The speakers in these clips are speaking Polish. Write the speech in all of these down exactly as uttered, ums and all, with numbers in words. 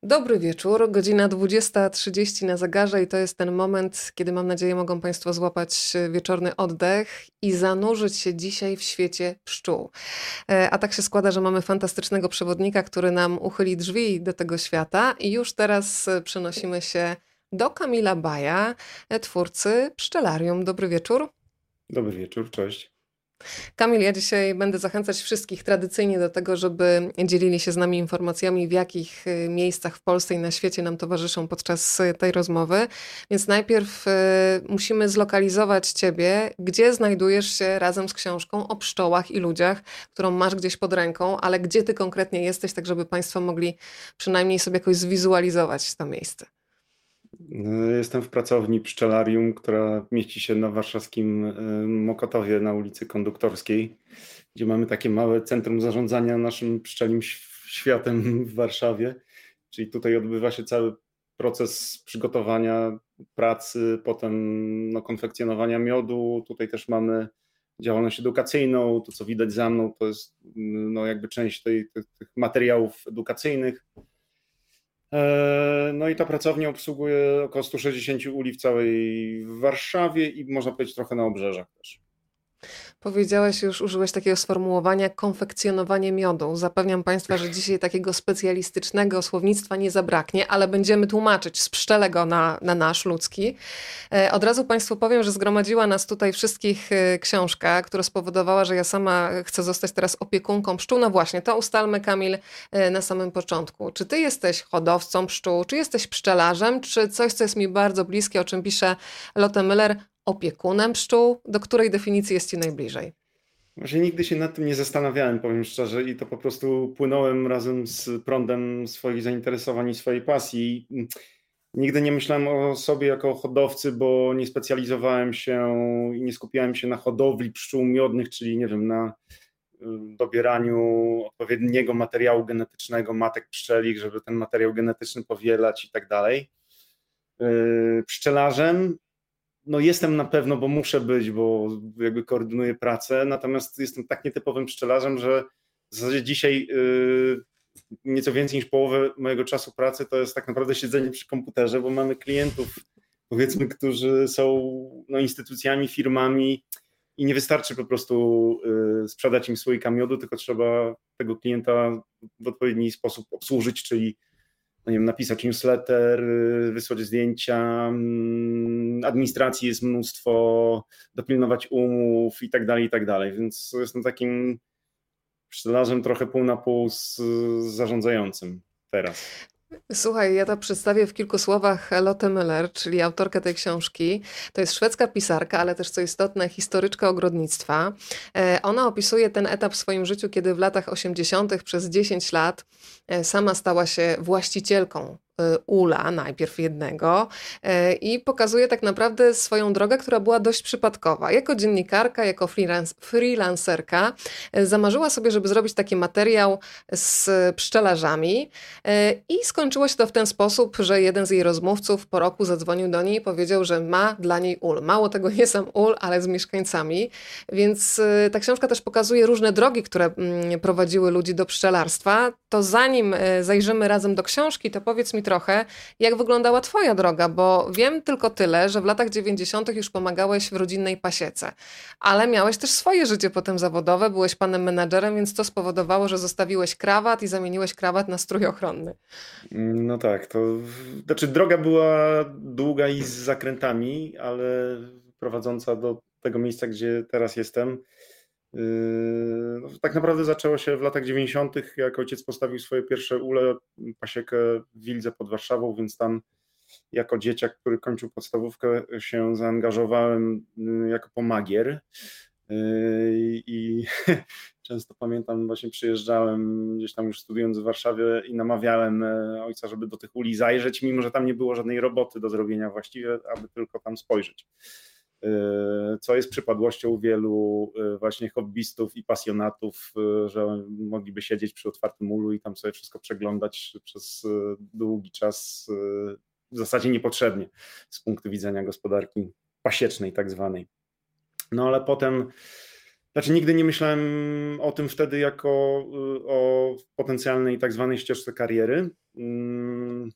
Dobry wieczór, godzina dwudziesta trzydzieści na zegarze i to jest ten moment, kiedy mam nadzieję mogą Państwo złapać wieczorny oddech i zanurzyć się dzisiaj w świecie pszczół. E, A tak się składa, że mamy fantastycznego przewodnika, który nam uchyli drzwi do tego świata i już teraz e, przenosimy się do Kamila Baja, e, twórcy Pszczelarium. Dobry wieczór. Dobry wieczór, cześć. Kamil, ja dzisiaj będę zachęcać wszystkich tradycyjnie do tego, żeby dzielili się z nami informacjami, w jakich y, miejscach w Polsce i na świecie nam towarzyszą podczas y, tej rozmowy. Więc najpierw y, musimy zlokalizować Ciebie, gdzie znajdujesz się razem z książką o pszczołach i ludziach, którą masz gdzieś pod ręką, ale gdzie Ty konkretnie jesteś, tak żeby Państwo mogli przynajmniej sobie jakoś zwizualizować to miejsce. Jestem w pracowni Pszczelarium, która mieści się na warszawskim y, Mokotowie na ulicy Konduktorskiej, gdzie mamy takie małe centrum zarządzania naszym pszczelim ś- światem w Warszawie. Czyli tutaj odbywa się cały proces przygotowania pracy, potem no, konfekcjonowania miodu. Tutaj też mamy działalność edukacyjną. To, co widać za mną, to jest no, jakby część tej, tych, tych materiałów edukacyjnych. No i ta pracownia obsługuje około sto sześćdziesiąt uli w całej Warszawie i można powiedzieć trochę na obrzeżach też. Powiedziałeś już, użyłeś takiego sformułowania konfekcjonowanie miodu. Zapewniam Państwa, że dzisiaj takiego specjalistycznego słownictwa nie zabraknie, ale będziemy tłumaczyć z pszczelego na, na nasz ludzki. E, Od razu Państwu powiem, że zgromadziła nas tutaj wszystkich e, książka, która spowodowała, że ja sama chcę zostać teraz opiekunką pszczół. No właśnie, to ustalmy, Kamil, e, na samym początku. Czy Ty jesteś hodowcą pszczół, czy jesteś pszczelarzem, czy coś, co jest mi bardzo bliskie, o czym pisze Lotte Müller, opiekunem pszczół? Do której definicji jest Ci najbliżej? Właśnie nigdy się nad tym nie zastanawiałem, powiem szczerze, i to po prostu płynąłem razem z prądem swoich zainteresowań i swojej pasji. Nigdy nie myślałem o sobie jako o hodowcy, bo nie specjalizowałem się i nie skupiałem się na hodowli pszczół miodnych, czyli nie wiem, na y, dobieraniu odpowiedniego materiału genetycznego matek pszczelich, żeby ten materiał genetyczny powielać i tak dalej. Y, Pszczelarzem no jestem na pewno, bo muszę być, bo jakby koordynuję pracę, natomiast jestem tak nietypowym pszczelarzem, że w zasadzie dzisiaj yy, nieco więcej niż połowę mojego czasu pracy to jest tak naprawdę siedzenie przy komputerze, bo mamy klientów, powiedzmy, którzy są no, instytucjami, firmami i nie wystarczy po prostu yy, sprzedać im słoika miodu, tylko trzeba tego klienta w odpowiedni sposób obsłużyć, czyli no nie wiem, napisać newsletter, wysłać zdjęcia, administracji jest mnóstwo, dopilnować umów i tak dalej, i tak dalej. Więc jestem takim pszczelarzem trochę pół na pół z, z zarządzającym teraz. Słuchaj, ja to przedstawię w kilku słowach Lotte Müller, czyli autorkę tej książki. To jest szwedzka pisarka, ale też co istotne, historyczka ogrodnictwa. E, Ona opisuje ten etap w swoim życiu, kiedy w latach osiemdziesiątych przez dziesięć lat e, sama stała się właścicielką e, ula, najpierw jednego, e, i pokazuje tak naprawdę swoją drogę, która była dość przypadkowa. Jako dziennikarka, jako freelance, freelancerka e, zamarzyła sobie, żeby zrobić taki materiał z pszczelarzami e, i skończyło się to w ten sposób, że jeden z jej rozmówców po roku zadzwonił do niej i powiedział, że ma dla niej ul. Mało tego, nie sam ul, ale z mieszkańcami. Więc y, ta książka też pokazuje różne drogi, które mm, prowadziły ludzi do pszczelarstwa. To zanim y, zajrzymy razem do książki, to powiedz mi trochę, jak wyglądała Twoja droga, bo wiem tylko tyle, że w latach dziewięćdziesiątych już pomagałeś w rodzinnej pasiece, ale miałeś też swoje życie potem zawodowe, byłeś panem menadżerem, więc to spowodowało, że zostawiłeś krawat i zamieniłeś krawat na strój ochronny. No tak, to znaczy droga była długa i z zakrętami, ale prowadząca do tego miejsca, gdzie teraz jestem. Yy, no, tak naprawdę zaczęło się w latach dziewięćdziesiątych, jak ojciec postawił swoje pierwsze ule, pasiekę w Wildze pod Warszawą, więc tam jako dzieciak, który kończył podstawówkę, się zaangażowałem yy, jako pomagier. Yy, I często pamiętam, właśnie przyjeżdżałem gdzieś tam już studiując w Warszawie i namawiałem e, ojca, żeby do tych uli zajrzeć, mimo że tam nie było żadnej roboty do zrobienia właściwie, aby tylko tam spojrzeć. Yy, Co jest przypadłością wielu yy, właśnie hobbystów i pasjonatów, yy, że mogliby siedzieć przy otwartym ulu i tam sobie wszystko przeglądać przez yy, długi czas, yy, w zasadzie niepotrzebnie z punktu widzenia gospodarki pasiecznej tak zwanej. No ale potem, znaczy nigdy nie myślałem o tym wtedy jako o potencjalnej tak zwanej ścieżce kariery.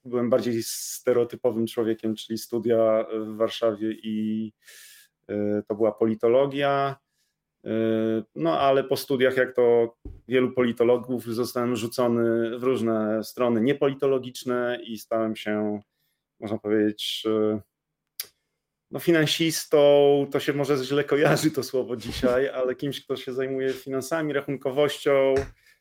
byłem bardziej stereotypowym człowiekiem, czyli studia w Warszawie i to była politologia. No ale po studiach, jak to wielu politologów, zostałem rzucony w różne strony niepolitologiczne i stałem się, można powiedzieć, no finansistą. To się może źle kojarzy to słowo dzisiaj, ale kimś, kto się zajmuje finansami, rachunkowością,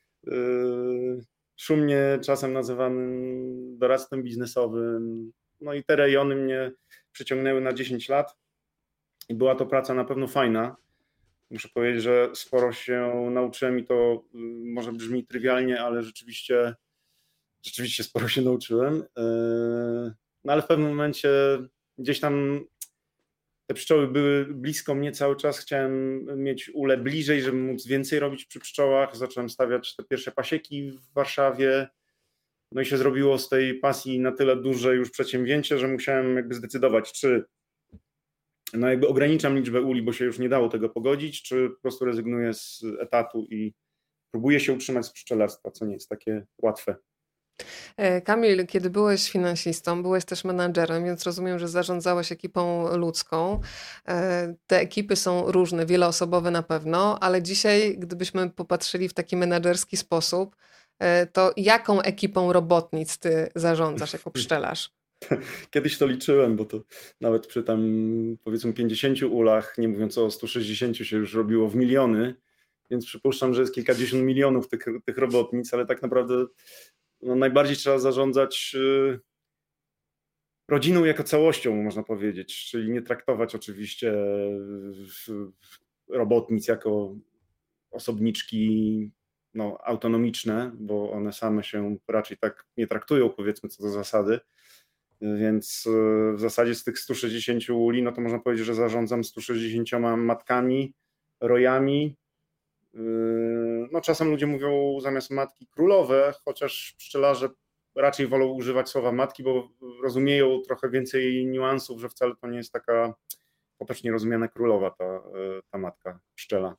szumnie czasem nazywanym doradcą biznesowym. No i te rejony mnie przyciągnęły na dziesięć lat i była to praca na pewno fajna. Muszę powiedzieć, że sporo się nauczyłem i to może brzmi trywialnie, ale rzeczywiście, rzeczywiście sporo się nauczyłem. No ale w pewnym momencie gdzieś tam te pszczoły były blisko mnie cały czas. Chciałem mieć ule bliżej, żeby móc więcej robić przy pszczołach. Zacząłem stawiać te pierwsze pasieki w Warszawie. No i się zrobiło z tej pasji na tyle duże już przedsięwzięcie, że musiałem jakby zdecydować, czy no jakby ograniczam liczbę uli, bo się już nie dało tego pogodzić, czy po prostu rezygnuję z etatu i próbuję się utrzymać z pszczelarstwa, co nie jest takie łatwe. Kamil, kiedy byłeś finansistą, byłeś też menadżerem, więc rozumiem, że zarządzałeś ekipą ludzką. Te ekipy są różne, wieloosobowe na pewno, ale dzisiaj, gdybyśmy popatrzyli w taki menadżerski sposób, to jaką ekipą robotnic ty zarządzasz jako pszczelarz? Kiedyś to liczyłem, bo to nawet przy tam powiedzmy pięćdziesięciu ulach, nie mówiąc o stu sześćdziesięciu, się już robiło w miliony, więc przypuszczam, że jest kilkadziesiąt milionów tych, tych robotnic, ale tak naprawdę no, najbardziej trzeba zarządzać y, rodziną jako całością, można powiedzieć, czyli nie traktować oczywiście y, robotnic jako osobniczki no, autonomiczne, bo one same się raczej tak nie traktują, powiedzmy co do zasady. Więc w zasadzie z tych stu sześćdziesięciu uli, no to można powiedzieć, że zarządzam stu sześćdziesięcioma matkami, rojami. No czasem ludzie mówią zamiast matki królowe, chociaż pszczelarze raczej wolą używać słowa matki, bo rozumieją trochę więcej niuansów, że wcale to nie jest taka potocznie rozumiana królowa ta, ta matka pszczela.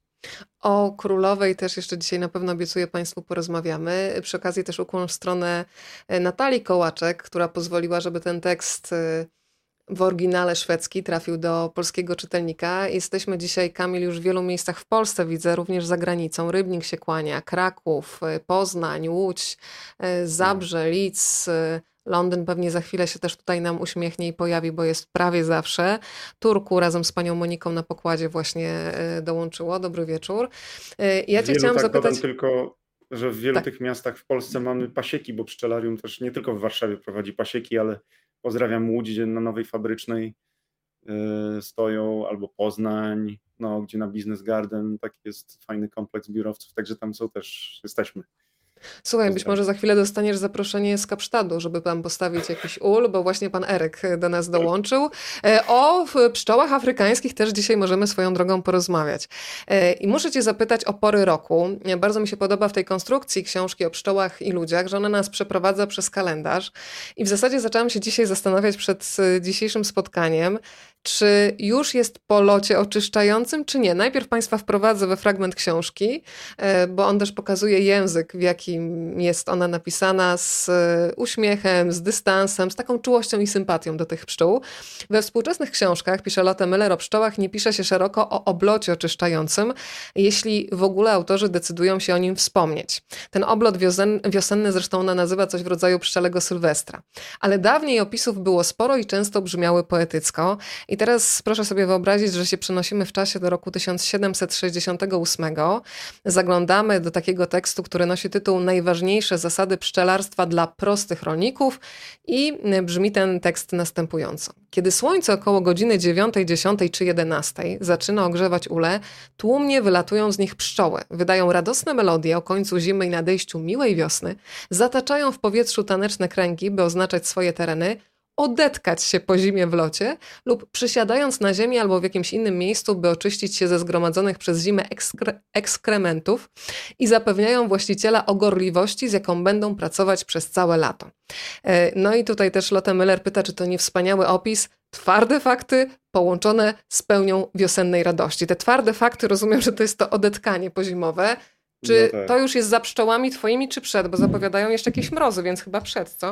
O królowej też jeszcze dzisiaj na pewno obiecuję Państwu porozmawiamy. Przy okazji też ukłon w stronę Natalii Kołaczek, która pozwoliła, żeby ten tekst w oryginale szwedzki trafił do polskiego czytelnika. Jesteśmy dzisiaj, Kamil, już w wielu miejscach w Polsce, widzę, również za granicą. Rybnik się kłania, Kraków, Poznań, Łódź, Zabrze, Lidz, Londyn pewnie za chwilę się też tutaj nam uśmiechnie i pojawi, bo jest prawie zawsze. Turku razem z panią Moniką na pokładzie właśnie dołączyło. Dobry wieczór. Ja cię chciałam tak zapytać... Dodam tylko, że w wielu tak. tych miastach w Polsce mamy pasieki, bo pszczelarium też nie tylko w Warszawie prowadzi pasieki, ale pozdrawiam Łódź, gdzie na Nowej Fabrycznej stoją, albo Poznań, no, gdzie na Business Garden taki jest fajny kompleks biurowców, także tam są też, jesteśmy. Słuchaj, być może za chwilę dostaniesz zaproszenie z Kapsztadu, żeby tam postawić jakiś ul, bo właśnie pan Erek do nas dołączył. O pszczołach afrykańskich też dzisiaj możemy swoją drogą porozmawiać. I muszę cię zapytać o pory roku. Bardzo mi się podoba w tej konstrukcji książki o pszczołach i ludziach, że ona nas przeprowadza przez kalendarz. I w zasadzie zaczęłam się dzisiaj zastanawiać przed dzisiejszym spotkaniem, czy już jest po locie oczyszczającym, czy nie. Najpierw Państwa wprowadzę we fragment książki, bo on też pokazuje język, w jakim jest ona napisana, z uśmiechem, z dystansem, z taką czułością i sympatią do tych pszczół. We współczesnych książkach, pisze Lotte Müller, o pszczołach nie pisze się szeroko o oblocie oczyszczającym, jeśli w ogóle autorzy decydują się o nim wspomnieć. Ten oblot wiosen, wiosenny zresztą ona nazywa coś w rodzaju pszczelego Sylwestra. Ale dawniej opisów było sporo i często brzmiały poetycko. I teraz proszę sobie wyobrazić, że się przenosimy w czasie do roku tysiąc siedemset sześćdziesiątego ósmego. Zaglądamy do takiego tekstu, który nosi tytuł Najważniejsze zasady pszczelarstwa dla prostych rolników i brzmi ten tekst następująco. Kiedy słońce około godziny dziewiątej, dziesiątej czy jedenastej zaczyna ogrzewać ule, tłumnie wylatują z nich pszczoły. Wydają radosne melodie o końcu zimy i nadejściu miłej wiosny, zataczają w powietrzu taneczne kręgi, by oznaczać swoje tereny, odetkać się po zimie w locie lub przysiadając na ziemi albo w jakimś innym miejscu, by oczyścić się ze zgromadzonych przez zimę ekskre- ekskrementów i zapewniają właściciela o gorliwości, z jaką będą pracować przez całe lato. No i tutaj też Lotte Müller pyta, czy to nie wspaniały opis, twarde fakty połączone z pełnią wiosennej radości. Te twarde fakty, rozumiem, że to jest to odetkanie pozimowe. Czy no tak. To już jest za pszczołami twoimi, czy przed? Bo zapowiadają jeszcze jakieś mrozy, więc chyba przed, co?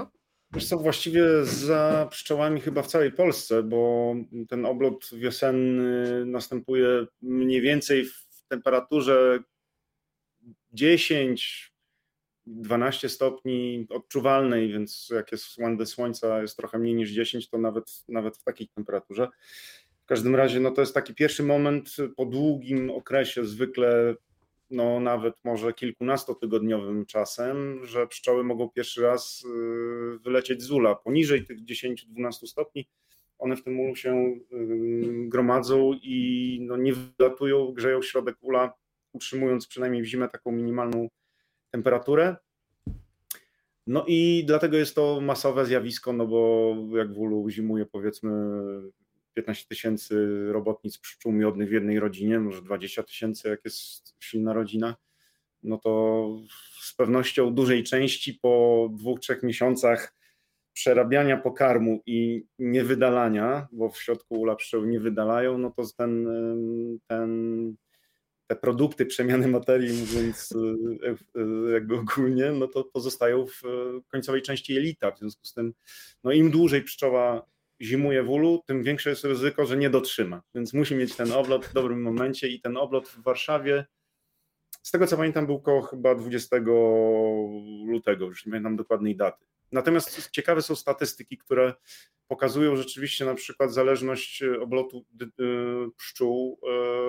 Wiesz co, właściwie za pszczołami chyba w całej Polsce, bo ten oblot wiosenny następuje mniej więcej w temperaturze dziesięć dwanaście stopni odczuwalnej, więc jak jest łańdę słońca jest trochę mniej niż dziesięć, to nawet, nawet w takiej temperaturze. W każdym razie no to jest taki pierwszy moment po długim okresie, zwykle no nawet może kilkunastotygodniowym czasem, że pszczoły mogą pierwszy raz wylecieć z ula. Poniżej tych dziesięć dwanaście stopni one w tym ulu się gromadzą i no nie wylatują, grzeją środek ula, utrzymując przynajmniej w zimę taką minimalną temperaturę. No i dlatego jest to masowe zjawisko, no bo jak w ulu zimuje powiedzmy piętnaście tysięcy robotnic pszczół miodnych w jednej rodzinie, może dwadzieścia tysięcy jak jest silna rodzina, no to z pewnością dużej części po dwóch, trzech miesiącach przerabiania pokarmu i niewydalania, bo w środku ula pszczoły nie wydalają, no to ten, ten te produkty przemiany materii, mówiąc jakby ogólnie, no to pozostają w końcowej części jelita. W związku z tym, no im dłużej pszczoła zimuje w ulu, tym większe jest ryzyko, że nie dotrzyma. Więc musi mieć ten oblot w dobrym momencie i ten oblot w Warszawie, z tego co pamiętam, był koło chyba dwudziestego lutego, już nie pamiętam dokładnej daty. Natomiast ciekawe są statystyki, które pokazują rzeczywiście na przykład zależność oblotu pszczół,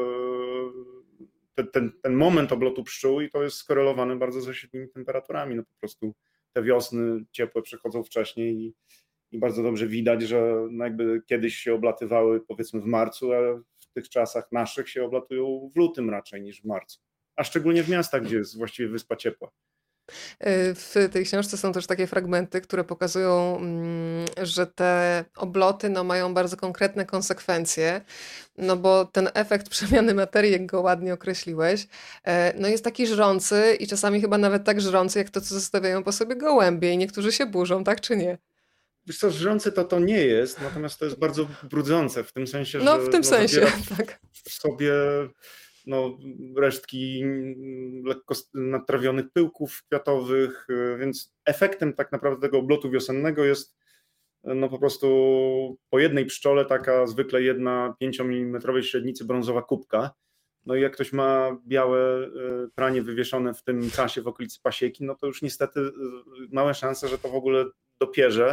ten, ten, ten moment oblotu pszczół i to jest skorelowane bardzo ze średnimi temperaturami. No po prostu te wiosny ciepłe przychodzą wcześniej i, i bardzo dobrze widać, że no jakby kiedyś się oblatywały powiedzmy w marcu, a w tych czasach naszych się oblatują w lutym raczej niż w marcu. A szczególnie w miastach, gdzie jest właściwie wyspa ciepła. W tej książce są też takie fragmenty, które pokazują, że te obloty no, mają bardzo konkretne konsekwencje, no bo ten efekt przemiany materii, jak go ładnie określiłeś, no jest taki żrący i czasami chyba nawet tak żrący, jak to, co zostawiają po sobie gołębie i niektórzy się burzą, tak czy nie? Wiesz co, żrący to to nie jest, natomiast to jest bardzo brudzące w tym sensie, no, że w tym no, sensie, tak. w sobie no, resztki lekko natrawionych pyłków kwiatowych, więc efektem tak naprawdę tego oblotu wiosennego jest no po prostu po jednej pszczole taka zwykle jedna pięciomilimetrowej średnicy brązowa kubka. No i jak ktoś ma białe pranie wywieszone w tym czasie w okolicy pasieki, no to już niestety małe szanse, że to w ogóle dopierze,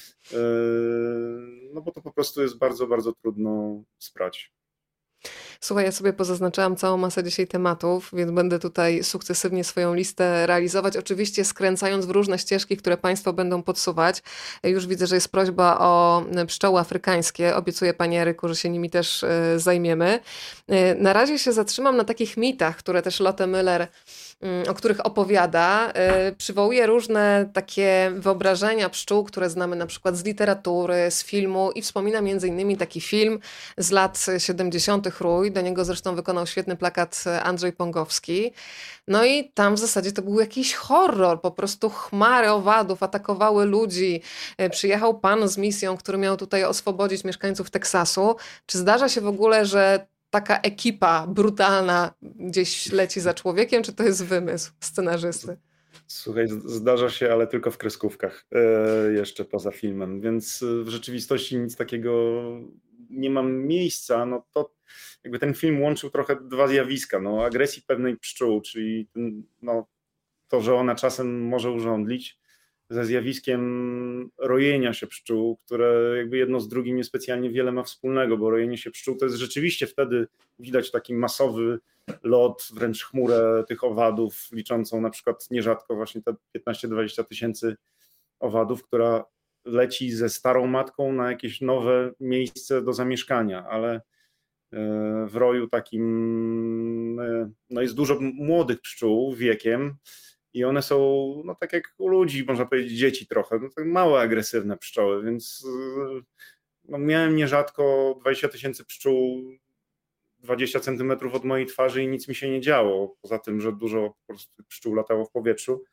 no bo to po prostu jest bardzo, bardzo trudno sprać. Słuchaj, ja sobie pozaznaczałam całą masę dzisiaj tematów, więc będę tutaj sukcesywnie swoją listę realizować, oczywiście skręcając w różne ścieżki, które Państwo będą podsuwać. Już widzę, że jest prośba o pszczoły afrykańskie. Obiecuję Panie Eryku, że się nimi też zajmiemy. Na razie się zatrzymam na takich mitach, które też Lotte Müller, o których opowiada. Przywołuje różne takie wyobrażenia pszczół, które znamy na przykład z literatury, z filmu i wspomina między innymi taki film z lat siedemdziesiątych Rój. Do niego zresztą wykonał świetny plakat Andrzej Pągowski. No i tam w zasadzie to był jakiś horror, po prostu chmary owadów atakowały ludzi. Przyjechał pan z misją, który miał tutaj oswobodzić mieszkańców Teksasu. Czy zdarza się w ogóle, że taka ekipa brutalna gdzieś leci za człowiekiem, czy to jest wymysł scenarzysty? Słuchaj, zdarza się, ale tylko w kreskówkach, e, jeszcze poza filmem, więc w rzeczywistości nic takiego nie ma miejsca. No to jakby ten film łączył trochę dwa zjawiska, no agresji pewnej pszczół, czyli no, to, że ona czasem może urządlić, ze zjawiskiem rojenia się pszczół, które jakby jedno z drugim niespecjalnie wiele ma wspólnego, bo rojenie się pszczół to jest rzeczywiście wtedy widać taki masowy lot, wręcz chmurę tych owadów, liczącą na przykład nierzadko właśnie te piętnaście dwadzieścia tysięcy owadów, która leci ze starą matką na jakieś nowe miejsce do zamieszkania, ale w roju takim no jest dużo młodych pszczół wiekiem, i one są, no tak jak u ludzi, można powiedzieć, dzieci trochę, no tak małe, agresywne pszczoły, więc no miałem nierzadko dwadzieścia tysięcy pszczół dwadzieścia centymetrów od mojej twarzy i nic mi się nie działo, poza tym, że dużo po prostu pszczół latało w powietrzu.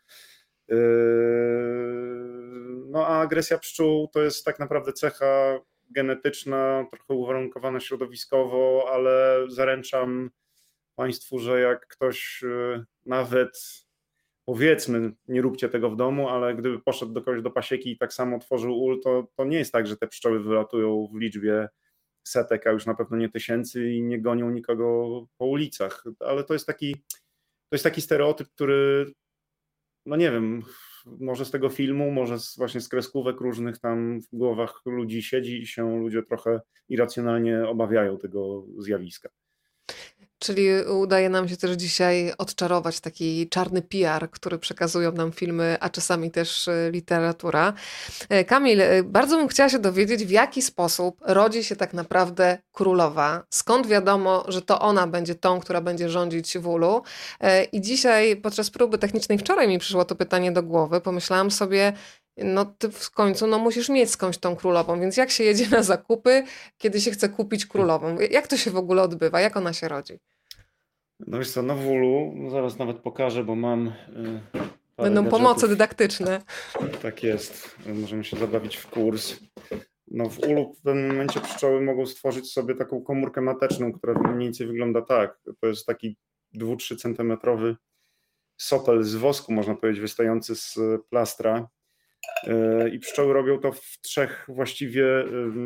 No a agresja pszczół to jest tak naprawdę cecha genetyczna, trochę uwarunkowana środowiskowo, ale zaręczam Państwu, że jak ktoś nawet powiedzmy, nie róbcie tego w domu, ale gdyby poszedł do kogoś do pasieki i tak samo otworzył ul, to, to nie jest tak, że te pszczoły wylatują w liczbie setek, a już na pewno nie tysięcy i nie gonią nikogo po ulicach. Ale to jest taki, to jest taki stereotyp, który, no nie wiem, może z tego filmu, może z, właśnie z kreskówek różnych tam w głowach ludzi siedzi i się ludzie trochę irracjonalnie obawiają tego zjawiska. Czyli udaje nam się też dzisiaj odczarować taki czarny P R, który przekazują nam filmy, a czasami też literatura. Kamil, bardzo bym chciała się dowiedzieć, w jaki sposób rodzi się tak naprawdę królowa. Skąd wiadomo, że to ona będzie tą, która będzie rządzić w ulu? I dzisiaj podczas próby technicznej, wczoraj mi przyszło to pytanie do głowy, pomyślałam sobie, no ty w końcu no musisz mieć skądś tą królową, więc jak się jedzie na zakupy, kiedy się chce kupić królową? Jak to się w ogóle odbywa? Jak ona się rodzi? No wiesz co, no w ulu, no zaraz nawet pokażę, bo mam y, Będą gadżetów. pomocy dydaktyczne. Tak jest, możemy się zabawić w kurs. No w ulu w pewnym momencie pszczoły mogą stworzyć sobie taką komórkę mateczną, która mniej więcej wygląda tak. To jest taki dwa do trzech centymetrowy sopel z wosku, można powiedzieć, wystający z plastra. I pszczoły robią to w trzech właściwie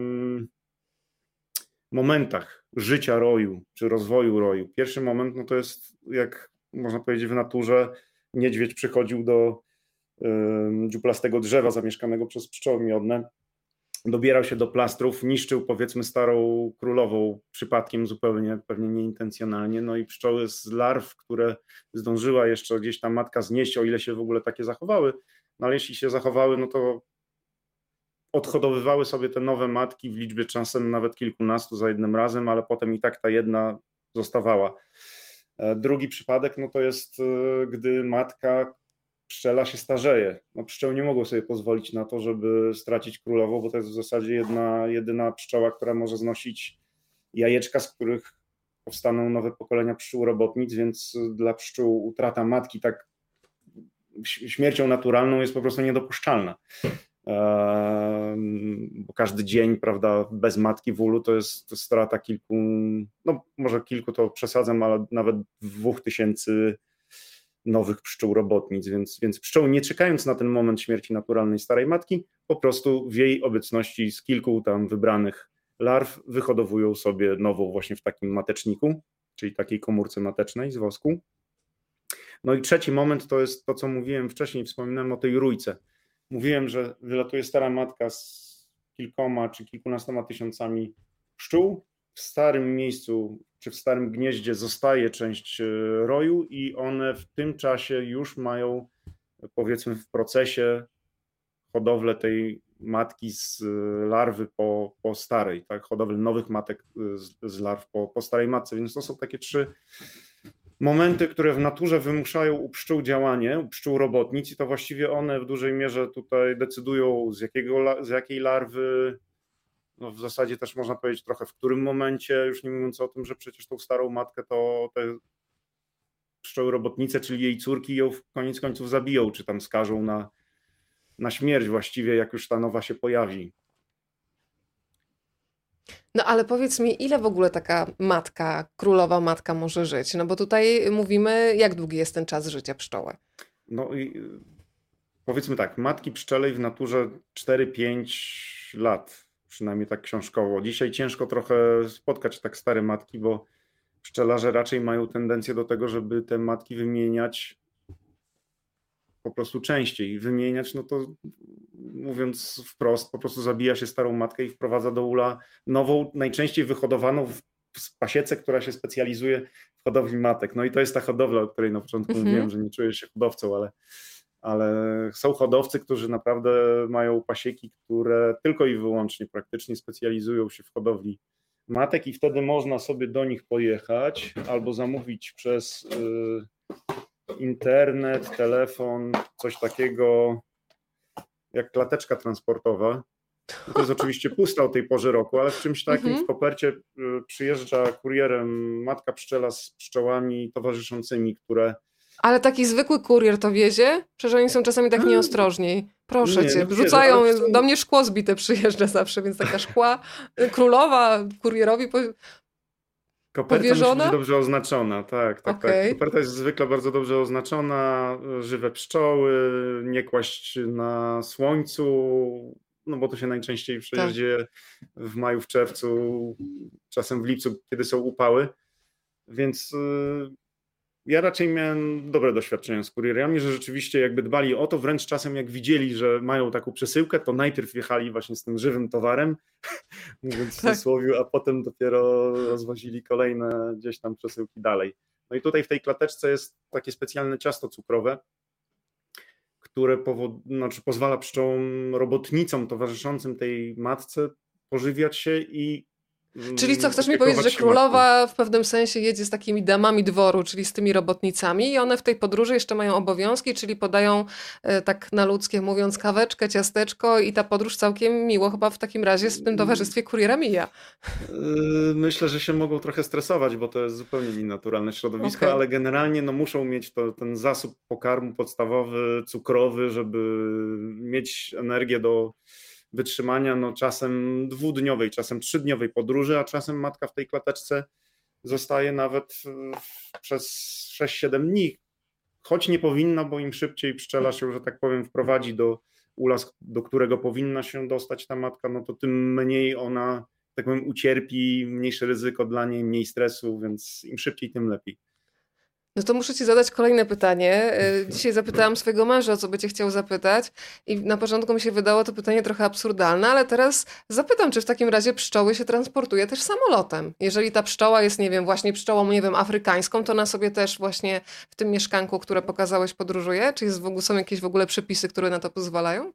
momentach życia roju, czy rozwoju roju. Pierwszy moment, no to jest, jak można powiedzieć w naturze, niedźwiedź przychodził do dziuplastego drzewa zamieszkanego przez pszczoły miodne, dobierał się do plastrów, niszczył powiedzmy starą królową przypadkiem zupełnie, pewnie nieintencjonalnie, no i pszczoły z larw, które zdążyła jeszcze gdzieś tam matka znieść, o ile się w ogóle takie zachowały, no ale jeśli się zachowały, no to odhodowywały sobie te nowe matki w liczbie czasem nawet kilkunastu za jednym razem, ale potem i tak ta jedna zostawała. Drugi przypadek, no to jest, gdy matka pszczela się starzeje. No pszczoły nie mogą sobie pozwolić na to, żeby stracić królową, bo to jest w zasadzie jedna, jedyna pszczoła, która może znosić jajeczka, z których powstaną nowe pokolenia pszczół robotnic, więc dla pszczół utrata matki tak śmiercią naturalną jest po prostu niedopuszczalna. Bo każdy dzień, prawda, bez matki w ulu to jest, to jest strata kilku, no może kilku to przesadzam, ale nawet dwóch tysięcy nowych pszczół robotnic, więc, więc pszczoły, nie czekając na ten moment śmierci naturalnej starej matki, po prostu w jej obecności z kilku tam wybranych larw wyhodowują sobie nową właśnie w takim mateczniku, czyli takiej komórce matecznej z wosku. No i trzeci moment to jest to, co mówiłem wcześniej, wspominałem o tej rójce. Mówiłem, że wylatuje stara matka z kilkoma czy kilkunastoma tysiącami pszczół. W starym miejscu czy w starym gnieździe zostaje część roju i one w tym czasie już mają, powiedzmy, w procesie hodowlę tej matki z larwy po, po starej, tak? Hodowlę nowych matek z, z larw po, po starej matce. Więc to są takie trzy momenty, które w naturze wymuszają u pszczół działanie, u pszczół robotnic i to właściwie one w dużej mierze tutaj decydują, z, jakiego, z jakiej larwy, no w zasadzie też można powiedzieć trochę w którym momencie, już nie mówiąc o tym, że przecież tą starą matkę to te pszczoły robotnice, czyli jej córki ją w koniec końców zabiją, czy tam skażą na, na śmierć właściwie, jak już ta nowa się pojawi. No ale powiedz mi, ile w ogóle taka matka, królowa matka może żyć? No bo tutaj mówimy, jak długi jest ten czas życia pszczoły? No i powiedzmy tak, matki pszczelej w naturze cztery pięć lat, przynajmniej tak książkowo. Dzisiaj ciężko trochę spotkać tak stare matki, bo pszczelarze raczej mają tendencję do tego, żeby te matki wymieniać po prostu częściej. Wymieniać, no to mówiąc wprost, po prostu zabija się starą matkę i wprowadza do ula nową, najczęściej wyhodowaną w pasiece, która się specjalizuje w hodowli matek. No i to jest ta hodowla, o której na początku mm-hmm. mówiłem, że nie czujesz się hodowcą, ale, ale są hodowcy, którzy naprawdę mają pasieki, które tylko i wyłącznie praktycznie specjalizują się w hodowli matek i wtedy można sobie do nich pojechać albo zamówić przez y, internet, telefon, coś takiego jak klateczka transportowa. To jest oczywiście pusta o tej porze roku, ale w czymś takim mm-hmm. w kopercie przyjeżdża kurierem matka pszczela z pszczołami towarzyszącymi, które... Ale taki zwykły kurier to wiezie? Przecież oni są czasami tak nieostrożni. Proszę nie, cię, no rzucają, wierzę, do mnie szkło zbite przyjeżdża zawsze, więc taka szkła królowa kurierowi... Po... Koperta musi być Powierzona? dobrze oznaczona, tak, tak, tak. Okej. Okay. Koperta jest zwykle bardzo dobrze oznaczona, żywe pszczoły, nie kłaść na słońcu, no bo to się najczęściej przecież Tak. dzieje w maju, w czerwcu, czasem w lipcu, kiedy są upały, więc ja raczej miałem dobre doświadczenia z kurierami, że rzeczywiście jakby dbali o to, wręcz czasem jak widzieli, że mają taką przesyłkę, to najpierw jechali właśnie z tym żywym towarem, mówiąc w Tak. cudzysłowie, a potem dopiero rozwozili kolejne gdzieś tam przesyłki dalej. No i tutaj w tej klateczce jest takie specjalne ciasto cukrowe, które powod... znaczy pozwala pszczołom, robotnicom towarzyszącym tej matce pożywiać się i Czyli co, chcesz mi powiedzieć, że królowa w pewnym sensie jedzie z takimi damami dworu, czyli z tymi robotnicami i one w tej podróży jeszcze mają obowiązki, czyli podają, tak na ludzkie mówiąc, kaweczkę, ciasteczko i ta podróż całkiem miło chyba w takim razie w tym towarzystwie kuriera mija. Myślę, że się mogą trochę stresować, bo to jest zupełnie nienaturalne środowisko, okay. Ale generalnie no, muszą mieć to, ten zasób pokarmu podstawowy, cukrowy, żeby mieć energię do wytrzymania no, czasem dwudniowej, czasem trzydniowej podróży, a czasem matka w tej klateczce zostaje nawet przez sześć siedem dni, choć nie powinna, bo im szybciej pszczela się, że tak powiem, wprowadzi do ula, do którego powinna się dostać ta matka, no to tym mniej ona, tak powiem, ucierpi, mniejsze ryzyko dla niej, mniej stresu, więc im szybciej, tym lepiej. No to muszę ci zadać kolejne pytanie. Dzisiaj zapytałam swojego męża, o co by cię chciał zapytać i na początku mi się wydało to pytanie trochę absurdalne, ale teraz zapytam, czy w takim razie pszczoły się transportuje też samolotem? Jeżeli ta pszczoła jest, nie wiem, właśnie pszczołą, nie wiem, afrykańską, to ona sobie też właśnie w tym mieszkanku, które pokazałeś, podróżuje? Czy jest w ogóle, są jakieś w ogóle przepisy, które na to pozwalają?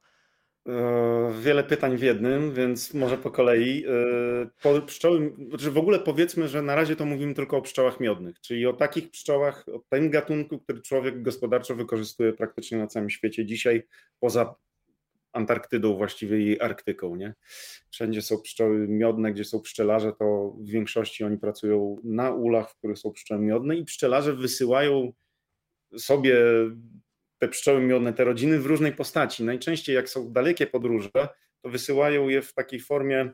Wiele pytań w jednym, więc może po kolei. Po pszczoły, znaczy w ogóle powiedzmy, że na razie to mówimy tylko o pszczołach miodnych, czyli o takich pszczołach, o tym gatunku, który człowiek gospodarczo wykorzystuje praktycznie na całym świecie dzisiaj, poza Antarktydą właściwie i Arktyką. Nie? Wszędzie są pszczoły miodne, gdzie są pszczelarze, to w większości oni pracują na ulach, w których są pszczoły miodne i pszczelarze wysyłają sobie te pszczoły miodne, te rodziny w różnej postaci. Najczęściej jak są dalekie podróże, to wysyłają je w takiej formie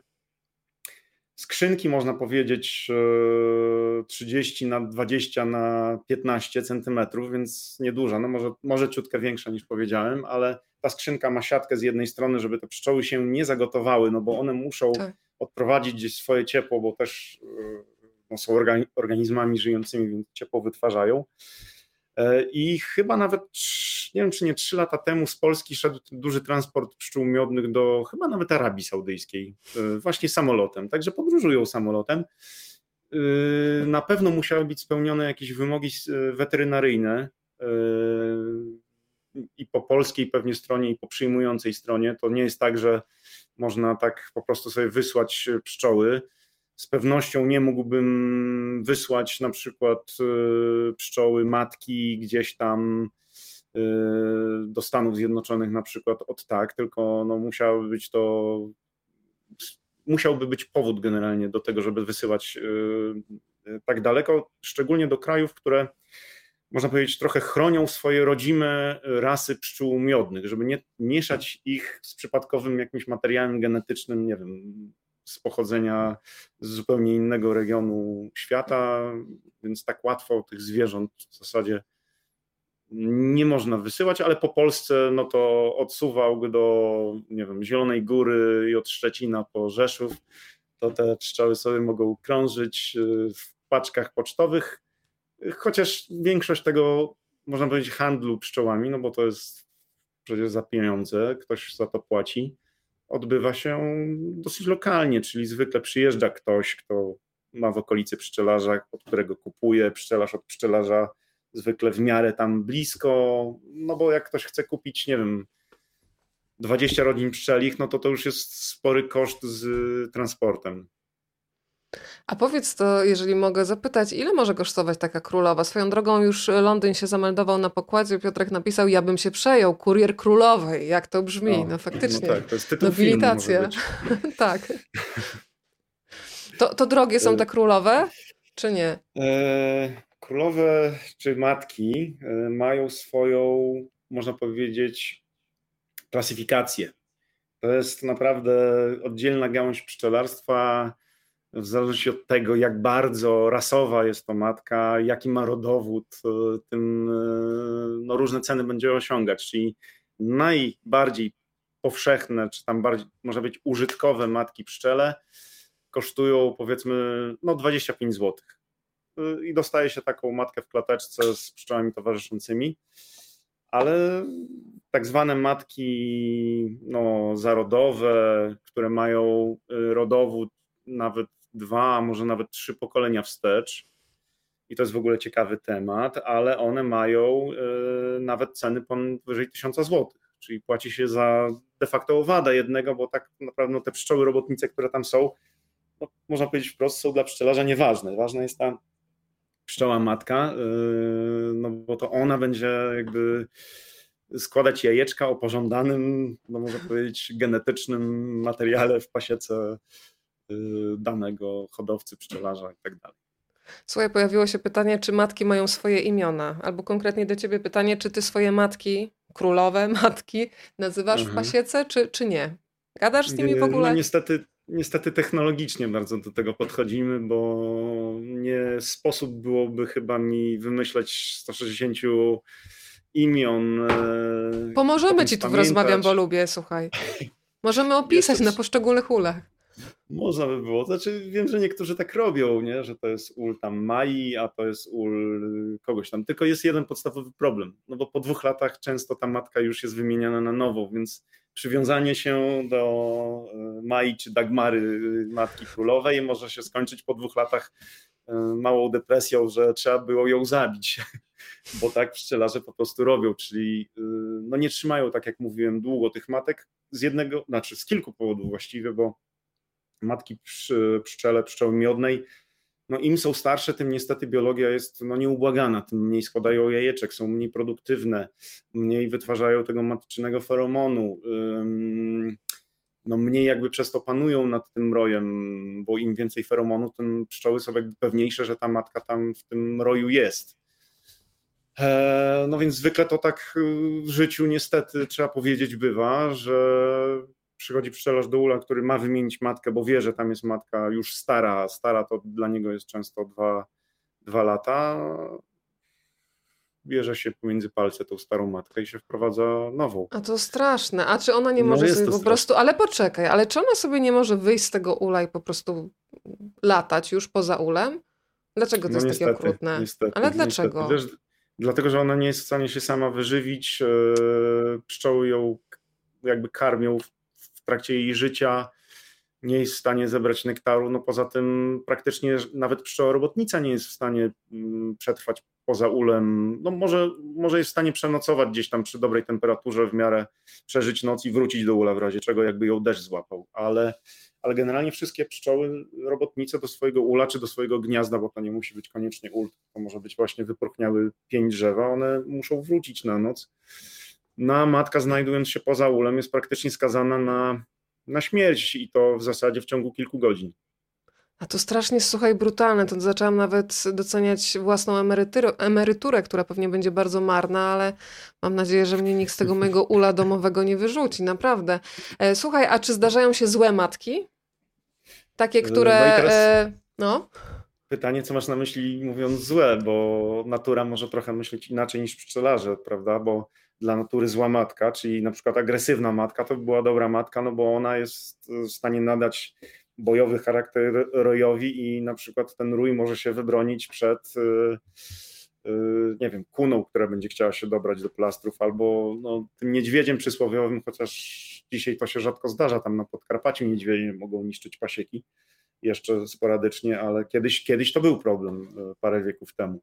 skrzynki, można powiedzieć trzydzieści na dwadzieścia na piętnaście centymetrów, więc nieduża, no może, może ciutkę większa niż powiedziałem, ale ta skrzynka ma siatkę z jednej strony, żeby te pszczoły się nie zagotowały, no bo one muszą tak. odprowadzić gdzieś swoje ciepło, bo też no, są organizmami żyjącymi, więc ciepło wytwarzają. I chyba nawet, nie wiem czy nie trzy lata temu z Polski szedł duży transport pszczół miodnych do chyba nawet Arabii Saudyjskiej, właśnie samolotem, także podróżują samolotem. Na pewno musiały być spełnione jakieś wymogi weterynaryjne i po polskiej pewnie stronie i po przyjmującej stronie. To nie jest tak, że można tak po prostu sobie wysłać pszczoły. Z pewnością nie mógłbym wysłać na przykład pszczoły matki gdzieś tam do Stanów Zjednoczonych na przykład od tak, tylko no musiałoby być to, musiałby być powód generalnie do tego, żeby wysyłać tak daleko, szczególnie do krajów, które można powiedzieć trochę chronią swoje rodzime rasy pszczół miodnych, żeby nie mieszać ich z przypadkowym jakimś materiałem genetycznym, nie wiem, z pochodzenia z zupełnie innego regionu świata, więc tak łatwo tych zwierząt w zasadzie nie można wysyłać, ale po Polsce no to od Suwałk do, nie wiem, Zielonej Góry i od Szczecina po Rzeszów, to te pszczoły sobie mogą krążyć w paczkach pocztowych, chociaż większość tego, można powiedzieć, handlu pszczołami, no bo to jest przecież za pieniądze, ktoś za to płaci, odbywa się dosyć lokalnie, czyli zwykle przyjeżdża ktoś, kto ma w okolicy pszczelarza, od którego kupuje, pszczelarz od pszczelarza zwykle w miarę tam blisko, no bo jak ktoś chce kupić, nie wiem, dwadzieścia rodzin pszczelich, no to to już jest spory koszt z transportem. A powiedz to, jeżeli mogę zapytać, ile może kosztować taka królowa? Swoją drogą już Londyn się zameldował na pokładzie, Piotrek napisał, ja bym się przejął, kurier królowej. Jak to brzmi? O, no faktycznie. No tak, to jest tytuł nobilitacja. filmu. Tak. To, to drogie są te królowe, czy nie? E, królowe czy matki mają swoją, można powiedzieć, klasyfikację. To jest naprawdę oddzielna gałąź pszczelarstwa. w zależności od tego, jak bardzo rasowa jest to matka, jaki ma rodowód, tym no, różne ceny będzie osiągać. Czyli najbardziej powszechne, czy tam bardziej, może być użytkowe matki pszczele kosztują powiedzmy no, dwadzieścia pięć złotych. I dostaje się taką matkę w klateczce z pszczołami towarzyszącymi. Ale tak zwane matki no, zarodowe, które mają rodowód nawet dwa, a może nawet trzy pokolenia wstecz, i to jest w ogóle ciekawy temat, ale one mają y, nawet ceny powyżej tysiąca złotych, czyli płaci się za de facto owadę jednego, bo tak naprawdę no, te pszczoły robotnice, które tam są, no, można powiedzieć wprost, są dla pszczelarza nieważne. Ważna jest ta pszczoła matka, y, no bo to ona będzie jakby składać jajeczka o pożądanym, no można powiedzieć, genetycznym materiale w pasiece danego hodowcy, pszczelarza i tak dalej. Słuchaj, pojawiło się pytanie, czy matki mają swoje imiona, albo konkretnie do ciebie pytanie, czy ty swoje matki, królowe matki, nazywasz w pasiece, czy, czy nie? Gadasz z nimi w ogóle? No niestety, niestety technologicznie bardzo do tego podchodzimy, bo nie sposób byłoby chyba mi wymyśleć sto sześćdziesiąt imion. Pomożemy ci tu w Rozmawiam, bo lubię, słuchaj. Możemy opisać na poszczególnych ulach. Można by było. Znaczy wiem, że niektórzy tak robią, nie? Że to jest ul tam Mai, a to jest ul kogoś tam. Tylko jest jeden podstawowy problem, no bo po dwóch latach często ta matka już jest wymieniana na nowo, więc przywiązanie się do Mai czy Dagmary, matki królowej, może się skończyć po dwóch latach małą depresją, że trzeba było ją zabić, bo tak pszczelarze po prostu robią, czyli no nie trzymają, tak jak mówiłem, długo tych matek z jednego, znaczy z kilku powodów właściwie, bo matki psz, pszczele, pszczoły miodnej, no im są starsze, tym niestety biologia jest no nieubłagana, tym mniej składają jajeczek, są mniej produktywne, mniej wytwarzają tego matczynego feromonu, no mniej jakby przez to panują nad tym rojem, bo im więcej feromonu, tym pszczoły są jakby pewniejsze, że ta matka tam w tym roju jest. No więc zwykle to tak w życiu niestety trzeba powiedzieć bywa, że przychodzi pszczelarz do ula, który ma wymienić matkę, bo wie, że tam jest matka już stara. Stara to dla niego jest często dwa, dwa lata. Bierze się pomiędzy palce tą starą matkę i się wprowadza nową. A to straszne. A czy ona nie No może jest sobie to po straszne. prostu... Ale poczekaj, ale czy ona sobie nie może wyjść z tego ula i po prostu latać już poza ulem? Dlaczego to No jest niestety, takie okrutne? niestety, Ale dlaczego? Niestety. Wiesz, dlatego, że ona nie jest w stanie się sama wyżywić. Yy, pszczoły ją jakby karmią w trakcie jej życia, nie jest w stanie zebrać nektaru, no poza tym praktycznie nawet pszczoła robotnica nie jest w stanie przetrwać poza ulem, no może, może jest w stanie przenocować gdzieś tam przy dobrej temperaturze w miarę, przeżyć noc i wrócić do ula w razie czego jakby ją deszcz złapał, ale, ale generalnie wszystkie pszczoły robotnice do swojego ula czy do swojego gniazda, bo to nie musi być koniecznie ul, to może być właśnie wypróchniały pień drzewa, one muszą wrócić na noc. No a matka, znajdując się poza ulem, jest praktycznie skazana na, na śmierć i to w zasadzie w ciągu kilku godzin. A to strasznie, słuchaj, brutalne. To zaczęłam nawet doceniać własną emeryturę, emeryturę, która pewnie będzie bardzo marna, ale mam nadzieję, że mnie nikt z tego mojego ula domowego nie wyrzuci, naprawdę. Słuchaj, a czy zdarzają się złe matki? Takie, które... No i teraz no? pytanie, co masz na myśli mówiąc złe, bo natura może trochę myśleć inaczej niż pszczelarze, prawda? Bo dla natury zła matka, czyli na przykład agresywna matka, to by była dobra matka, no bo ona jest w stanie nadać bojowy charakter rojowi i na przykład ten rój może się wybronić przed, nie wiem, kuną, która będzie chciała się dobrać do plastrów, albo no, tym niedźwiedziem przysłowiowym, chociaż dzisiaj to się rzadko zdarza, tam na Podkarpaciu niedźwiedzie mogą niszczyć pasieki jeszcze sporadycznie, ale kiedyś, kiedyś to był problem parę wieków temu.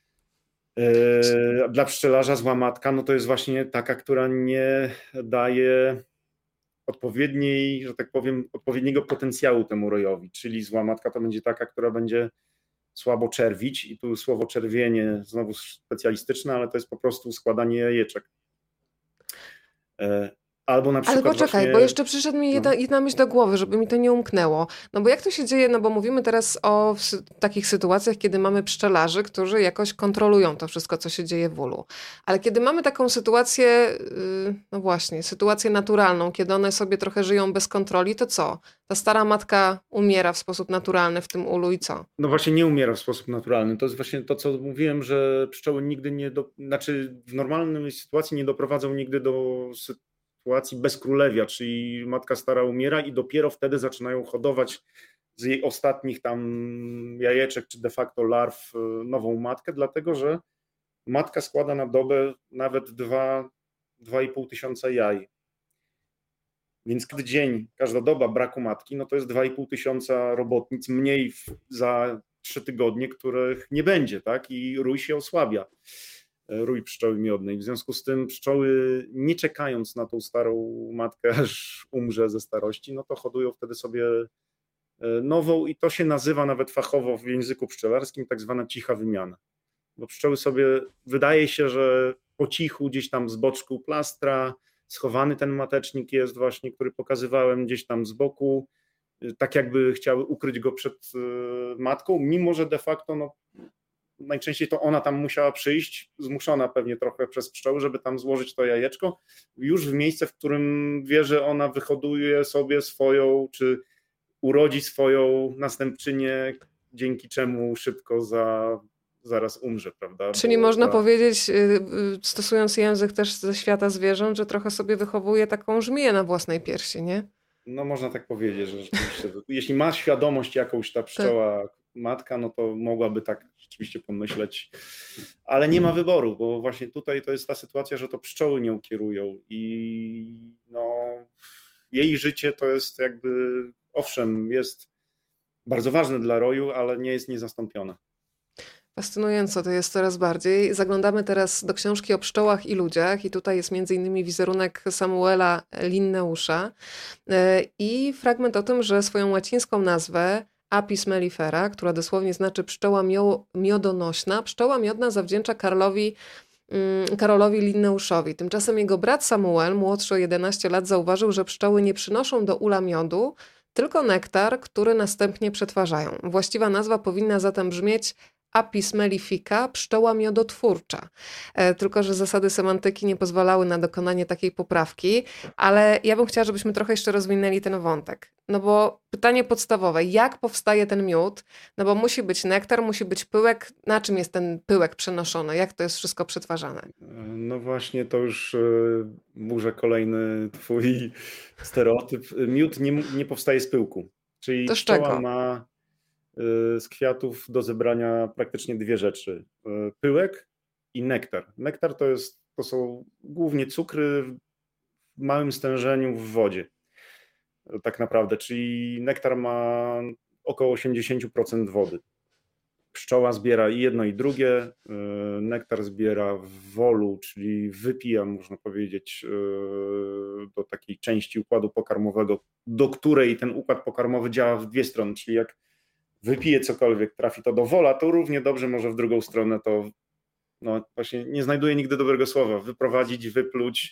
Dla pszczelarza zła matka, no to jest właśnie taka, która nie daje odpowiedniej, że tak powiem, odpowiedniego potencjału temu rojowi, czyli zła matka to będzie taka, która będzie słabo czerwić i tu słowo czerwienie znowu specjalistyczne, ale to jest po prostu składanie jajeczek. Albo na Ale przykład poczekaj, właśnie... bo jeszcze przyszedł mi jedna, No, jedna myśl do głowy, żeby mi to nie umknęło. No bo jak to się dzieje, no bo mówimy teraz o sy- takich sytuacjach, kiedy mamy pszczelarzy, którzy jakoś kontrolują to wszystko, co się dzieje w ulu. Ale kiedy mamy taką sytuację, yy, no właśnie, sytuację naturalną, kiedy one sobie trochę żyją bez kontroli, to co? Ta stara matka umiera w sposób naturalny w tym ulu i co? no właśnie nie umiera w sposób naturalny. To jest właśnie to, co mówiłem, że pszczoły nigdy nie... Do... Znaczy w normalnej sytuacji nie doprowadzą nigdy do sytuacji bezkrólewia, czyli matka stara umiera i dopiero wtedy zaczynają hodować z jej ostatnich tam jajeczek, czy de facto larw nową matkę, dlatego że matka składa na dobę nawet dwa, dwa i pół tysiąca jaj. Więc każdy dzień, każda doba braku matki, no to jest dwa i pół tysiąca robotnic mniej w, za trzy tygodnie, których nie będzie, tak? I rój się osłabia, rój pszczoły miodnej. W związku z tym pszczoły, nie czekając na tą starą matkę, aż umrze ze starości, no to hodują wtedy sobie nową i to się nazywa nawet fachowo w języku pszczelarskim tak zwana cicha wymiana. Bo pszczoły sobie, wydaje się, że po cichu gdzieś tam z boczku plastra, schowany ten matecznik jest właśnie, który pokazywałem gdzieś tam z boku, tak jakby chciały ukryć go przed matką, mimo że de facto no, najczęściej to ona tam musiała przyjść, zmuszona pewnie trochę przez pszczoły, żeby tam złożyć to jajeczko, już w miejsce, w którym wie, że ona wyhoduje sobie swoją, czy urodzi swoją następczynię, dzięki czemu szybko za, zaraz umrze, prawda? Czyli Bo można ta... powiedzieć, yy, yy, stosując język też ze świata zwierząt, że trochę sobie wychowuje taką żmiję na własnej piersi, nie? No można tak powiedzieć, że rzeczywiście, jeśli ma świadomość jakąś ta Tak. pszczoła matka, no to mogłaby tak rzeczywiście pomyśleć, ale nie ma wyboru, bo właśnie tutaj to jest ta sytuacja, że to pszczoły nią kierują i no, jej życie to jest jakby, owszem, jest bardzo ważne dla roju, ale nie jest niezastąpione. Fascynujące to jest coraz bardziej. Zaglądamy teraz do książki o pszczołach i ludziach i tutaj jest między innymi wizerunek Samuela Linneusza i fragment o tym, że swoją łacińską nazwę Apis mellifera, która dosłownie znaczy pszczoła mio- miodonośna, pszczoła miodna zawdzięcza Karlowi Karolowi Linneuszowi. Tymczasem jego brat Samuel, młodszy o jedenaście lat, zauważył, że pszczoły nie przynoszą do ula miodu, tylko nektar, który następnie przetwarzają. Właściwa nazwa powinna zatem brzmieć Apis mellifica, pszczoła miodotwórcza. E, tylko że zasady semantyki nie pozwalały na dokonanie takiej poprawki, ale ja bym chciała, żebyśmy trochę jeszcze rozwinęli ten wątek. No bo pytanie podstawowe, jak powstaje ten miód? No bo musi być nektar, musi być pyłek. Na czym jest ten pyłek przenoszony? Jak to jest wszystko przetwarzane? No właśnie, to już burzę kolejny twój stereotyp. Miód nie, nie powstaje z pyłku, czyli To z pszczoła czego? ma z kwiatów do zebrania praktycznie dwie rzeczy. Pyłek i nektar. Nektar to, jest, to są głównie cukry w małym stężeniu w wodzie. Tak naprawdę, czyli nektar ma około osiemdziesiąt procent wody. Pszczoła zbiera i jedno i drugie. Nektar zbiera w wolu, czyli wypija, można powiedzieć, do takiej części układu pokarmowego, do której ten układ pokarmowy działa w dwie strony, czyli jak wypije cokolwiek, trafi to do wola, to równie dobrze może w drugą stronę to, no właśnie nie znajduję nigdy dobrego słowa, wyprowadzić, wypluć,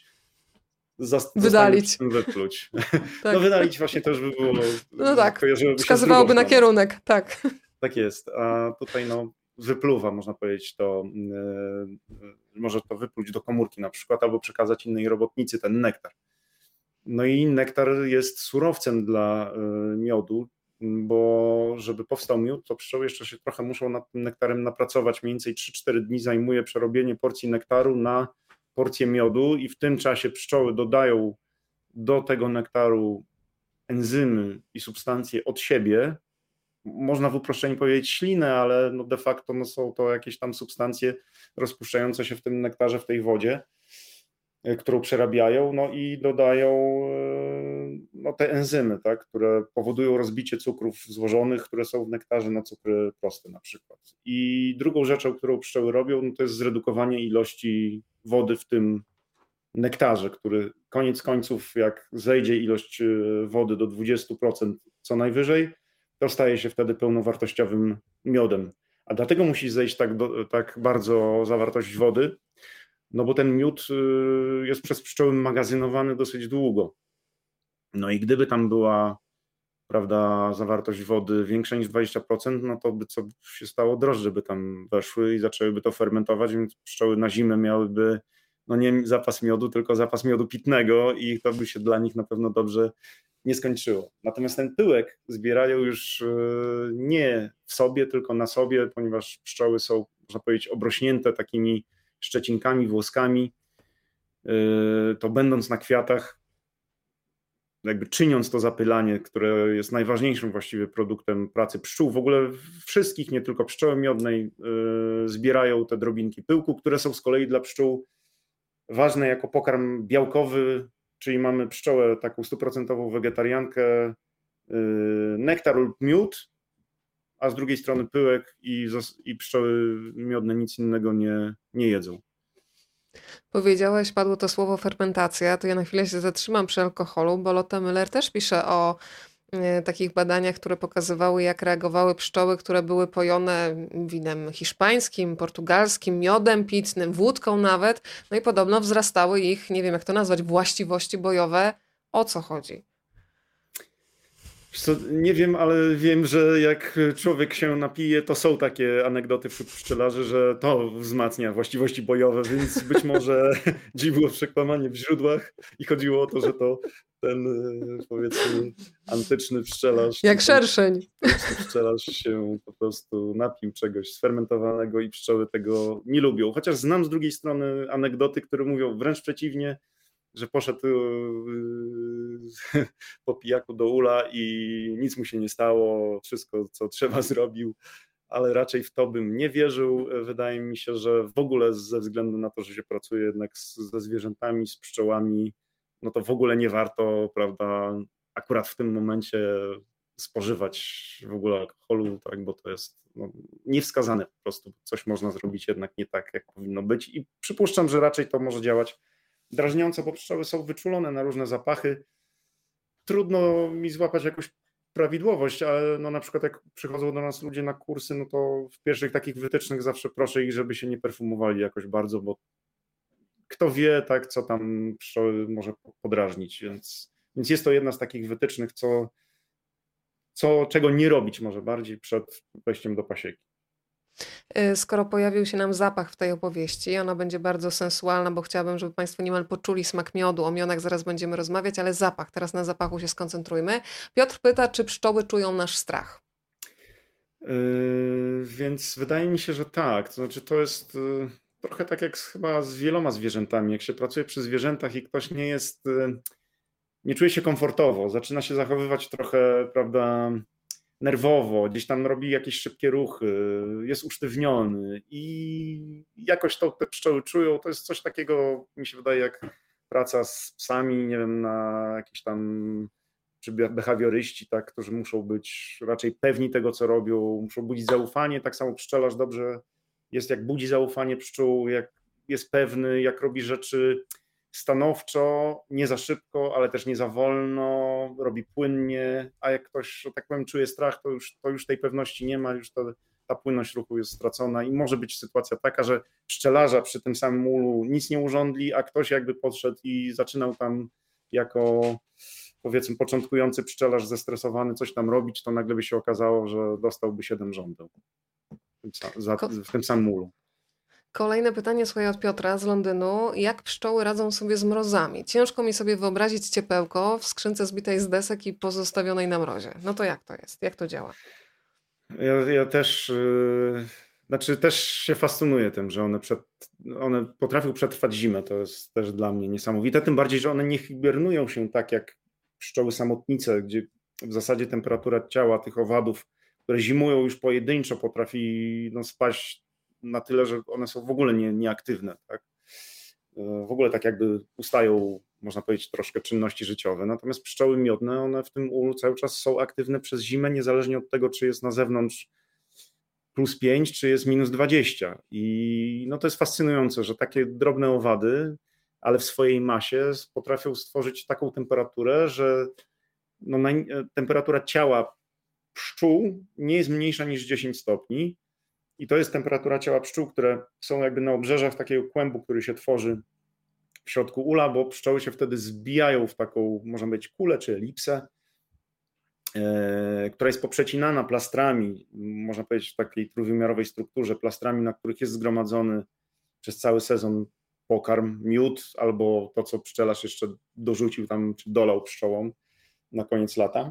Wydalić. wypluć. Tak. No wydalić właśnie to już by było, No tak, kojarzyłoby się wskazywałoby na kierunek, tak. Tak jest, a tutaj no wypluwa, można powiedzieć, to yy, może to wypluć do komórki na przykład, albo przekazać innej robotnicy ten nektar. No i nektar jest surowcem dla yy, miodu, bo żeby powstał miód, to pszczoły jeszcze się trochę muszą nad tym nektarem napracować. Mniej więcej trzy cztery dni zajmuje przerobienie porcji nektaru na porcję miodu i w tym czasie pszczoły dodają do tego nektaru enzymy i substancje od siebie. Można w uproszczeniu powiedzieć ślinę, ale no de facto no są to jakieś tam substancje rozpuszczające się w tym nektarze, w tej wodzie, którą przerabiają, no i dodają no, te enzymy, tak, które powodują rozbicie cukrów złożonych, które są w nektarze na cukry proste na przykład. I drugą rzeczą, którą pszczoły robią, no to jest zredukowanie ilości wody w tym nektarze, który koniec końców, jak zejdzie ilość wody do dwadzieścia procent co najwyżej, to staje się wtedy pełnowartościowym miodem. A dlatego musi zejść tak, do, tak bardzo zawartość wody, no bo ten miód jest przez pszczoły magazynowany dosyć długo. No i gdyby tam była, prawda, zawartość wody większa niż dwadzieścia procent, no to by co się stało, drożdże by tam weszły i zaczęłyby to fermentować, więc pszczoły na zimę miałyby no nie zapas miodu, tylko zapas miodu pitnego i to by się dla nich na pewno dobrze nie skończyło. Natomiast ten pyłek zbierają już nie w sobie, tylko na sobie, ponieważ pszczoły są, można powiedzieć, obrośnięte takimi szczecinkami, włoskami, to będąc na kwiatach, jakby czyniąc to zapylanie, które jest najważniejszym właściwie produktem pracy pszczół, w ogóle wszystkich, nie tylko pszczoły miodnej, zbierają te drobinki pyłku, które są z kolei dla pszczół ważne jako pokarm białkowy, czyli mamy pszczołę taką stuprocentową wegetariankę, nektar lub miód, a z drugiej strony pyłek i, i pszczoły miodne nic innego nie, nie jedzą. Powiedziałeś, padło to słowo fermentacja, to ja na chwilę się zatrzymam przy alkoholu, bo Lotte Müller też pisze o y, takich badaniach, które pokazywały, jak reagowały pszczoły, które były pojone winem hiszpańskim, portugalskim, miodem pitnym, wódką nawet, no i podobno wzrastały ich, nie wiem jak to nazwać, właściwości bojowe. O co chodzi? Co, nie wiem, ale wiem, że jak człowiek się napije, to są takie anegdoty wśród pszczelarzy, że to wzmacnia właściwości bojowe, więc być może dziś było przekłamanie w źródłach i chodziło o to, że to ten, powiedzmy, antyczny pszczelarz. Jak szerszeń. Pszczelarz się po prostu napił czegoś sfermentowanego i pszczoły tego nie lubią. Chociaż znam z drugiej strony anegdoty, które mówią wręcz przeciwnie, że poszedł po pijaku do ula i nic mu się nie stało, wszystko co trzeba zrobił, ale raczej w to bym nie wierzył. Wydaje mi się, że w ogóle ze względu na to, że się pracuje jednak ze zwierzętami, z pszczołami, no to w ogóle nie warto, prawda, akurat w tym momencie spożywać w ogóle alkoholu, tak, bo to jest no, niewskazane po prostu. Coś można zrobić jednak nie tak, jak powinno być i przypuszczam, że raczej to może działać drażniąco, bo pszczoły są wyczulone na różne zapachy. Trudno mi złapać jakąś prawidłowość, ale no na przykład jak przychodzą do nas ludzie na kursy, no to w pierwszych takich wytycznych zawsze proszę ich, żeby się nie perfumowali jakoś bardzo, bo kto wie, tak, co tam pszczoły może podrażnić, więc, więc jest to jedna z takich wytycznych, co, co, czego nie robić może bardziej przed wejściem do pasieki. Skoro pojawił się nam zapach w tej opowieści, ona będzie bardzo sensualna, bo chciałabym, żeby Państwo niemal poczuli smak miodu. O mionach zaraz będziemy rozmawiać, ale zapach, teraz na zapachu się skoncentrujmy. Piotr pyta, czy pszczoły czują nasz strach? Yy, więc wydaje mi się, że tak. To znaczy to jest yy, trochę tak jak z, chyba z wieloma zwierzętami. Jak się pracuje przy zwierzętach i ktoś nie jest, yy, nie czuje się komfortowo, zaczyna się zachowywać trochę, prawda, nerwowo, gdzieś tam robi jakieś szybkie ruchy, jest usztywniony i jakoś to te pszczoły czują. To jest coś takiego, mi się wydaje, jak praca z psami, nie wiem, na jakieś tam, czy behawioryści, tak, którzy muszą być raczej pewni tego, co robią, muszą budzić zaufanie. Tak samo pszczelarz dobrze jest, jak budzi zaufanie pszczół, jak jest pewny, jak robi rzeczy stanowczo, nie za szybko, ale też nie za wolno, robi płynnie, a jak ktoś, że tak powiem, czuje strach, to już, to już tej pewności nie ma, już to, ta płynność ruchu jest stracona i może być sytuacja taka, że pszczelarza przy tym samym ulu nic nie urządli, a ktoś jakby podszedł i zaczynał tam jako, powiedzmy, początkujący pszczelarz zestresowany coś tam robić, to nagle by się okazało, że dostałby siedem żądeł w tym samym ulu. Kolejne pytanie, słuchaj, od Piotra z Londynu. Jak pszczoły radzą sobie z mrozami? Ciężko mi sobie wyobrazić ciepełko w skrzynce zbitej z desek i pozostawionej na mrozie. No to jak to jest? Jak to działa? Ja, ja też, yy, znaczy też się fascynuję tym, że one, przed, one potrafią przetrwać zimę. To jest też dla mnie niesamowite. Tym bardziej, że one nie hibernują się tak jak pszczoły samotnice, gdzie w zasadzie temperatura ciała tych owadów, które zimują już pojedynczo, potrafi no, spaść na tyle, że one są w ogóle nie, nieaktywne. Tak? W ogóle tak jakby ustają, można powiedzieć, troszkę czynności życiowe. Natomiast pszczoły miodne, one w tym ulu cały czas są aktywne przez zimę, niezależnie od tego, czy jest na zewnątrz plus pięć, czy jest minus dwadzieścia. I no to jest fascynujące, że takie drobne owady, ale w swojej masie potrafią stworzyć taką temperaturę, że no, temperatura ciała pszczół nie jest mniejsza niż dziesięć stopni, I to jest temperatura ciała pszczół, które są jakby na obrzeżach takiego kłębu, który się tworzy w środku ula, bo pszczoły się wtedy zbijają w taką, można być kulę czy elipsę, która jest poprzecinana plastrami, można powiedzieć w takiej trójwymiarowej strukturze, plastrami, na których jest zgromadzony przez cały sezon pokarm, miód albo to, co pszczelarz jeszcze dorzucił tam, czy dolał pszczołom na koniec lata.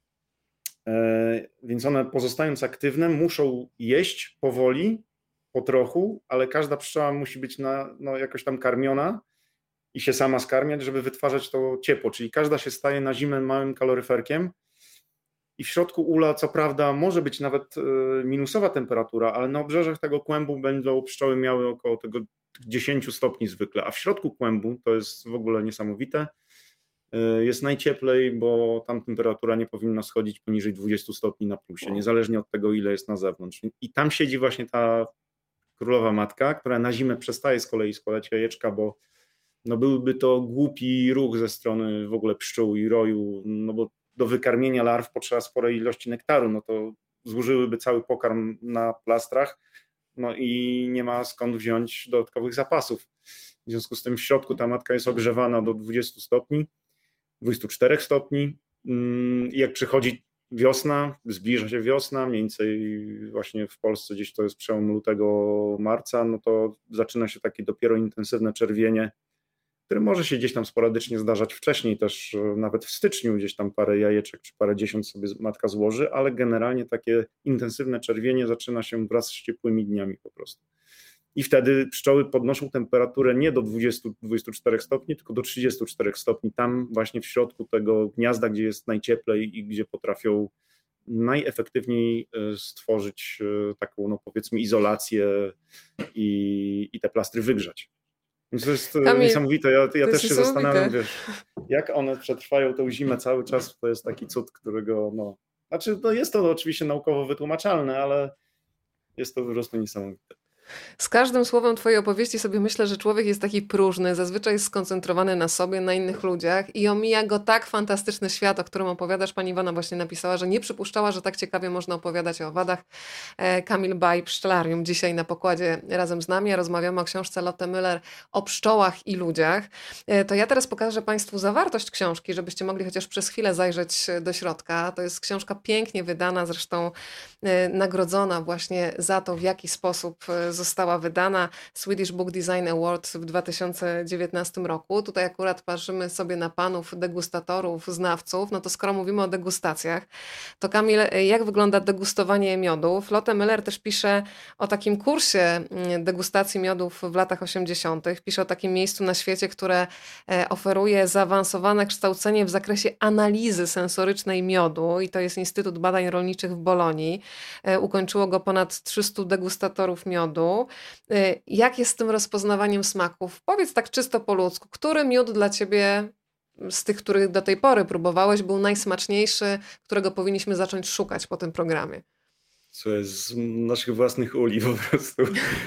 Więc one, pozostając aktywne, muszą jeść powoli, po trochu, ale każda pszczoła musi być na, no, jakoś tam karmiona i się sama skarmiać, żeby wytwarzać to ciepło, czyli każda się staje na zimę małym kaloryferkiem. I w środku ula, co prawda, może być nawet minusowa temperatura, ale na obrzeżach tego kłębu będą pszczoły miały około tego dziesięć stopni zwykle, a w środku kłębu, to jest w ogóle niesamowite, jest najcieplej, bo tam temperatura nie powinna schodzić poniżej dwudziestu stopni na plusie, niezależnie od tego, ile jest na zewnątrz. I tam siedzi właśnie ta królowa matka, która na zimę przestaje z kolei składać jajeczka, bo no byłby to głupi ruch ze strony w ogóle pszczół i roju, no bo do wykarmienia larw potrzeba sporej ilości nektaru, no to zużyłyby cały pokarm na plastrach, no i nie ma skąd wziąć dodatkowych zapasów. W związku z tym w środku ta matka jest ogrzewana do dwudziestu stopni, dwudziestu czterech stopni i jak przychodzi wiosna, zbliża się wiosna, mniej więcej właśnie w Polsce gdzieś to jest przełom lutego, marca, no to zaczyna się takie dopiero intensywne czerwienie, które może się gdzieś tam sporadycznie zdarzać wcześniej też, nawet w styczniu gdzieś tam parę jajeczek czy parę dziesiąt sobie matka złoży, ale generalnie takie intensywne czerwienie zaczyna się wraz z ciepłymi dniami po prostu. I wtedy pszczoły podnoszą temperaturę nie do dwudziestu do dwudziestu czterech stopni, tylko do trzydziestu czterech stopni, tam właśnie w środku tego gniazda, gdzie jest najcieplej i gdzie potrafią najefektywniej stworzyć taką, no powiedzmy, izolację i, i te plastry wygrzać. Więc to jest Kamil, niesamowite. Ja, ja też się zastanawiam, wiesz, jak one przetrwają tę zimę cały czas. To jest taki cud, którego, no, znaczy, no jest to oczywiście naukowo wytłumaczalne, ale jest to po prostu niesamowite. Z każdym słowem twojej opowieści sobie myślę, że człowiek jest taki próżny, zazwyczaj jest skoncentrowany na sobie, na innych ludziach i omija go tak fantastyczny świat, o którym opowiadasz. Pani Iwona właśnie napisała, że nie przypuszczała, że tak ciekawie można opowiadać o owadach. Kamil Baj, Pszczelarium, dzisiaj na pokładzie razem z nami, a rozmawiamy o książce Lotte Müller o pszczołach i ludziach. To ja teraz pokażę Państwu zawartość książki, żebyście mogli chociaż przez chwilę zajrzeć do środka. To jest książka pięknie wydana, zresztą nagrodzona właśnie za to, w jaki sposób została wydana, Swedish Book Design Award w dwa tysiące dziewiętnastym roku. Tutaj akurat patrzymy sobie na panów degustatorów, znawców. No to skoro mówimy o degustacjach, to Kamil, jak wygląda degustowanie miodów? Lotte Müller też pisze o takim kursie degustacji miodów w latach osiemdziesiątych. Pisze o takim miejscu na świecie, które oferuje zaawansowane kształcenie w zakresie analizy sensorycznej miodu i to jest Instytut Badań Rolniczych w Bolonii. Ukończyło go ponad trzystu degustatorów miodu. Jak jest z tym rozpoznawaniem smaków? Powiedz tak czysto po ludzku, który miód dla ciebie z tych, których do tej pory próbowałeś, był najsmaczniejszy, którego powinniśmy zacząć szukać po tym programie? Co jest z naszych własnych uli po prostu.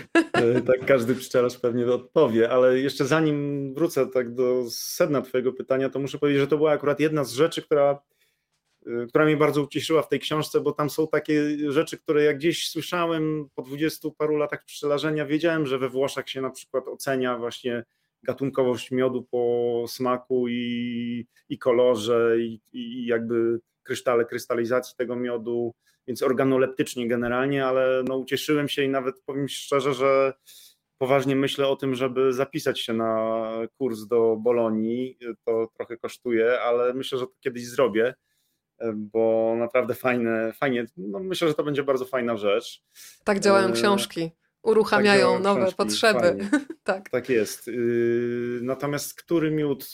Tak każdy pszczelarz pewnie odpowie, ale jeszcze zanim wrócę tak do sedna twojego pytania, to muszę powiedzieć, że to była akurat jedna z rzeczy, która która mnie bardzo ucieszyła w tej książce, bo tam są takie rzeczy, które jak gdzieś słyszałem po dwudziestu paru latach pszczelarzenia, wiedziałem, że we Włoszech się na przykład ocenia właśnie gatunkowość miodu po smaku i, i kolorze i, i jakby krysztale krystalizacji tego miodu, więc organoleptycznie generalnie, ale no ucieszyłem się i nawet powiem szczerze, że poważnie myślę o tym, żeby zapisać się na kurs do Bolonii. To trochę kosztuje, ale myślę, że to kiedyś zrobię, bo naprawdę fajne, fajnie, no myślę, że to będzie bardzo fajna rzecz. Tak działają książki, uruchamiają tak działają nowe książki, potrzeby. tak. tak jest. Natomiast który miód...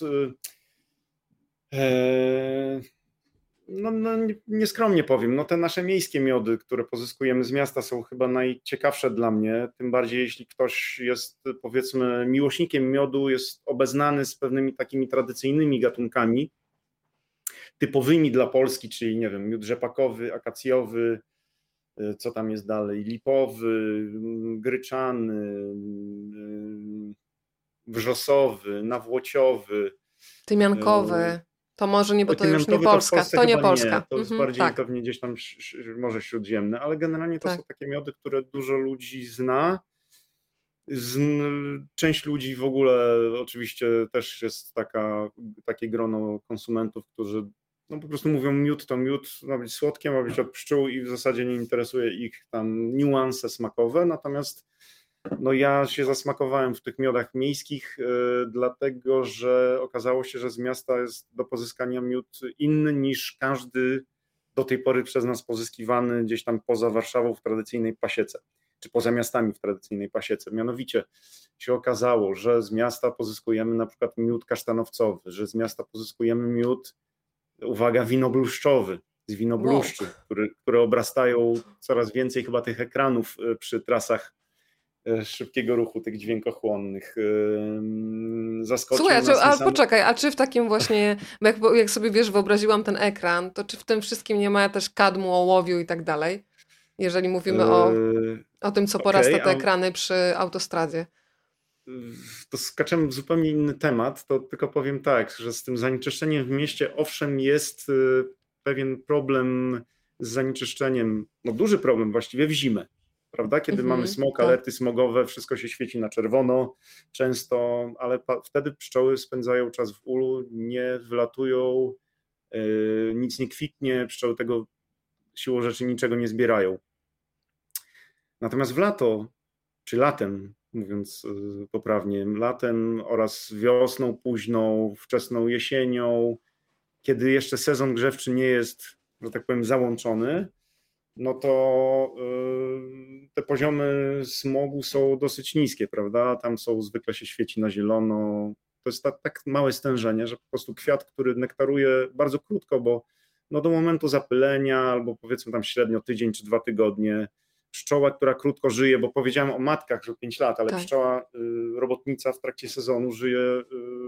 No, no nieskromnie powiem, no te nasze miejskie miody, które pozyskujemy z miasta, są chyba najciekawsze dla mnie, tym bardziej jeśli ktoś jest, powiedzmy, miłośnikiem miodu, jest obeznany z pewnymi takimi tradycyjnymi gatunkami, typowymi dla Polski, czyli nie wiem, miód rzepakowy, akacjowy, co tam jest dalej, lipowy, gryczany, wrzosowy, nawłociowy. Tymiankowy. To może nie, bo to już nie Kontynentowy to w Polska. Polsce To nie chyba Polska. nie, to jest Mhm, bardziej tak, pewnie gdzieś tam ś- ś- Morze Śródziemne, ale generalnie to tak. są takie miody, które dużo ludzi zna. Z, część ludzi w ogóle oczywiście też jest taka, takie grono konsumentów, którzy no po prostu mówią miód to miód, ma być słodkie, ma być od pszczół i w zasadzie nie interesuje ich tam niuanse smakowe, natomiast no ja się zasmakowałem w tych miodach miejskich, yy, dlatego że okazało się, że z miasta jest do pozyskania miód inny niż każdy do tej pory przez nas pozyskiwany gdzieś tam poza Warszawą w tradycyjnej pasiece, czy poza miastami w tradycyjnej pasiece. Mianowicie się okazało, że z miasta pozyskujemy na przykład miód kasztanowcowy, że z miasta pozyskujemy miód, uwaga, winobluszczowy, z Wow. winobluszczy, który, które obrastają coraz więcej chyba tych ekranów przy trasach szybkiego ruchu, tych dźwiękochłonnych. Słuchaj, Zaskoczył a, czy, nas a niesam... poczekaj, a czy w takim właśnie, bo jak, bo jak sobie wiesz, wyobraziłam ten ekran, to czy w tym wszystkim nie ma też kadmu, ołowiu i tak dalej? Jeżeli mówimy o, Yy, o tym, co porasta Okej, te okay, ekrany przy autostradzie. to skaczemy w zupełnie inny temat, to tylko powiem tak, że z tym zanieczyszczeniem w mieście owszem jest pewien problem z zanieczyszczeniem, no duży problem właściwie w zimę, prawda? Kiedy mamy Mhm, smog, tak. alerty smogowe, wszystko się świeci na czerwono często, ale pa- wtedy pszczoły spędzają czas w ulu, nie wylatują, yy, nic nie kwitnie, pszczoły tego siłą rzeczy niczego nie zbierają. Natomiast w lato, czy latem, mówiąc y, poprawnie, latem oraz wiosną późną, wczesną jesienią, kiedy jeszcze sezon grzewczy nie jest, że tak powiem, załączony, no to y, te poziomy smogu są dosyć niskie, prawda? Tam są, zwykle się świeci na zielono. To jest tak, tak małe stężenie, że po prostu kwiat, który nektaruje bardzo krótko, bo no do momentu zapylenia albo powiedzmy tam średnio tydzień czy dwa tygodnie, pszczoła, która krótko żyje, bo powiedziałem o matkach, że pięć lat, ale Tak. pszczoła y, robotnica w trakcie sezonu żyje y,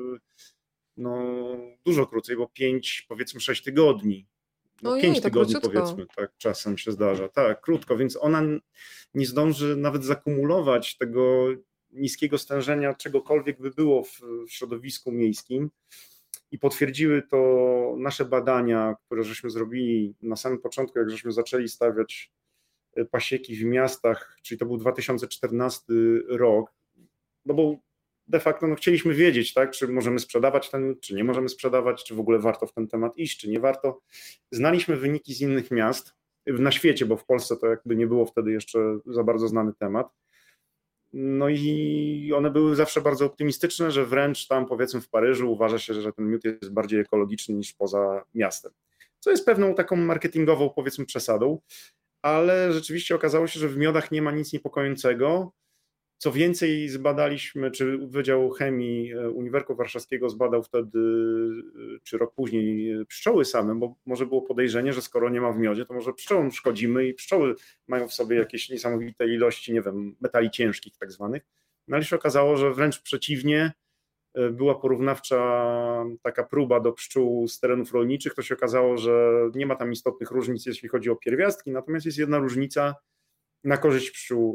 no, dużo krócej, bo pięć, powiedzmy sześć tygodni. No Ojej, pięć to tygodni króciutko. powiedzmy, tak czasem się zdarza. Tak, krótko, więc ona nie zdąży nawet zakumulować tego niskiego stężenia czegokolwiek by było w, w środowisku miejskim. I potwierdziły to nasze badania, które żeśmy zrobili na samym początku, jak żeśmy zaczęli stawiać pasieki w miastach, czyli to był dwa tysiące czternasty rok, no bo de facto no, chcieliśmy wiedzieć, tak, czy możemy sprzedawać ten, czy nie możemy sprzedawać, czy w ogóle warto w ten temat iść, czy nie warto. Znaliśmy wyniki z innych miast na świecie, bo w Polsce to jakby nie było wtedy jeszcze za bardzo znany temat. No i one były zawsze bardzo optymistyczne, że wręcz tam powiedzmy w Paryżu uważa się, że ten miód jest bardziej ekologiczny niż poza miastem. Co jest pewną taką marketingową powiedzmy przesadą, ale rzeczywiście okazało się, że w miodach nie ma nic niepokojącego. Co więcej, zbadaliśmy, czy Wydział Chemii Uniwersytetu Warszawskiego zbadał wtedy, czy rok później, pszczoły same, bo może było podejrzenie, że skoro nie ma w miodzie, to może pszczołom szkodzimy i pszczoły mają w sobie jakieś niesamowite ilości, nie wiem, metali ciężkich tak zwanych. No ale się okazało, że wręcz przeciwnie, była porównawcza taka próba do pszczół z terenów rolniczych, to się okazało, że nie ma tam istotnych różnic, jeśli chodzi o pierwiastki, natomiast jest jedna różnica na korzyść pszczół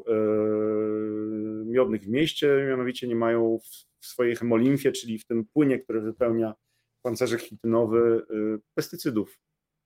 miodnych w mieście, mianowicie nie mają w swojej hemolimfie, czyli w tym płynie, który wypełnia pancerzyk chitynowy, pestycydów.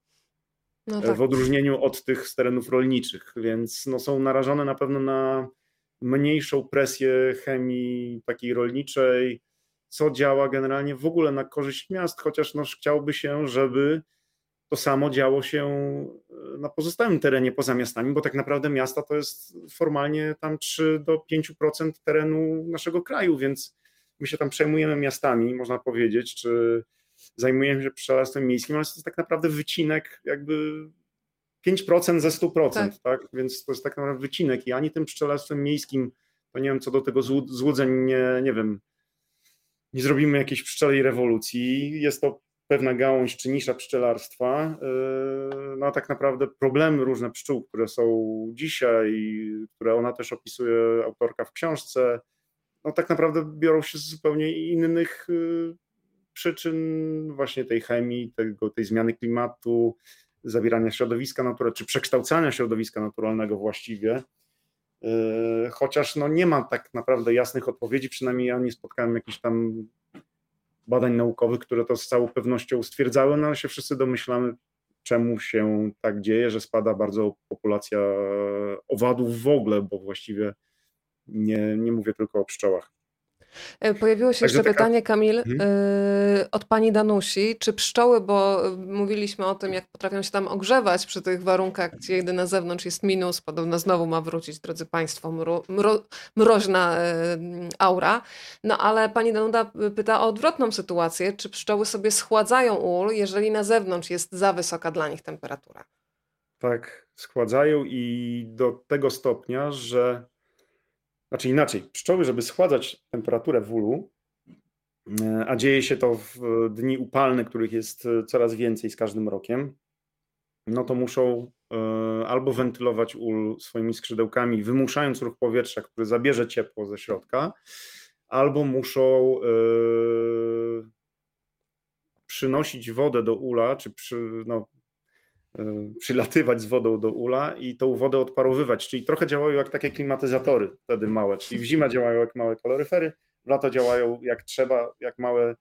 No tak. W odróżnieniu od tych z terenów rolniczych, więc no są narażone na pewno na mniejszą presję chemii takiej rolniczej, co działa generalnie w ogóle na korzyść miast, chociaż no chciałoby się, żeby to samo działo się na pozostałym terenie poza miastami, bo tak naprawdę miasta to jest formalnie tam trzy do pięciu procent terenu naszego kraju, więc my się tam przejmujemy miastami, można powiedzieć, czy zajmujemy się pszczelarstwem miejskim, ale to jest tak naprawdę wycinek jakby pięć procent ze stu procent, tak. tak? Więc to jest tak naprawdę wycinek i ani tym pszczelarstwem miejskim, to nie wiem, co do tego złudzeń, nie, nie wiem, nie zrobimy jakiejś pszczelej rewolucji. Jest to pewna gałąź czy nisza pszczelarstwa, no a tak naprawdę problemy różne pszczół, które są dzisiaj, które ona też opisuje, autorka w książce, no tak naprawdę biorą się z zupełnie innych przyczyn właśnie tej chemii, tego, tej zmiany klimatu, zawierania środowiska naturalnego, czy przekształcania środowiska naturalnego właściwie. Chociaż no nie ma tak naprawdę jasnych odpowiedzi, przynajmniej ja nie spotkałem jakichś tam badań naukowych, które to z całą pewnością stwierdzały, no ale się wszyscy domyślamy, czemu się tak dzieje, że spada bardzo populacja owadów w ogóle, bo właściwie nie, nie mówię tylko o pszczołach. Pojawiło się Także jeszcze taka... pytanie, Kamil, Mhm. yy, od pani Danusi. Czy pszczoły, bo mówiliśmy o tym, jak potrafią się tam ogrzewać przy tych warunkach, gdzie jedynie na zewnątrz jest minus, podobno znowu ma wrócić, drodzy państwo, mro, mro, mroźna yy, aura. No ale pani Danuta pyta o odwrotną sytuację. Czy pszczoły sobie schładzają ul, jeżeli na zewnątrz jest za wysoka dla nich temperatura? Tak, schładzają i do tego stopnia, że Znaczy inaczej, pszczoły, żeby schładzać temperaturę w ulu, a dzieje się to w dni upalne, których jest coraz więcej z każdym rokiem, no to muszą albo wentylować ul swoimi skrzydełkami, wymuszając ruch powietrza, który zabierze ciepło ze środka, albo muszą przynosić wodę do ula, czy przy, no, przylatywać z wodą do ula i tą wodę odparowywać, czyli trochę działają jak takie klimatyzatory wtedy małe, czyli w zimę działają jak małe kaloryfery, w lato działają jak trzeba, jak małe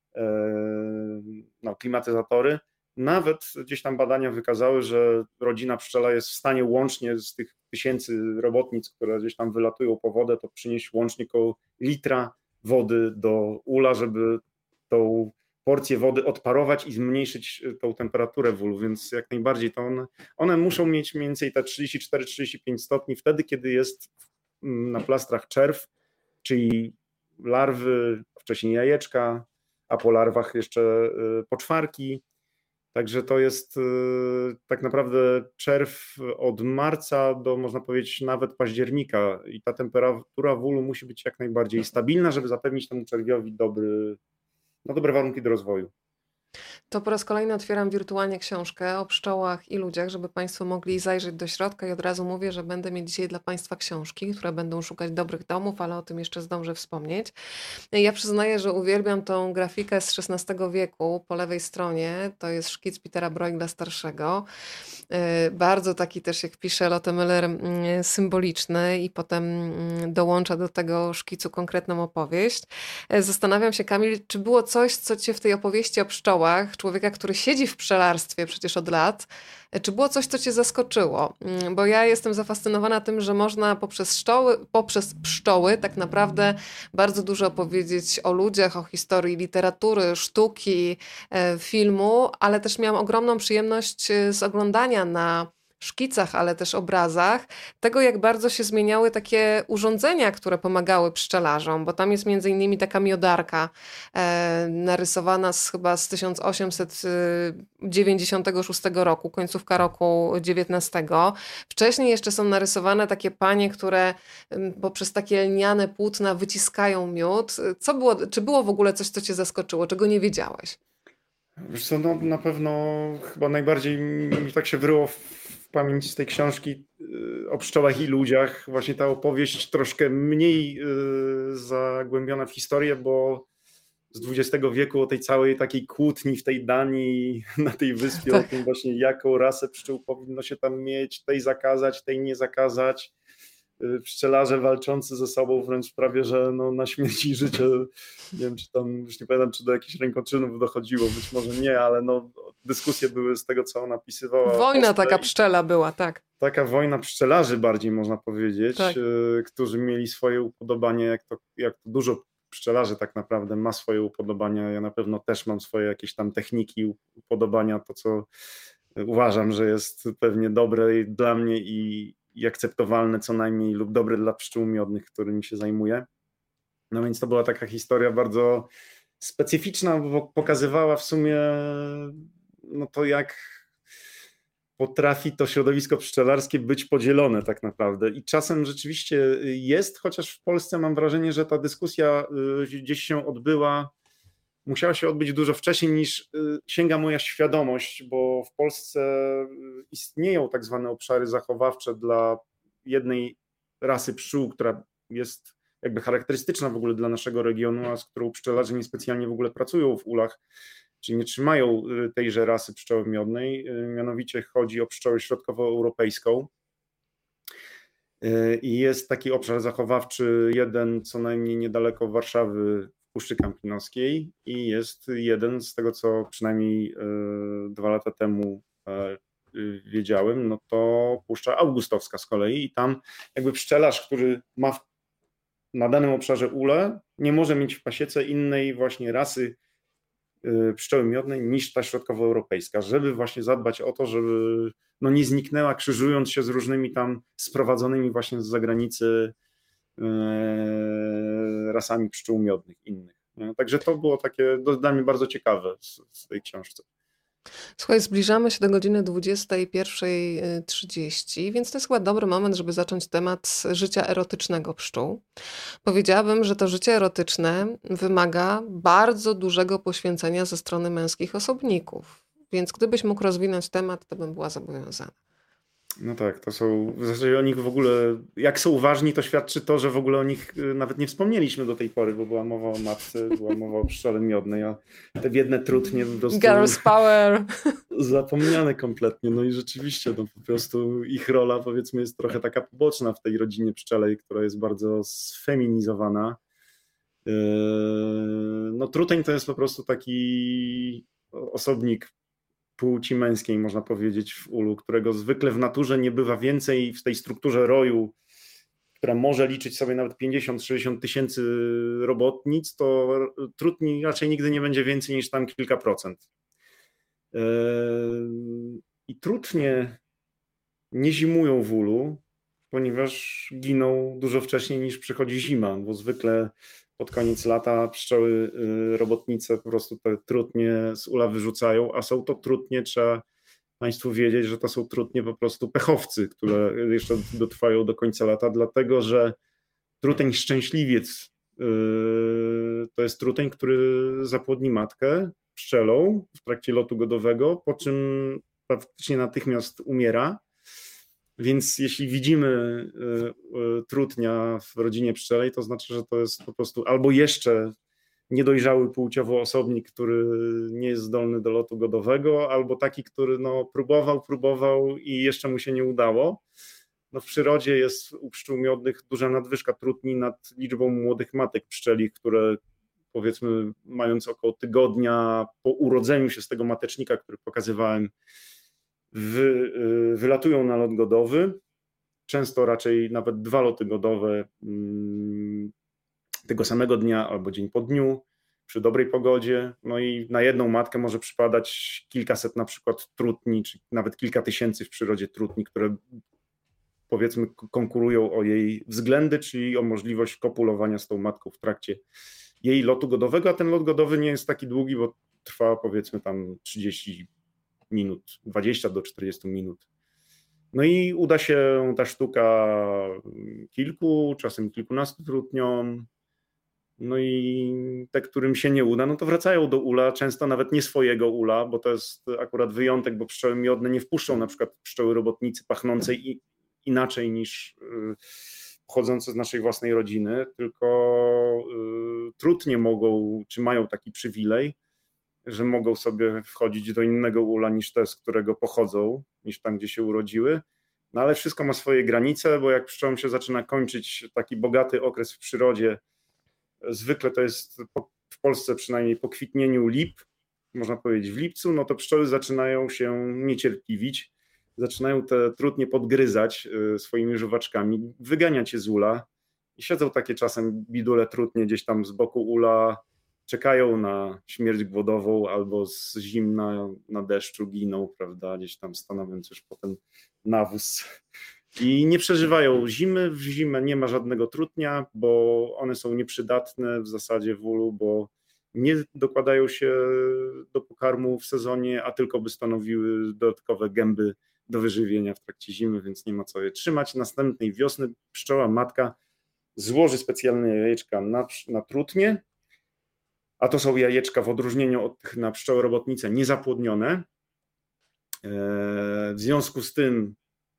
no, klimatyzatory. Nawet gdzieś tam badania wykazały, że rodzina pszczela jest w stanie łącznie z tych tysięcy robotnic, które gdzieś tam wylatują po wodę, to przynieść łącznie koło litra wody do ula, żeby tą porcję wody odparować i zmniejszyć tą temperaturę w ulu, więc jak najbardziej to one, one muszą mieć mniej więcej te trzydzieści cztery trzydzieści pięć stopni wtedy, kiedy jest na plastrach czerw, czyli larwy, wcześniej jajeczka, a po larwach jeszcze poczwarki. Także to jest tak naprawdę czerw od marca do, można powiedzieć, nawet października i ta temperatura w ulu musi być jak najbardziej stabilna, żeby zapewnić temu czerwiowi dobry, no, dobre warunki do rozwoju. To po raz kolejny otwieram wirtualnie książkę o pszczołach i ludziach, żeby Państwo mogli zajrzeć do środka i od razu mówię, że będę mieć dzisiaj dla Państwa książki, które będą szukać dobrych domów, ale o tym jeszcze zdążę wspomnieć. Ja przyznaję, że uwielbiam tą grafikę z szesnastego wieku po lewej stronie. To jest szkic Petera Bruegla starszego. Bardzo taki też, jak pisze Lotte Müller, symboliczny i potem dołącza do tego szkicu konkretną opowieść. Zastanawiam się, Kamil, czy było coś, co Cię w tej opowieści o pszczołach, człowieka, który siedzi w pszczelarstwie przecież od lat, czy było coś, co Cię zaskoczyło? Bo ja jestem zafascynowana tym, że można poprzez pszczoły, poprzez pszczoły tak naprawdę bardzo dużo opowiedzieć o ludziach, o historii literatury, sztuki, filmu, ale też miałam ogromną przyjemność z oglądania na szkicach, ale też obrazach, tego jak bardzo się zmieniały takie urządzenia, które pomagały pszczelarzom, bo tam jest między innymi taka miodarka e, narysowana z, chyba z tysiąc osiemset dziewięćdziesiątego szóstego roku, końcówka roku dziewiętnastego. Wcześniej jeszcze są narysowane takie panie, które poprzez takie lniane płótna wyciskają miód. Co było, czy było w ogóle coś, co Cię zaskoczyło, czego nie wiedziałeś? Wiesz co, no, na pewno chyba najbardziej mi tak się wyryło w pamięć z tej książki o pszczołach i ludziach właśnie ta opowieść troszkę mniej zagłębiona w historię, bo z dwudziestego wieku o tej całej takiej kłótni w tej Danii, na tej wyspie, tak. O tym właśnie jaką rasę pszczół powinno się tam mieć, tej zakazać, tej nie zakazać. Pszczelarze walczący ze sobą wręcz prawie, że no na śmierć i życie, nie wiem, czy tam, już nie pamiętam, czy do jakichś rękoczynów dochodziło, być może nie, ale no dyskusje były z tego, co ona opisywała. Wojna taka pszczela była, tak. Taka wojna pszczelarzy bardziej można powiedzieć, tak. którzy mieli swoje upodobanie, jak to, jak to dużo pszczelarzy tak naprawdę ma swoje upodobania, ja na pewno też mam swoje jakieś tam techniki, upodobania, to co uważam, że jest pewnie dobre dla mnie i i akceptowalne co najmniej lub dobre dla pszczół miodnych, którymi się zajmuję. No więc to była taka historia bardzo specyficzna, bo pokazywała w sumie no to jak potrafi to środowisko pszczelarskie być podzielone tak naprawdę. I czasem rzeczywiście jest, chociaż w Polsce mam wrażenie, że ta dyskusja gdzieś się odbyła, musiała się odbyć dużo wcześniej niż sięga moja świadomość, bo w Polsce istnieją tak zwane obszary zachowawcze dla jednej rasy pszczół, która jest jakby charakterystyczna w ogóle dla naszego regionu, a z którą pszczelarze niespecjalnie w ogóle pracują w ulach, czyli nie trzymają tejże rasy pszczoły miodnej. Mianowicie chodzi o pszczołę środkowoeuropejską. I jest taki obszar zachowawczy, jeden co najmniej niedaleko Warszawy, Puszczy Kampinoskiej i jest jeden z tego, co przynajmniej dwa lata temu wiedziałem, no to Puszcza Augustowska z kolei i tam jakby pszczelarz, który ma w, na danym obszarze ulę, nie może mieć w pasiece innej właśnie rasy pszczoły miodnej niż ta środkowoeuropejska, żeby właśnie zadbać o to, żeby no nie zniknęła, krzyżując się z różnymi tam sprowadzonymi właśnie z zagranicy rasami pszczół miodnych innych. Także to było takie dla mnie bardzo ciekawe z tej książce. Słuchaj, zbliżamy się do godziny dwudziestej pierwszej trzydzieści, więc to jest chyba dobry moment, żeby zacząć temat życia erotycznego pszczół. Powiedziałabym, że to życie erotyczne wymaga bardzo dużego poświęcenia ze strony męskich osobników, więc gdybyś mógł rozwinąć temat, to bym była zobowiązana. No tak, to są, w zasadzie o nich w ogóle, jak są ważni, to świadczy to, że w ogóle o nich nawet nie wspomnieliśmy do tej pory, bo była mowa o matce, była mowa o pszczole miodnej, a te biedne trutnie po prostu... Girls power! Zapomniane kompletnie, no i rzeczywiście, no po prostu ich rola, powiedzmy, jest trochę taka poboczna w tej rodzinie pszczelej, która jest bardzo sfeminizowana. No truteń to jest po prostu taki osobnik płci męskiej, można powiedzieć, w ulu, którego zwykle w naturze nie bywa więcej w tej strukturze roju, która może liczyć sobie nawet pięćdziesiąt sześćdziesiąt tysięcy robotnic, to trutni raczej nigdy nie będzie więcej niż tam kilka procent. I trutnie nie zimują w ulu, ponieważ giną dużo wcześniej niż przychodzi zima, bo zwykle pod koniec lata pszczoły robotnice po prostu te trutnie z ula wyrzucają, a są to trutnie, trzeba Państwu wiedzieć, że to są trutnie po prostu pechowcy, które jeszcze dotrwają do końca lata, dlatego że truteń szczęśliwiec to jest truteń, który zapłodni matkę pszczelą w trakcie lotu godowego, po czym praktycznie natychmiast umiera. Więc jeśli widzimy trutnia w rodzinie pszczelej, to znaczy, że to jest po prostu albo jeszcze niedojrzały płciowo osobnik, który nie jest zdolny do lotu godowego, albo taki, który no, próbował, próbował i jeszcze mu się nie udało. No, w przyrodzie jest u pszczół miodnych duża nadwyżka trutni nad liczbą młodych matek pszczeli, które powiedzmy mając około tygodnia po urodzeniu się z tego matecznika, który pokazywałem, wy, wylatują na lot godowy. Często raczej nawet dwa loty godowe tego samego dnia albo dzień po dniu, przy dobrej pogodzie. No i na jedną matkę może przypadać kilkaset na przykład trutni, czy nawet kilka tysięcy w przyrodzie trutni, które powiedzmy konkurują o jej względy, czyli o możliwość kopulowania z tą matką w trakcie jej lotu godowego, a ten lot godowy nie jest taki długi, bo trwa powiedzmy tam trzydzieści minut, dwadzieścia do czterdziestu minut. No i uda się ta sztuka kilku, czasem kilkunastu trutniom. No i te, którym się nie uda, no to wracają do ula, często nawet nie swojego ula, bo to jest akurat wyjątek, bo pszczoły miodne nie wpuszczą na przykład pszczoły robotnicy pachnącej i inaczej niż pochodzące z naszej własnej rodziny, tylko trutnie mogą, czy mają taki przywilej, że mogą sobie wchodzić do innego ula niż te, z którego pochodzą, niż tam, gdzie się urodziły. No ale wszystko ma swoje granice, bo jak pszczołom się zaczyna kończyć taki bogaty okres w przyrodzie, zwykle to jest w Polsce przynajmniej po kwitnieniu lip, można powiedzieć w lipcu, no to pszczoły zaczynają się niecierpliwić, zaczynają te trutnie podgryzać swoimi żuwaczkami, wyganiać je z ula i siedzą takie czasem bidule trutnie gdzieś tam z boku ula, czekają na śmierć głodową albo z zimna na deszczu giną, prawda, gdzieś tam stanowiąc już potem nawóz. I nie przeżywają zimy, w zimę nie ma żadnego trutnia, bo one są nieprzydatne w zasadzie w ulu, bo nie dokładają się do pokarmu w sezonie, a tylko by stanowiły dodatkowe gęby do wyżywienia w trakcie zimy, więc nie ma co je trzymać. Następnej wiosny pszczoła matka złoży specjalne jajeczka na, na trutnie, a to są jajeczka w odróżnieniu od tych na pszczoły robotnice niezapłodnione. W związku z tym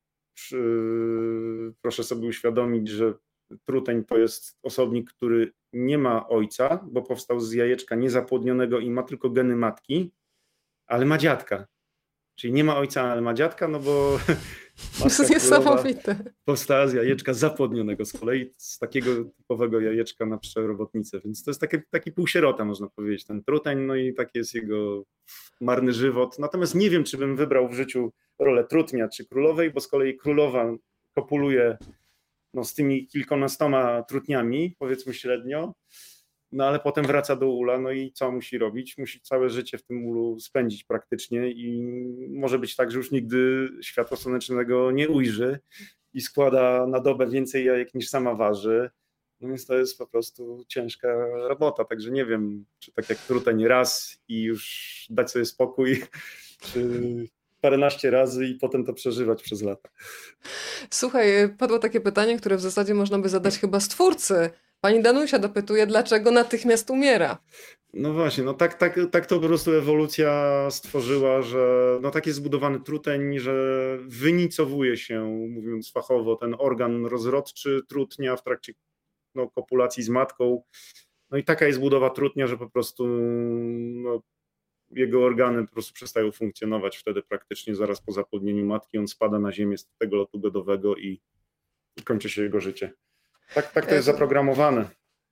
proszę sobie uświadomić, że truteń to jest osobnik, który nie ma ojca, bo powstał z jajeczka niezapłodnionego i ma tylko geny matki, ale ma dziadka. Czyli nie ma ojca, ale ma dziadka, no bo To jest niesamowite. Powstała z jajeczka zapłodnionego z kolei, z takiego typowego jajeczka na pszczołorobotnicę, więc to jest taki, taki półsierota, można powiedzieć, ten truteń, no i taki jest jego marny żywot. Natomiast nie wiem, czy bym wybrał w życiu rolę trutnia czy królowej, bo z kolei królowa kopuluje no, z tymi kilkunastoma trutniami, powiedzmy średnio, no ale potem wraca do ula, no i co musi robić? Musi całe życie w tym ulu spędzić praktycznie i może być tak, że już nigdy światła słonecznego nie ujrzy i składa na dobę więcej jajek niż sama waży. No więc to jest po prostu ciężka robota, także nie wiem, czy tak jak truteń raz i już dać sobie spokój, czy paręnaście razy i potem to przeżywać przez lata. Słuchaj, padło takie pytanie, które w zasadzie można by zadać chyba stwórcy. Pani Danusia dopytuje, dlaczego natychmiast umiera? No właśnie, no tak, tak, tak to po prostu ewolucja stworzyła, że no tak jest zbudowany truteń, że wynicowuje się, mówiąc fachowo, ten organ rozrodczy trutnia w trakcie no, kopulacji z matką. No i taka jest budowa trutnia, że po prostu no, jego organy po prostu przestają funkcjonować wtedy praktycznie zaraz po zapłodnieniu matki. On spada na ziemię z tego lotu godowego i, i kończy się jego życie. Tak, tak to jest zaprogramowane.